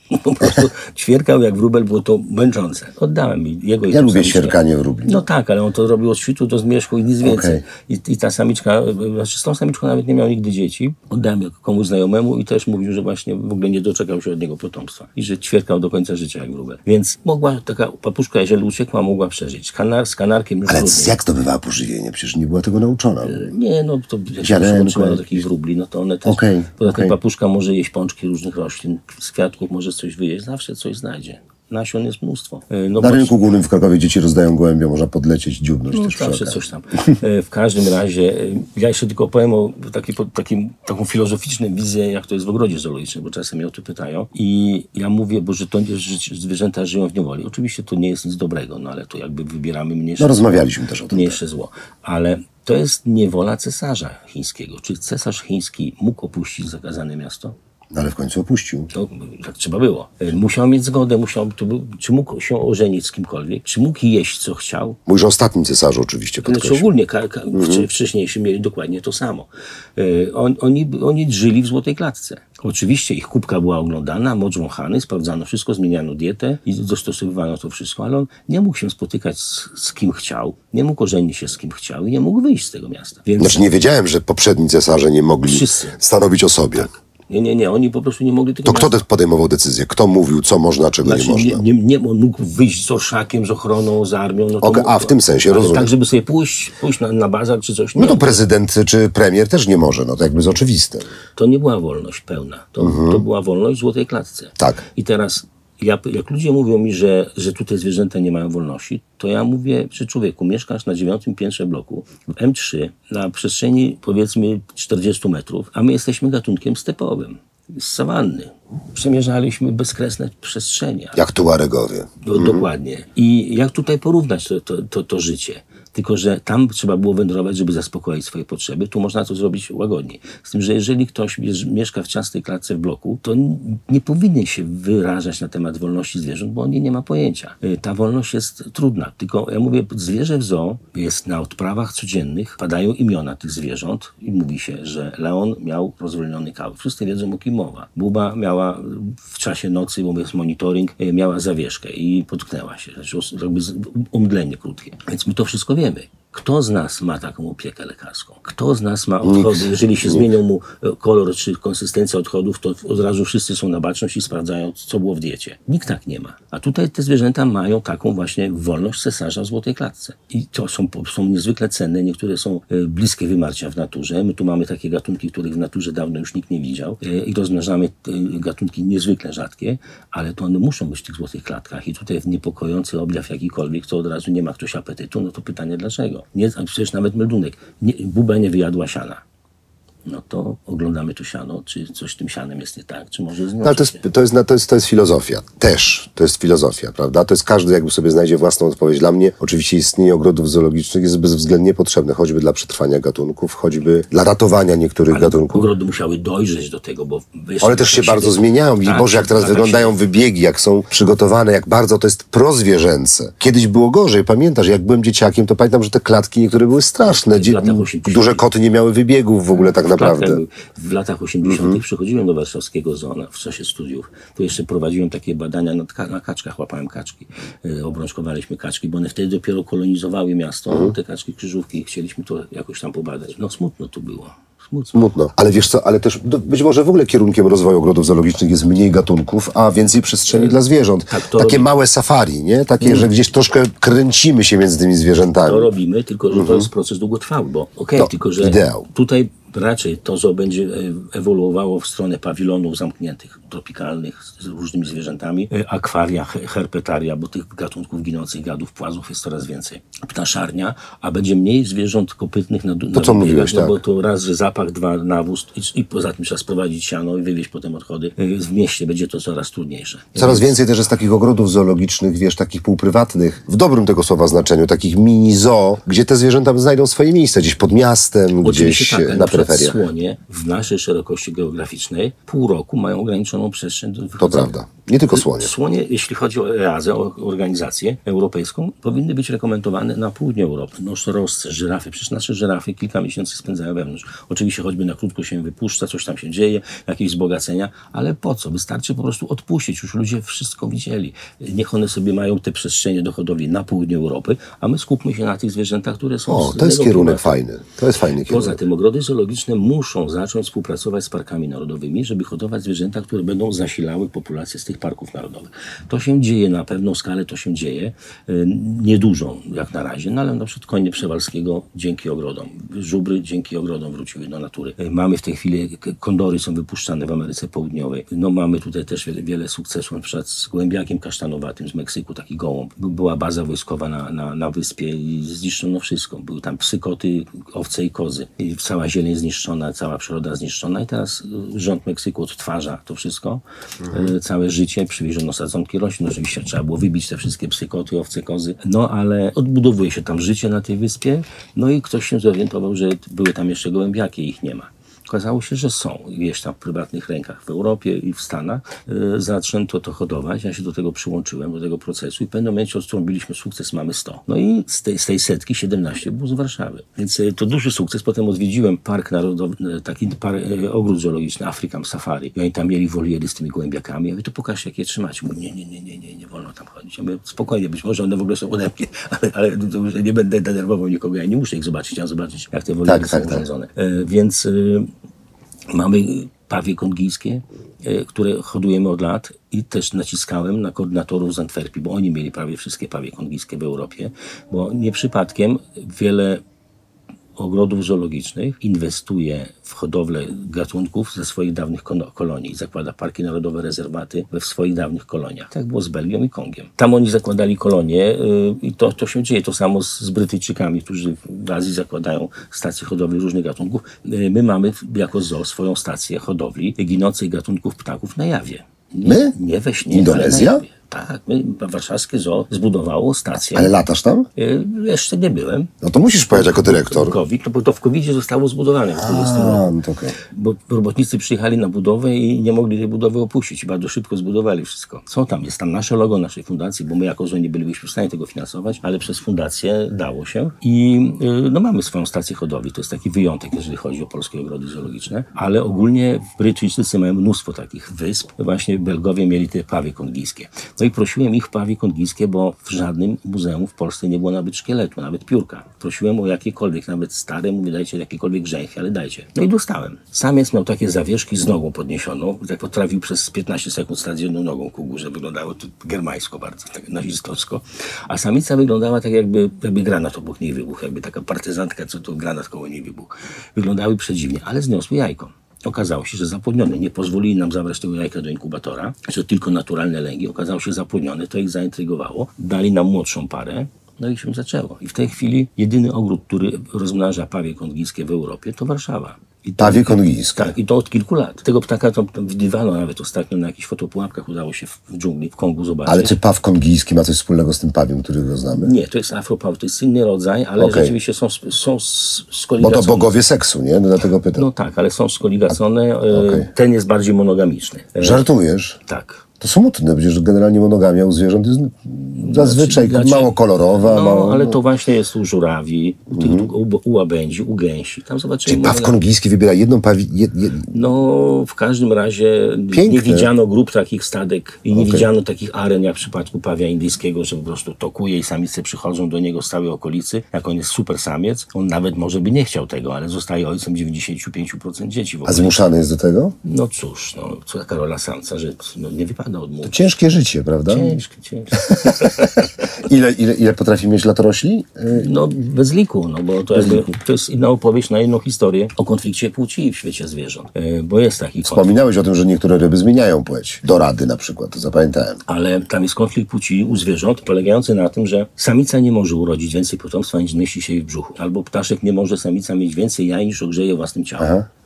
Po prostu ćwierkał jak wróbel, było to męczące. Oddałem jego i Ja lubię samiczkę. ćwierkanie wróbli. No tak, ale on to robił od świtu do zmierzchu i nic więcej. Okay. I, I ta samiczka, znaczy z tą samiczką nawet nie miał nigdy dzieci. Oddałem ją komuś znajomemu i też mówił, że właśnie w ogóle nie doczekał się od niego potomstwa. I że ćwierkał do końca życia jak wróbel. Więc mogła taka papuszka, jeżeli uciekła, mogła przeżyć. Kanar z kanarkiem już Ale trudniej. jak zdobywała pożywienie? Przecież nie była tego nauczona. Nie, no to jak się Ziarenko przyłączyła do jakieś. takich wróbli, no to one też... Okej, Poza tym okej. papuszka może jeść pączki różnych roślin, z kwiatków może coś wyjeść, zawsze coś znajdzie. Nasion jest mnóstwo. E, No Na bo- rynku głównym w Krakowie dzieci rozdają gołębie, można podlecieć, dziubnąć No, też przy zawsze okazji. coś tam. E, W każdym razie, e, ja jeszcze tylko powiem o taki, po- takim, taką filozoficzną wizję, jak to jest w ogrodzie zoologicznym, bo czasem mnie o to pytają. I ja mówię, bo że to nie, że zwierzęta żyją w niewoli. Oczywiście to nie jest nic dobrego, no ale to jakby wybieramy mniejsze, No rozmawialiśmy też o tym. mniejsze zło. Ale to jest niewola cesarza chińskiego. Czy cesarz chiński mógł opuścić zakazane miasto? Ale w końcu opuścił. To tak trzeba było. E, Musiał mieć zgodę, musiał, to był, czy mógł się ożenić z kimkolwiek, czy mógł jeść co chciał. Mówisz o ostatnim cesarzu oczywiście, Znaczy podkreślam. ogólnie ka, ka, wcze- wcześniejsi mieli dokładnie to samo. E, on, oni, oni żyli w złotej klatce. Oczywiście ich kubka była oglądana, mocz wąchany, sprawdzano wszystko, zmieniano dietę i dostosowywano to wszystko, ale on nie mógł się spotykać z, z kim chciał, nie mógł ożenić się z kim chciał i nie mógł wyjść z tego miasta. Więc Znaczy nie wiedziałem, że poprzedni cesarze nie mogli Wszyscy. stanowić o sobie. nie, nie, nie, oni po prostu nie mogli tego To kto miasta. te- podejmował decyzję? Kto mówił, co można, czego Znaczy, nie można? nie, nie, nie, on mógł wyjść z orszakiem, z ochroną, z armią. No to Okej, a, mógł, w tym sensie, ale rozumiem. tak, żeby sobie pójść, pójść na, na bazar czy coś. Nie. No to prezydent czy premier też nie może, no to jakby jest oczywiste. To nie była wolność pełna. To, to była wolność w złotej klatce. Tak. I teraz, ja, jak ludzie mówią mi, że, że tutaj zwierzęta nie mają wolności, to ja mówię, że człowieku, mieszkasz na dziewiątym piętrze bloku, w M trzy, na przestrzeni powiedzmy czterdziestu metrów, a my jesteśmy gatunkiem stepowym, z sawanny. Przemierzaliśmy bezkresne przestrzenie. Jak Tuaregowie. No, dokładnie. I jak tutaj porównać to, to, to, to życie? Tylko że tam trzeba było wędrować, żeby zaspokoić swoje potrzeby. Tu można to zrobić łagodniej. Z tym, że jeżeli ktoś mierz- mieszka w ciasnej klatce w bloku, to n- nie powinien się wyrażać na temat wolności zwierząt, bo on nie ma pojęcia. Y, Ta wolność jest trudna. Tylko ja mówię, zwierzę w zoo jest na odprawach codziennych, padają imiona tych zwierząt i mówi się, że Leon miał rozwolniony kał. Wszyscy wiedzą, o kim mowa. Buba miała w czasie nocy, bo jest monitoring, y, miała zawieszkę i potknęła się. Znaczy os- jakby z- omdlenie krótkie. Więc my to wszystko wiemy. Kto z nas ma taką opiekę lekarską? Kto z nas ma odchody? Jeżeli się zmienią mu e, kolor czy konsystencja odchodów, to od razu wszyscy są na baczność i sprawdzają, co było w diecie. Nikt tak nie ma. A tutaj te zwierzęta mają taką właśnie wolność cesarza w złotej klatce. I to są, są niezwykle cenne. Niektóre są e, bliskie wymarcia w naturze. My tu mamy takie gatunki, których w naturze dawno już nikt nie widział. E, I rozmnażamy e, gatunki niezwykle rzadkie, ale to one muszą być w tych złotych klatkach. I tutaj w niepokojący objaw jakikolwiek, to od razu nie ma ktoś apetytu, no to pytanie dlaczego? Nie, a przecież nawet meldunek. Nie, Buba nie wyjadła siana. No to oglądamy to siano, czy coś z tym sianem jest nie tak, czy może z nią No, ale to, coś jest, to, jest, to, jest, to jest filozofia. Też. To jest filozofia, prawda? To jest każdy jakby sobie znajdzie własną odpowiedź. Dla mnie oczywiście istnienie ogrodów zoologicznych jest bezwzględnie potrzebne, choćby dla przetrwania gatunków, choćby dla ratowania niektórych Ale gatunków. ogrody musiały dojrzeć do tego, bo... wiesz, One też się lata bardzo siedem- zmieniają. I Tak, Boże, jak teraz lata wyglądają siedem- wybiegi, jak są przygotowane, jak bardzo to jest prozwierzęce. Kiedyś było gorzej, pamiętasz? Jak byłem dzieciakiem, to pamiętam, że te klatki niektóre były straszne. Dzie- latach osiemdziesiątych. Duże koty nie miały wybiegów w ogóle tak naprawdę. Klatkach był. W latach osiemdziesiątych przychodziłem do warszawskiego zoo na- w czasie studiów. To jeszcze prowadziłem takie badania na, tka- na kaczkach, łapałem kaczki. E, obrączkowaliśmy kaczki, bo one wtedy dopiero kolonizowały miasto. Te kaczki krzyżówki, chcieliśmy to jakoś tam pobadać. No smutno tu było. Smutno. Smutno. Ale wiesz co, ale też do- być może w ogóle kierunkiem rozwoju ogrodów zoologicznych jest mniej gatunków, a więcej przestrzeni dla zwierząt. tak, to Takie robi- małe safari, nie? Takie, że gdzieś troszkę kręcimy się między tymi zwierzętami. To robimy, tylko że to jest proces długotrwały, bo okej, To tylko że ideał. tutaj raczej to zoo będzie e, ewoluowało w stronę pawilonów zamkniętych, tropikalnych, z różnymi zwierzętami, e, akwaria, he- herpetaria, bo tych gatunków ginących gadów, płazów jest coraz więcej. Ptaszarnia, a będzie mniej zwierząt kopytnych na, na co wybiegach, mówiłeś, no tak. bo to raz, że zapach, dwa, nawóz i, i poza tym trzeba sprowadzić siano i wywieźć potem odchody. E, W mieście będzie to coraz trudniejsze. Coraz więcej też jest takich ogrodów zoologicznych, wiesz, takich półprywatnych, w dobrym tego słowa znaczeniu, takich mini zoo, gdzie te zwierzęta znajdą swoje miejsce, gdzieś pod miastem, Oczywiście gdzieś tak, ale na przecież peryferiach. Słonie w naszej szerokości geograficznej pół roku mają ograniczoną przestrzeń do To wychodzenia. prawda. Nie tylko słonie. Słonie, jeśli chodzi o E A Z E, o organizację europejską, powinny być rekomendowane na południu Europy. Nosorożce, żyrafy, przecież nasze żyrafy kilka miesięcy spędzają wewnątrz. Oczywiście choćby na krótko się wypuszcza, coś tam się dzieje, jakieś wzbogacenia, ale po co? Wystarczy po prostu odpuścić. Już ludzie wszystko widzieli. Niech one sobie mają te przestrzenie do hodowli na południu Europy, a my skupmy się na tych zwierzętach, które są O, z to jest innego kierunek klimatu. fajny. To jest fajny kierunek. Poza tym ogrody zoologiczne muszą zacząć współpracować z parkami narodowymi, żeby hodować zwierzęta, które będą zasilały populację z tych parków narodowych. To się dzieje na pewną skalę, to się dzieje. Yy, Niedużą jak na razie, no ale na przykład konie Przewalskiego dzięki ogrodom. Żubry dzięki ogrodom wróciły do natury. Yy, Mamy w tej chwili, k- kondory są wypuszczane w Ameryce Południowej. No mamy tutaj też wiele, wiele sukcesów, na przykład z gołębiakiem kasztanowatym z Meksyku, taki gołąb. By- Była baza wojskowa na, na, na wyspie i zniszczono wszystko. Były tam psy, koty, owce i kozy. I cała zieleń zniszczona, cała przyroda zniszczona i teraz y, rząd Meksyku odtwarza to wszystko. Y, Całe życie przywieziono sadzonki roślin. Oczywiście trzeba było wybić te wszystkie psy, koty, owce, kozy. No ale odbudowuje się tam życie na tej wyspie. No i ktoś się zorientował, że były tam jeszcze gołębiaki i ich nie ma. Okazało się, że są gdzieś tam w prywatnych rękach w Europie i w Stanach. Yy, zaczęto to hodować. Ja się do tego przyłączyłem, do tego procesu i w pewnym momencie odtrąbiliśmy sukces, mamy sto. No i z tej, z tej setki siedemnaście było z Warszawy. Więc yy, to duży sukces. Potem odwiedziłem park narodowy, yy, taki par, yy, ogród zoologiczny African Safari. I oni tam mieli woliery z tymi gołębiakami. Ja mówię, to pokaż, jak je trzymać. Mówię, nie, nie, nie, nie, nie, nie wolno tam chodzić. Ja mówię, spokojnie, być może one w ogóle są ode mnie, ale, ale to, że nie będę denerwował nikogo. Ja nie muszę ich zobaczyć. Chciałem zobaczyć, jak te woliery Tak, są tak, tak. urządzone. Yy, więc... Yy, Mamy pawie kongijskie, e, które hodujemy od lat i też naciskałem na koordynatorów z Antwerpii, bo oni mieli prawie wszystkie pawie kongijskie w Europie, bo nie przypadkiem wiele ogrodów zoologicznych inwestuje w hodowlę gatunków ze swoich dawnych kono- kolonii. Zakłada parki narodowe, rezerwaty we w swoich dawnych koloniach. Tak było z Belgią i Kongiem. Tam oni zakładali kolonie yy, i to, to się dzieje. To samo z, z Brytyjczykami, którzy w Azji zakładają stacje hodowli różnych gatunków. Yy, my mamy jako zoo swoją stację hodowli ginących gatunków ptaków na Jawie. Nie, My? Nie we śnie, Indonezja? ale na Jawie. Tak, my, warszawskie zoo zbudowało stację. Ale latasz tam? Yy, jeszcze nie byłem. No to musisz pojechać jako dyrektor. COVID, no bo to w kovidzie zostało zbudowane w dwudziestym roku. A, no to okej. Bo robotnicy przyjechali na budowę i nie mogli tej budowy opuścić. Bardzo szybko zbudowali wszystko. Co tam? Jest tam nasze logo naszej fundacji, bo my jako zoo nie bylibyśmy w stanie tego finansować, ale przez fundację dało się. I yy, no mamy swoją stację hodowli. To jest taki wyjątek, jeżeli chodzi o polskie ogrody zoologiczne. Ale ogólnie Brytyjczycy mają mnóstwo takich wysp. Właśnie Belgowie mieli te pawie kongijskie. No i prosiłem ich pawie kongijskie, bo w żadnym muzeum w Polsce nie było nawet szkieletu, nawet piórka. Prosiłem o jakiekolwiek, nawet stare, mówię, dajcie jakiekolwiek grzechy, ale dajcie. No i dostałem. Samiec miał takie zawieszki z nogą podniesioną, tak potrafił przez piętnaście sekund stać z jedną nogą ku górze. Wyglądało to germańsko bardzo, tak nazistowsko. A samica wyglądała tak, jakby, jakby granat obok niej wybuchł, jakby taka partyzantka, co to granat koło niej wybuchł. Wyglądały przedziwnie, ale zniosły jajko. Okazało się, że zapłodnione. Nie pozwolili nam zabrać tego jajka do inkubatora, że tylko naturalne lęgi. Okazało się zapłodnione, to ich zaintrygowało. Dali nam młodszą parę, no i się zaczęło. I w tej chwili jedyny ogród, który rozmnaża pawie kongijskie w Europie, to Warszawa. I to, Pawie kongijskie. Tak, i to od kilku lat. Tego ptaka to, to widywano nawet ostatnio na jakichś fotopułapkach, udało się w, w dżungli, w Kongu zobaczyć. Ale czy paw kongijski ma coś wspólnego z tym pawiem, którego znamy? Nie, to jest afropaw, to jest inny rodzaj, ale Okej. rzeczywiście są, sp- są s- Bo skoligacone. to bogowie seksu, nie? No dlatego pytam. No tak, ale są skoligacone. e, Okej. Ten jest bardziej monogamiczny. E, Żartujesz? Tak. To smutne, przecież generalnie monogamia u zwierząt jest zazwyczaj Znaczy- mało kolorowa. No, mało... ale to właśnie jest u żurawi, u, tych, u, u łabędzi, u gęsi. Tam zobaczymy. Czy paw kongijski wybiera jedną pawi... Jed, jed... No, w każdym razie Piękne. nie widziano grup takich stadek i nie Okej. widziano takich aren jak w przypadku pawia indyjskiego, że po prostu tokuje i samice przychodzą do niego z całej okolicy. Jak on jest super samiec, on nawet może by nie chciał tego, ale zostaje ojcem dziewięćdziesiąt pięć procent dzieci w A ogóle. zmuszany jest do tego? No cóż, no, co taka rola samca, że no, nie wypada odmówić. Ciężkie życie, prawda? Ciężkie, ciężkie. Ile, ile, ile potrafi mieć latorośli? Y, No bez liku, no bo to, jakby, to jest inna opowieść na inną historię o konflikcie płci w świecie zwierząt. E, bo jest taki konflikt. Wspominałeś o tym, że niektóre ryby zmieniają płeć. Do rady na przykład, to zapamiętałem. Ale tam jest konflikt płci u zwierząt polegający na tym, że samica nie może urodzić więcej potomstwa niż mieści się jej w brzuchu. Albo ptaszek nie może samica mieć więcej jaj niż ogrzeje własnym ciałem. Aha.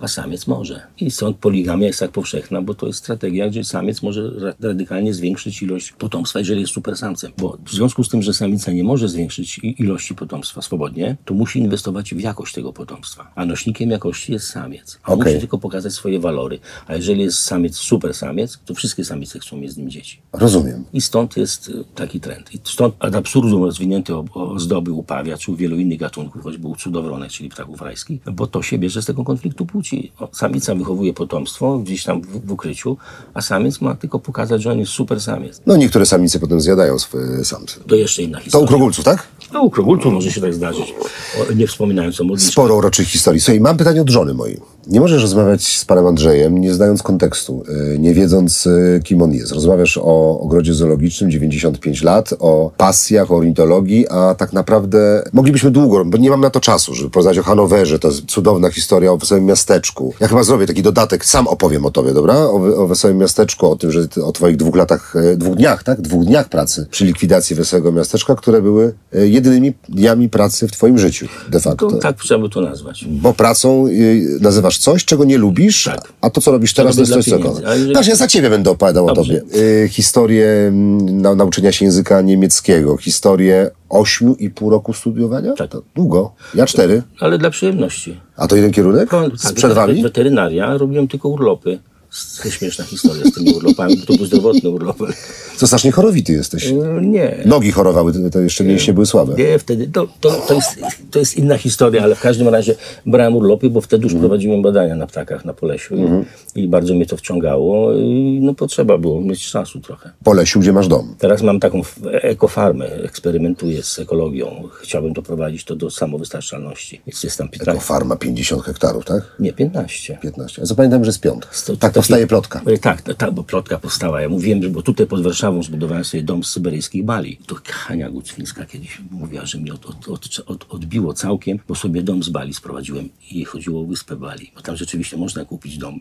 a samiec może. I stąd poligamia jest tak powszechna, bo to jest strategia, gdzie samiec może ra- radykalnie zwiększyć ilość potomstwa, jeżeli jest super samcem. Bo w związku z tym, że samica nie może zwiększyć i- ilości potomstwa swobodnie, to musi inwestować w jakość tego potomstwa. A nośnikiem jakości jest samiec. A Okej. musi tylko pokazać swoje walory. A jeżeli jest samiec super samiec, to wszystkie samice chcą mieć z nim dzieci. Rozumiem. I stąd jest y, taki trend. I stąd ad absurdum rozwinięte o- o- ozdoby u pawiać, u wielu innych gatunków, choćby u cudowronek, czyli ptaków rajskich, bo to się bierze z tego konfliktu płci. O, samica wychowuje potomstwo gdzieś tam w, w ukryciu, a samiec ma tylko pokazać, że on jest super samiec. No niektóre samice potem zjadają swoje samce. To jeszcze inna To historia. u krogulców, tak? A u krogulców może się tak zdarzyć. O, nie wspominając o modliszkach. Sporo uroczych historii. Słuchaj, mam pytanie od żony mojej. Nie możesz rozmawiać z panem Andrzejem, nie znając kontekstu, yy, nie wiedząc, yy, kim on jest. Rozmawiasz o ogrodzie zoologicznym, dziewięćdziesiąt pięć lat, o pasjach, o ornitologii, a tak naprawdę moglibyśmy długo, bo nie mam na to czasu, żeby poznać o Hanowerze. To jest cudowna historia o Wesołym Miasteczku. Ja chyba zrobię taki dodatek, sam opowiem o tobie, dobra? O, o Wesołym Miasteczku, o tym, że ty, o twoich dwóch latach, yy, dwóch dniach, tak? Dwóch dniach pracy przy likwidacji Wesołego Miasteczka, które były yy, jedynymi dniami pracy w twoim życiu, de facto. To, tak trzeba by to nazwać. Bo pracą y, nazywasz coś, czego nie lubisz, Tak. a to, co robisz teraz, to robię jest coś, dla co pieniędzy. kochasz. A jeżeli- Znaczy, ja za ciebie będę opowiadał Dobrze. o tobie. Y, historię mm, na, nauczenia się języka niemieckiego, historię ośmiu i pół roku studiowania? Tak. To długo. Ja cztery. Ale dla przyjemności. A to jeden kierunek? Kon- Z tak, przerwami? Weterynaria, robiłem tylko urlopy. To jest śmieszna historia z tymi urlopami, bo to był zdrowotny urlop. Co strasznie chorowity jesteś. E, Nie. Nogi chorowały, to, to jeszcze mięśnie były słabe. Nie, wtedy, to, to, to, jest, to jest inna historia, ale w każdym razie brałem urlopy, bo wtedy już prowadziłem badania na ptakach na Polesiu i, i bardzo mnie to wciągało i no potrzeba było mieć czasu trochę. Po Lesiu, gdzie masz dom. Teraz mam taką f- ekofarmę, eksperymentuję z ekologią. Chciałbym doprowadzić to do samowystarczalności. Więc jest tam To piętnaście, farma pięćdziesiąt hektarów, tak? nie, piętnaście. piętnaście. A zapamiętam, że jest piątka. To- Tak to powstaje takie- plotka. E, Tak, tak, tak, bo plotka powstała. Ja mówiłem, że bo tutaj pod Warszawą zbudowałem sobie dom z syberyjskich bali. To Hania Gucwińska kiedyś mówiła, że mi od, od, od, od, odbiło całkiem, bo sobie dom z Bali sprowadziłem i jej chodziło o wyspę Bali. Bo tam rzeczywiście można kupić dom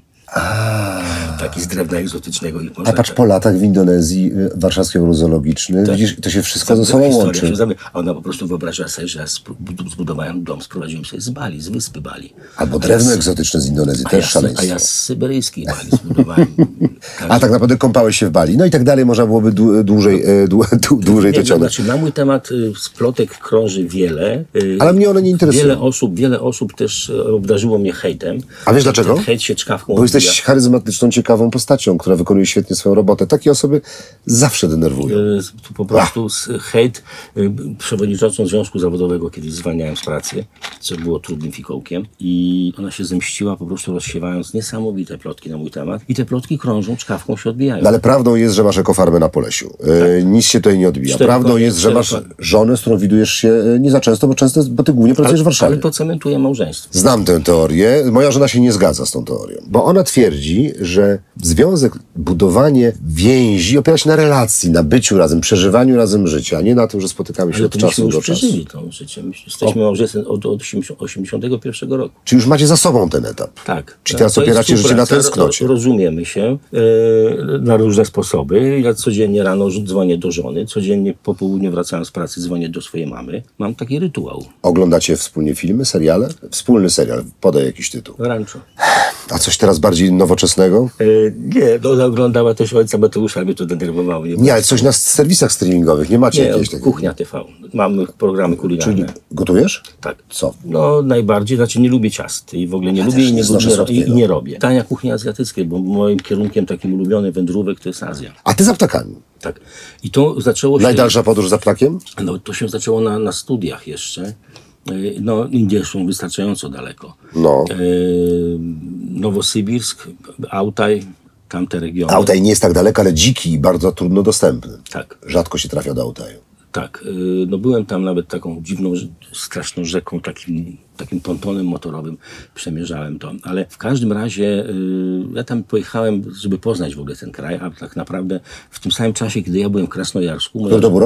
taki z drewna egzotycznego. I A można patrz, tak- po latach w Indonezji, y, warszawski ogród zoologiczny, widzisz, to się wszystko ze sobą historia łączy. się zamyka. A ona po prostu wyobrażała sobie, że ja spru- zbudowałem dom, sprowadziłem sobie z Bali, z wyspy Bali. Albo A drewno ja z- egzotyczne z Indonezji, a też ja, z- szaleństwo. a ja z syberyjskiej Bali zbudowałem. A tak naprawdę kąpałeś się w Bali. No i tak dalej, można byłoby dłu- dłużej, e, dłu- dłu- dłużej to Nie, ciągnąć. znaczy, na mój temat y, z plotek krąży wiele. y, Ale mnie one nie interesują. Wiele osób, wiele osób też y, obdarzyło mnie hejtem. A wiesz dlaczego? Ten hejt się czkawką Bo jesteś odbija. charyzmatyczną, ciekawą postacią, która wykonuje świetnie swoją robotę. Takie osoby zawsze denerwują. Y, Tu po prostu z hejt y, przewodniczącą Związku Zawodowego kiedyś zwalniałem z pracy, co było trudnym fikołkiem i ona się zemściła po prostu rozsiewając niesamowite plotki na mój temat i te plotki krążą, czkawką się odbijają. No ale prawdą jest, że masz ekofarmę na Polesiu. E, nic się tutaj nie odbija. Cztery Prawdą konie, jest, że cztery masz konie. żonę, z którą widujesz się e, nie za często, bo często, bo ty głównie pracujesz w Warszawie. Ale to cementuje małżeństwo. Znam tę teorię. Moja żona się nie zgadza z tą teorią. Bo ona twierdzi, że związek, budowanie więzi opiera się na relacji, na byciu razem, przeżywaniu razem życia, a nie na tym, że spotykamy się Ale od to myśmy czasu już do czasu. przeżyli to życie. My jesteśmy małżeństwem od, od osiemdziesiątego pierwszego roku. Czy już macie za sobą ten etap? Tak. Czy teraz To jest opieracie życie na współpraca, tęsknocie? ro- Rozumiemy się e, na różne sposoby. Ja codziennie rano dzwonię do żony, codziennie po południu wracając z pracy dzwonię do swojej mamy. Mam taki rytuał. Oglądacie wspólnie filmy, seriale? Wspólny serial, podaj jakiś tytuł. Rancho. A coś teraz bardziej nowoczesnego? E, nie, no, ona oglądała też Ojca Mateusza, ale mnie to denerwowało. Nie, Nie, ale coś na serwisach streamingowych. Nie macie nie jakiejś takiej? Kuchnia T V. Mamy programy kulinarne. Czyli gotujesz? Tak. Co? No najbardziej, znaczy nie lubię ciast i w ogóle nie lubię też i nie, nie znoszę nie, i, słodkiego. i nie robię. Tania kuchnia azjatycka, bo moim kierunkiem takim ulubionym wędrówek to jest Azja. A ty za ptakami. Tak. I to zaczęło się... Najdalsza podróż za ptakiem? No to się zaczęło na, na studiach jeszcze. Yy, No Indie są wystarczająco daleko. No. Yy, Nowosybirsk, Autaj, tamte regiony. Autaj nie jest tak daleko, ale dziki i bardzo trudno dostępny. Tak. Rzadko się trafia do Autaju. Tak, yy, no byłem tam nawet taką dziwną, rze- straszną rzeką, takim, takim pontonem motorowym, przemierzałem to. Ale w każdym razie yy, ja tam pojechałem, żeby poznać w ogóle ten kraj, a tak naprawdę w tym samym czasie, kiedy ja byłem w Krasnojarsku... moja To był rok?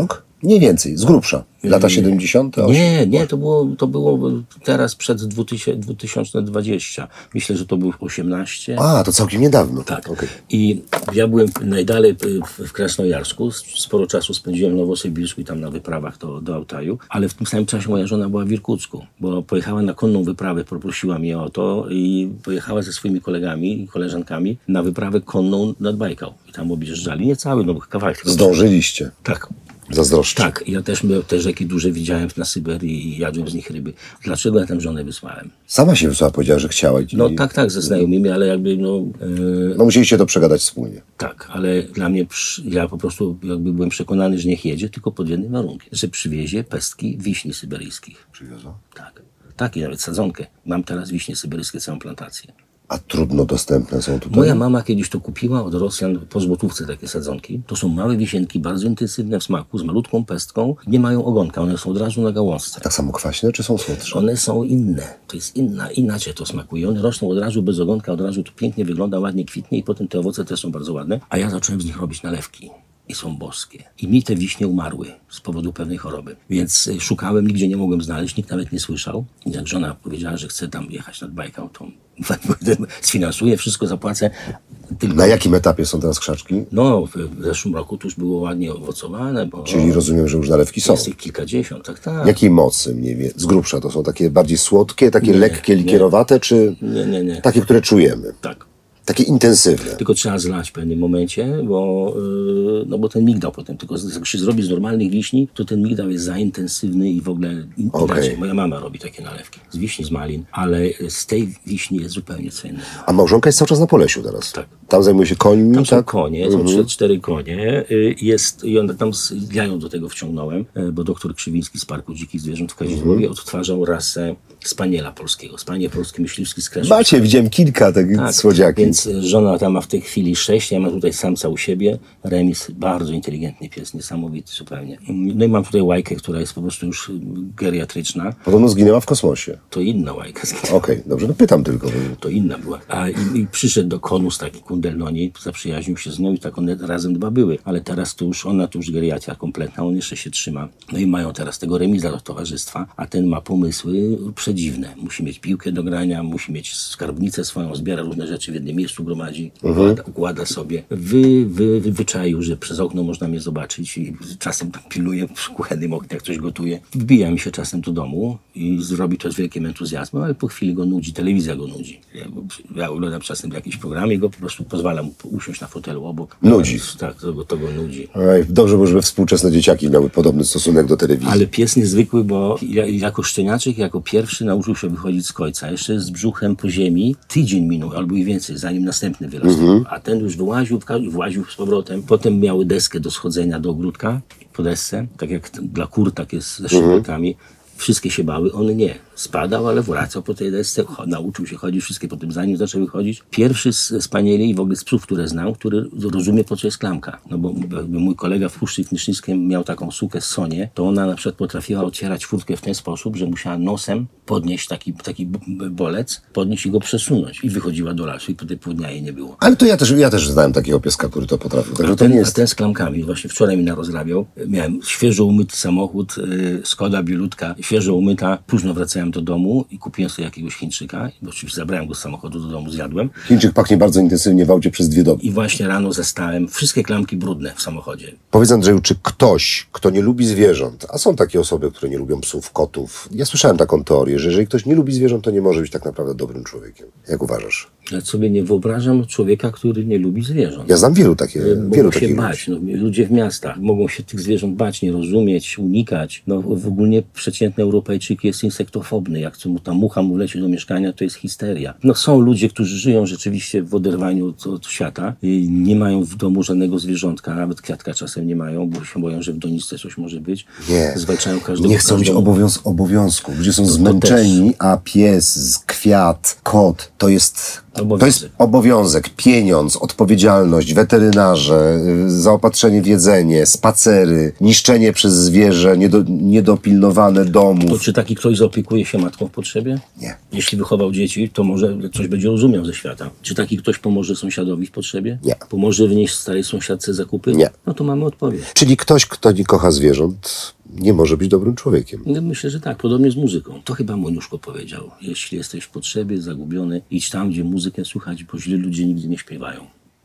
Mniej więcej, z grubsza. Lata siedemdziesiąte? Nie, nie, to było, to było teraz przed dwa tysiące dwudziestym. Myślę, że to było osiemnaście. A, to całkiem niedawno. Tak. Okay. I ja byłem najdalej w Krasnojarsku. Sporo czasu spędziłem w Nowosybirsku i tam na wyprawach do, do Altaju. Ale w tym samym czasie moja żona była w Irkucku, bo pojechała na konną wyprawę, poprosiła mnie o to i pojechała ze swoimi kolegami i koleżankami na wyprawę konną nad Bajkał. I tam objeżdżali, nie cały, no kawałek. Zdążyliście. Tak. Zazdroszczę. Tak, ja też te rzeki duże widziałem na Syberii i jadłem z nich ryby. Dlaczego ja tam żonę wysłałem? Sama się wysłała, powiedziała, że chciała. I... No tak, tak, ze znajomymi, ale jakby no... E... No musieliście to przegadać wspólnie. Tak, ale dla mnie, ja po prostu jakby byłem przekonany, że niech jedzie, tylko pod jednym warunkiem, że przywiezie pestki wiśni syberyjskich. Przywiozła? Tak, tak i nawet sadzonkę. Mam teraz wiśnie syberyjskie, całą plantację. A trudno dostępne są tutaj? Moja mama kiedyś to kupiła od Rosjan po złotówce takie sadzonki. To są małe wisienki, bardzo intensywne w smaku, z malutką pestką. Nie mają ogonka, one są od razu na gałązce. Tak samo kwaśne, czy są słodsze? One są inne. To jest inna, inaczej to smakuje. One rosną od razu bez ogonka, od razu to pięknie wygląda, ładnie kwitnie i potem te owoce też są bardzo ładne. A ja zacząłem z nich robić nalewki. I są boskie. I mi te wiśnie umarły z powodu pewnej choroby. Więc szukałem, nigdzie nie mogłem znaleźć, nikt nawet nie słyszał. I jak żona powiedziała, że chce tam jechać nad Bajkał, to sfinansuję, wszystko zapłacę. Tylko... Na jakim etapie są teraz krzaczki? No, w zeszłym roku to już było ładnie owocowane. Bo... Czyli rozumiem, że już nalewki są. Jest ich kilkadziesiąt, tak, tak. Jakiej mocy mniej więcej? Z grubsza to są takie bardziej słodkie, takie nie, lekkie, likierowate, nie. czy nie, nie, nie. takie, które czujemy? Tak. Takie intensywne. Tylko trzeba zlać w pewnym momencie, bo, yy, no bo ten migdał potem, tylko jak się zrobi z normalnych wiśni, to ten migdał jest za intensywny i w ogóle in, okay. inaczej. Moja mama robi takie nalewki z wiśni, z malin, ale z tej wiśni jest zupełnie co innego. A małżonka jest cały czas na Polesiu teraz? Tak. Tam zajmuje się końmi? Tam są tak? konie, są mhm. cztery konie yy, jest, i one tam ja ją do tego wciągnąłem, yy, bo doktor Krzywiński z Parku Dzikich Zwierząt w Kazimierzowie mhm. odtwarzał rasę spaniela polskiego. Spaniel polski myśliwski z Kresów. Macie, widziałem kilka takich tak, słodziaki. Więc żona tam ma w tej chwili sześć, ja mam tutaj samca u siebie. Remis, bardzo inteligentny pies, niesamowity zupełnie. No i mam tutaj łajkę, która jest po prostu już geriatryczna. Podobno zginęła w kosmosie. To inna łajka zginęła. Okej, okay, dobrze, no pytam tylko. To inna była. A i, i przyszedł do Konus taki kundel do niej, zaprzyjaźnił się z nią i tak one razem dwa były. Ale teraz to już ona, to już geriatria kompletna, on jeszcze się trzyma. No i mają teraz tego Remisa do towarzystwa, a ten ma pomysły przedziwne. Musi mieć piłkę do grania, musi mieć skarbnicę swoją, zbiera różne rzeczy w jednym miejscu, gromadzi, mhm. układa, układa sobie. Wy, wy, wy, wyczaił, że przez okno można mnie zobaczyć i czasem pilnuję przy kuchennym oknie, jak coś gotuje. Wbija mi się czasem do domu i zrobi to z wielkim entuzjazmem, ale po chwili go nudzi, telewizja go nudzi. Ja, ja oglądam czasem w jakimś programie i go po prostu pozwalam usiąść na fotelu obok. Nudzi. Tak, to, to go nudzi. Oj, dobrze, bo żeby współczesne dzieciaki miały podobny stosunek do telewizji. Ale pies niezwykły, bo ja, jako szczeniaczek, jako pierwszy nauczył się wychodzić z kojca. Jeszcze z brzuchem po ziemi. Tydzień minął, albo i więcej, zanim następny wyrosł. Mm-hmm. A ten już wyłaził, właził z powrotem. Potem miały deskę do schodzenia do ogródka po desce, tak jak dla kur, tak jest ze szybkami. Mm-hmm. Wszystkie się bały, on nie. Spadał, ale wracał po tej desce, nauczył się chodzić, wszystkie potem zanim zaczęły chodzić. Pierwszy z spanieli i w ogóle z psów, które znam, który rozumie, po co jest klamka. No bo mój kolega w Puszczy Knysznickiej miał taką sukę z Sonię, to ona na przykład potrafiła otwierać furtkę w ten sposób, że musiała nosem podnieść taki, taki bolec, podnieść i go przesunąć. I wychodziła do lasu i potem pół dnia jej nie było. Ale to ja też, ja też znałem takiego pieska, który to potrafił. Także a, ten, to nie jest... a ten z klamkami, właśnie wczoraj mi narozrabiał. Miałem świeżo umyty samochód, yy, Skoda bilutka, świeżo umyta. Późno wracałem do domu i kupiłem sobie jakiegoś Chińczyka. Bo oczywiście zabrałem go z samochodu do domu, zjadłem. Chińczyk pachnie bardzo intensywnie w aucie przez dwie doby. I właśnie rano zastałem wszystkie klamki brudne w samochodzie. Powiedz, Andrzeju, czy ktoś, kto nie lubi zwierząt, a są takie osoby, które nie lubią psów, kotów. Ja słyszałem taką teorię, że jeżeli ktoś nie lubi zwierząt, to nie może być tak naprawdę dobrym człowiekiem. Jak uważasz? Ja sobie nie wyobrażam człowieka, który nie lubi zwierząt. Ja znam wielu takich Mogą wielu się takich bać. No, ludzie w miastach mogą się tych zwierząt bać, nie rozumieć, unikać. No, w ogóle przeciętny Europejczyk jest insektofobny. Jak mu ta mucha mu wleci do mieszkania, to jest histeria. No, są ludzie, którzy żyją rzeczywiście w oderwaniu od, od świata. Nie mają w domu żadnego zwierzątka, nawet kwiatka czasem nie mają, bo się boją, że w doniczce coś może być. Nie. Zwalczają każdego. Nie chcą mieć obowiąz- obowiązku. Ludzie są to, zmęczeni, to a pies, kwiat, kot to jest Obowiązek. To jest obowiązek, pieniądz, odpowiedzialność, weterynarze, y, zaopatrzenie w jedzenie, spacery, niszczenie przez zwierzę, niedo, niedopilnowane domów. To czy taki ktoś zaopiekuje się matką w potrzebie? Nie. Jeśli wychował dzieci, to może coś będzie rozumiał ze świata. Czy taki ktoś pomoże sąsiadowi w potrzebie? Nie. Pomoże wnieść starej sąsiadce zakupy? Nie. No to mamy odpowiedź. Czyli ktoś, kto nie kocha zwierząt, nie może być dobrym człowiekiem. No, myślę, że tak. Podobnie z muzyką. To chyba Moniuszko powiedział. Jeśli jesteś w potrzebie, zagubiony, idź tam, gdzie muzykę słychać, bo źli ludzie nigdy nie śpiewają.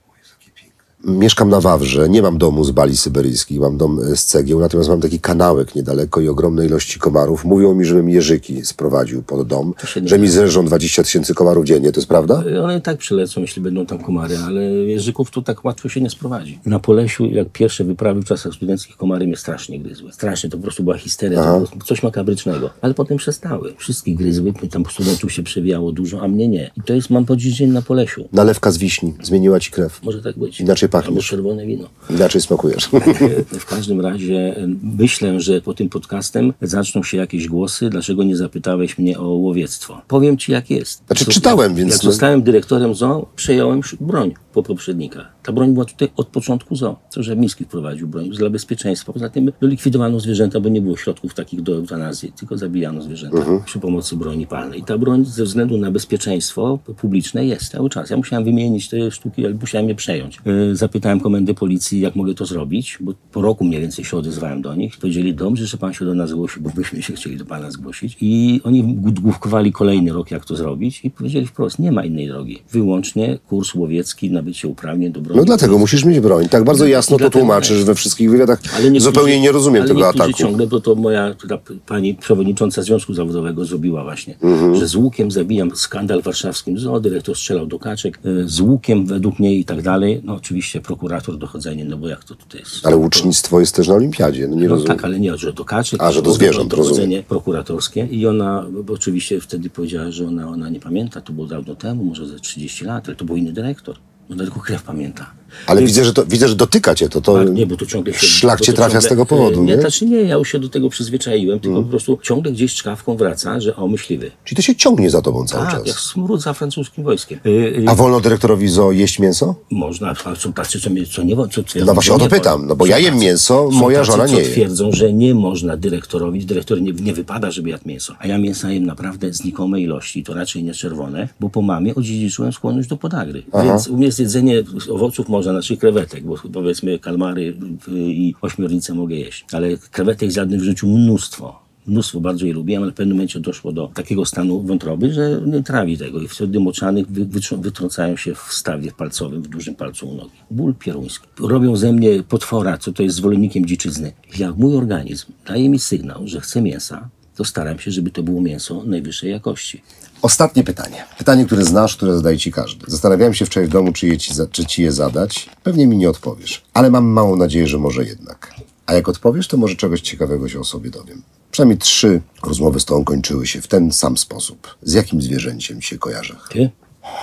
Mieszkam na Wawrze, nie mam domu z bali syberyjskich, mam dom z cegieł, natomiast mam taki kanałek niedaleko i ogromne ilości komarów. Mówią mi, żebym jeżyki sprowadził pod dom, że mi zerżą dwadzieścia tysięcy komarów dziennie, to jest prawda? One i tak przylecą, jeśli będą tam komary, ale jeżyków to tak łatwo się nie sprowadzi. Na Polesiu, jak pierwsze wyprawy w czasach studenckich, komary mnie strasznie gryzły. Strasznie, to po prostu była histeria, to było coś makabrycznego. Ale potem przestały. Wszystkich gryzły, tam studentów się przewijało dużo, a mnie nie. I to jest, mam po dziś dzień na Polesiu. Nalewka z wiśni zmieniła ci krew. Może tak być. Inaczej Albo pachniesz. czerwone wino. Inaczej smakujesz. W każdym razie myślę, że po tym podcastem zaczną się jakieś głosy, dlaczego nie zapytałeś mnie o łowiectwo. Powiem ci, jak jest. Znaczy, Co- czytałem, jak, więc Jak no- zostałem dyrektorem zoo, przejąłem broń po poprzednikach. Ta broń była tutaj od początku zoo. Co Żermiński wprowadził broń dla bezpieczeństwa. Poza tym likwidowano zwierzęta, bo nie było środków takich do eutanazji, tylko zabijano zwierzęta Mhm. przy pomocy broni palnej. I ta broń ze względu na bezpieczeństwo publiczne jest cały czas. Ja musiałem wymienić te sztuki, ale musiałem je przejąć. Yy, zapytałem komendy policji, jak mogę to zrobić, bo po roku mniej więcej się odezwałem do nich. Powiedzieli, dobrze, że pan się do nas zgłosił, bo myśmy się chcieli do pana zgłosić. I oni główkowali kolejny rok, jak to zrobić i powiedzieli wprost, nie ma innej drogi. Wyłącznie kurs łowiecki, nabycie uprawnień do broni. No dlatego musisz mieć broń. Tak bardzo jasno to dlatego- tłumaczysz we wszystkich wywiadach. niektórzy- Zupełnie nie rozumiem ale tego niektórzy ataku. ciągle, bo to moja ta pani przewodnicząca Związku Zawodowego zrobiła właśnie, Mhm. że z łukiem zabijam, skandal w warszawskim zoo, dyrektor strzelał do kaczek, e, z łukiem według mnie i tak dalej. No oczywiście prokurator dochodzenie, no bo jak to tutaj jest. Ale łucznictwo jest też na olimpiadzie. No nie No rozumiem. tak, ale nie, że do kaczek. A, że do zwierząt, dochodzenie prokuratorskie. I ona bo oczywiście wtedy powiedziała, że ona, ona nie pamięta, to było dawno temu, może ze trzydzieści lat, ale to był inny dyrektor. Ona tylko krew pamięta. Ale widzę, że to, widzę, że dotyka cię to. to Tak, nie, bo to ciągle się... Szlak bo cię to trafia ciągle, z tego powodu, nie? nie? Znaczy nie, ja już się do tego przyzwyczaiłem, tylko po prostu ciągle gdzieś czkawką wraca, że o, myśliwy. Czyli to się ciągnie za tobą cały Tak, czas. jak smród za francuskim wojskiem. Y, y, A wolno dyrektorowi zoo jeść mięso? Można, a są tacy, co, mnie- co nie, co twierdzą, No właśnie że o to nie pytam, wolno. no bo Są ja jem tacy- mięso, są moja tacy, żona co nie je. twierdzą, że nie można dyrektorowi, dyrektor nie, nie wypada, żeby jadł mięso. A ja mięsa jem naprawdę znikome ilości, to raczej nie czerwone, bo po mamie odziedziczyłem skłonność do podagry. Więc u mnie jest jedzenie owoców można, znaczy krewetek, bo powiedzmy kalmary y, i ośmiornice mogę jeść. Ale krewetek zjadłem w życiu mnóstwo. Mnóstwo, bardzo je lubiłem, ale w pewnym momencie doszło do takiego stanu wątroby, że nie trawi tego i wtedy moczzanych wy, wytrą- wytrącają się w stawie palcowym, w dużym palcu u nogi. Ból pieruński. Robią ze mnie potwora, co to jest zwolennikiem dziczyzny. Jak mój organizm daje mi sygnał, że chce mięsa, to staram się, żeby to było mięso najwyższej jakości. Ostatnie pytanie. Pytanie, które znasz, które zadaje ci każdy. Zastanawiałem się wczoraj w domu, czy, je ci, za- czy ci je zadać. Pewnie mi nie odpowiesz, ale mam małą nadzieję, że może jednak. A jak odpowiesz, to może czegoś ciekawego się o sobie dowiem. Przynajmniej trzy rozmowy z tobą kończyły się w ten sam sposób. Z jakim zwierzęciem się kojarzę? Ty?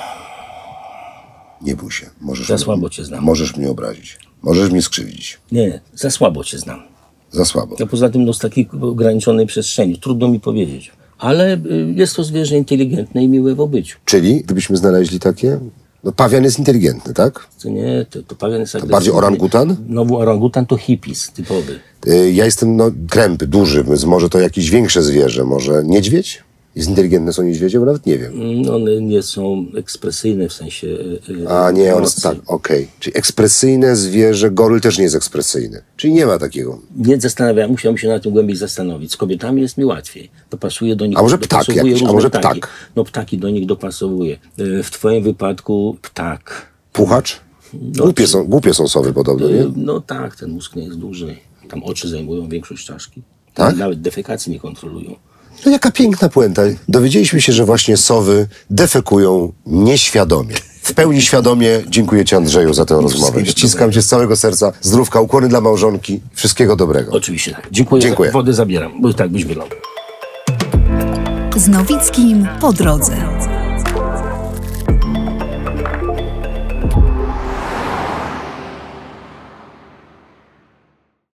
Nie bój się. Możesz Za mnie- słabo cię znam. Możesz mnie obrazić. Możesz mnie skrzywdzić. Nie, za słabo cię znam. Za słabo. A poza tym no, z takiej ograniczonej przestrzeni. Trudno mi powiedzieć. Ale y, jest to zwierzę inteligentne i miłe w obyciu. Czyli, gdybyśmy znaleźli takie... No pawian jest inteligentny, tak? To nie, to, to pawian jest agresywny. bardziej orangutan? No bo orangutan to hippies typowy. Y, Ja jestem no, krępy, duży, więc może to jakieś większe zwierzę. Może niedźwiedź? Jest inteligentne są niedźwiedzie? Bo nawet nie wiem. Mm, One nie są ekspresyjne w sensie y, y, A nie, on jest emocji. tak, okej. Czyli ekspresyjne zwierzę, goryl też nie jest ekspresyjny. Czyli nie ma takiego. Nie zastanawiałem, musiałem się na tym głębiej zastanowić. Z kobietami jest mi łatwiej. Dopasuje do nich. A może ptak dopasowuje jakiś? A różne może ptaki. ptak? No ptaki do nich dopasowuje. Y, W twoim wypadku ptak. Puchacz? Głupie są, głupie są sowy podobno, nie? Y, No tak, ten mózg nie jest duży. Tam oczy zajmują większość czaszki. Tak? Nawet defekacji nie kontrolują. No jaka piękna puenta. Dowiedzieliśmy się, że właśnie sowy defekują nieświadomie. W pełni świadomie dziękuję ci, Andrzeju, za tę rozmowę. Wszystkiego Ściskam cię z całego serca. Zdrówka, ukłony dla małżonki. Wszystkiego dobrego. Oczywiście tak. Dziękuję. Dziękuję. Wodę zabieram, bo tak byś wyglądał. Z Nowickim po drodze.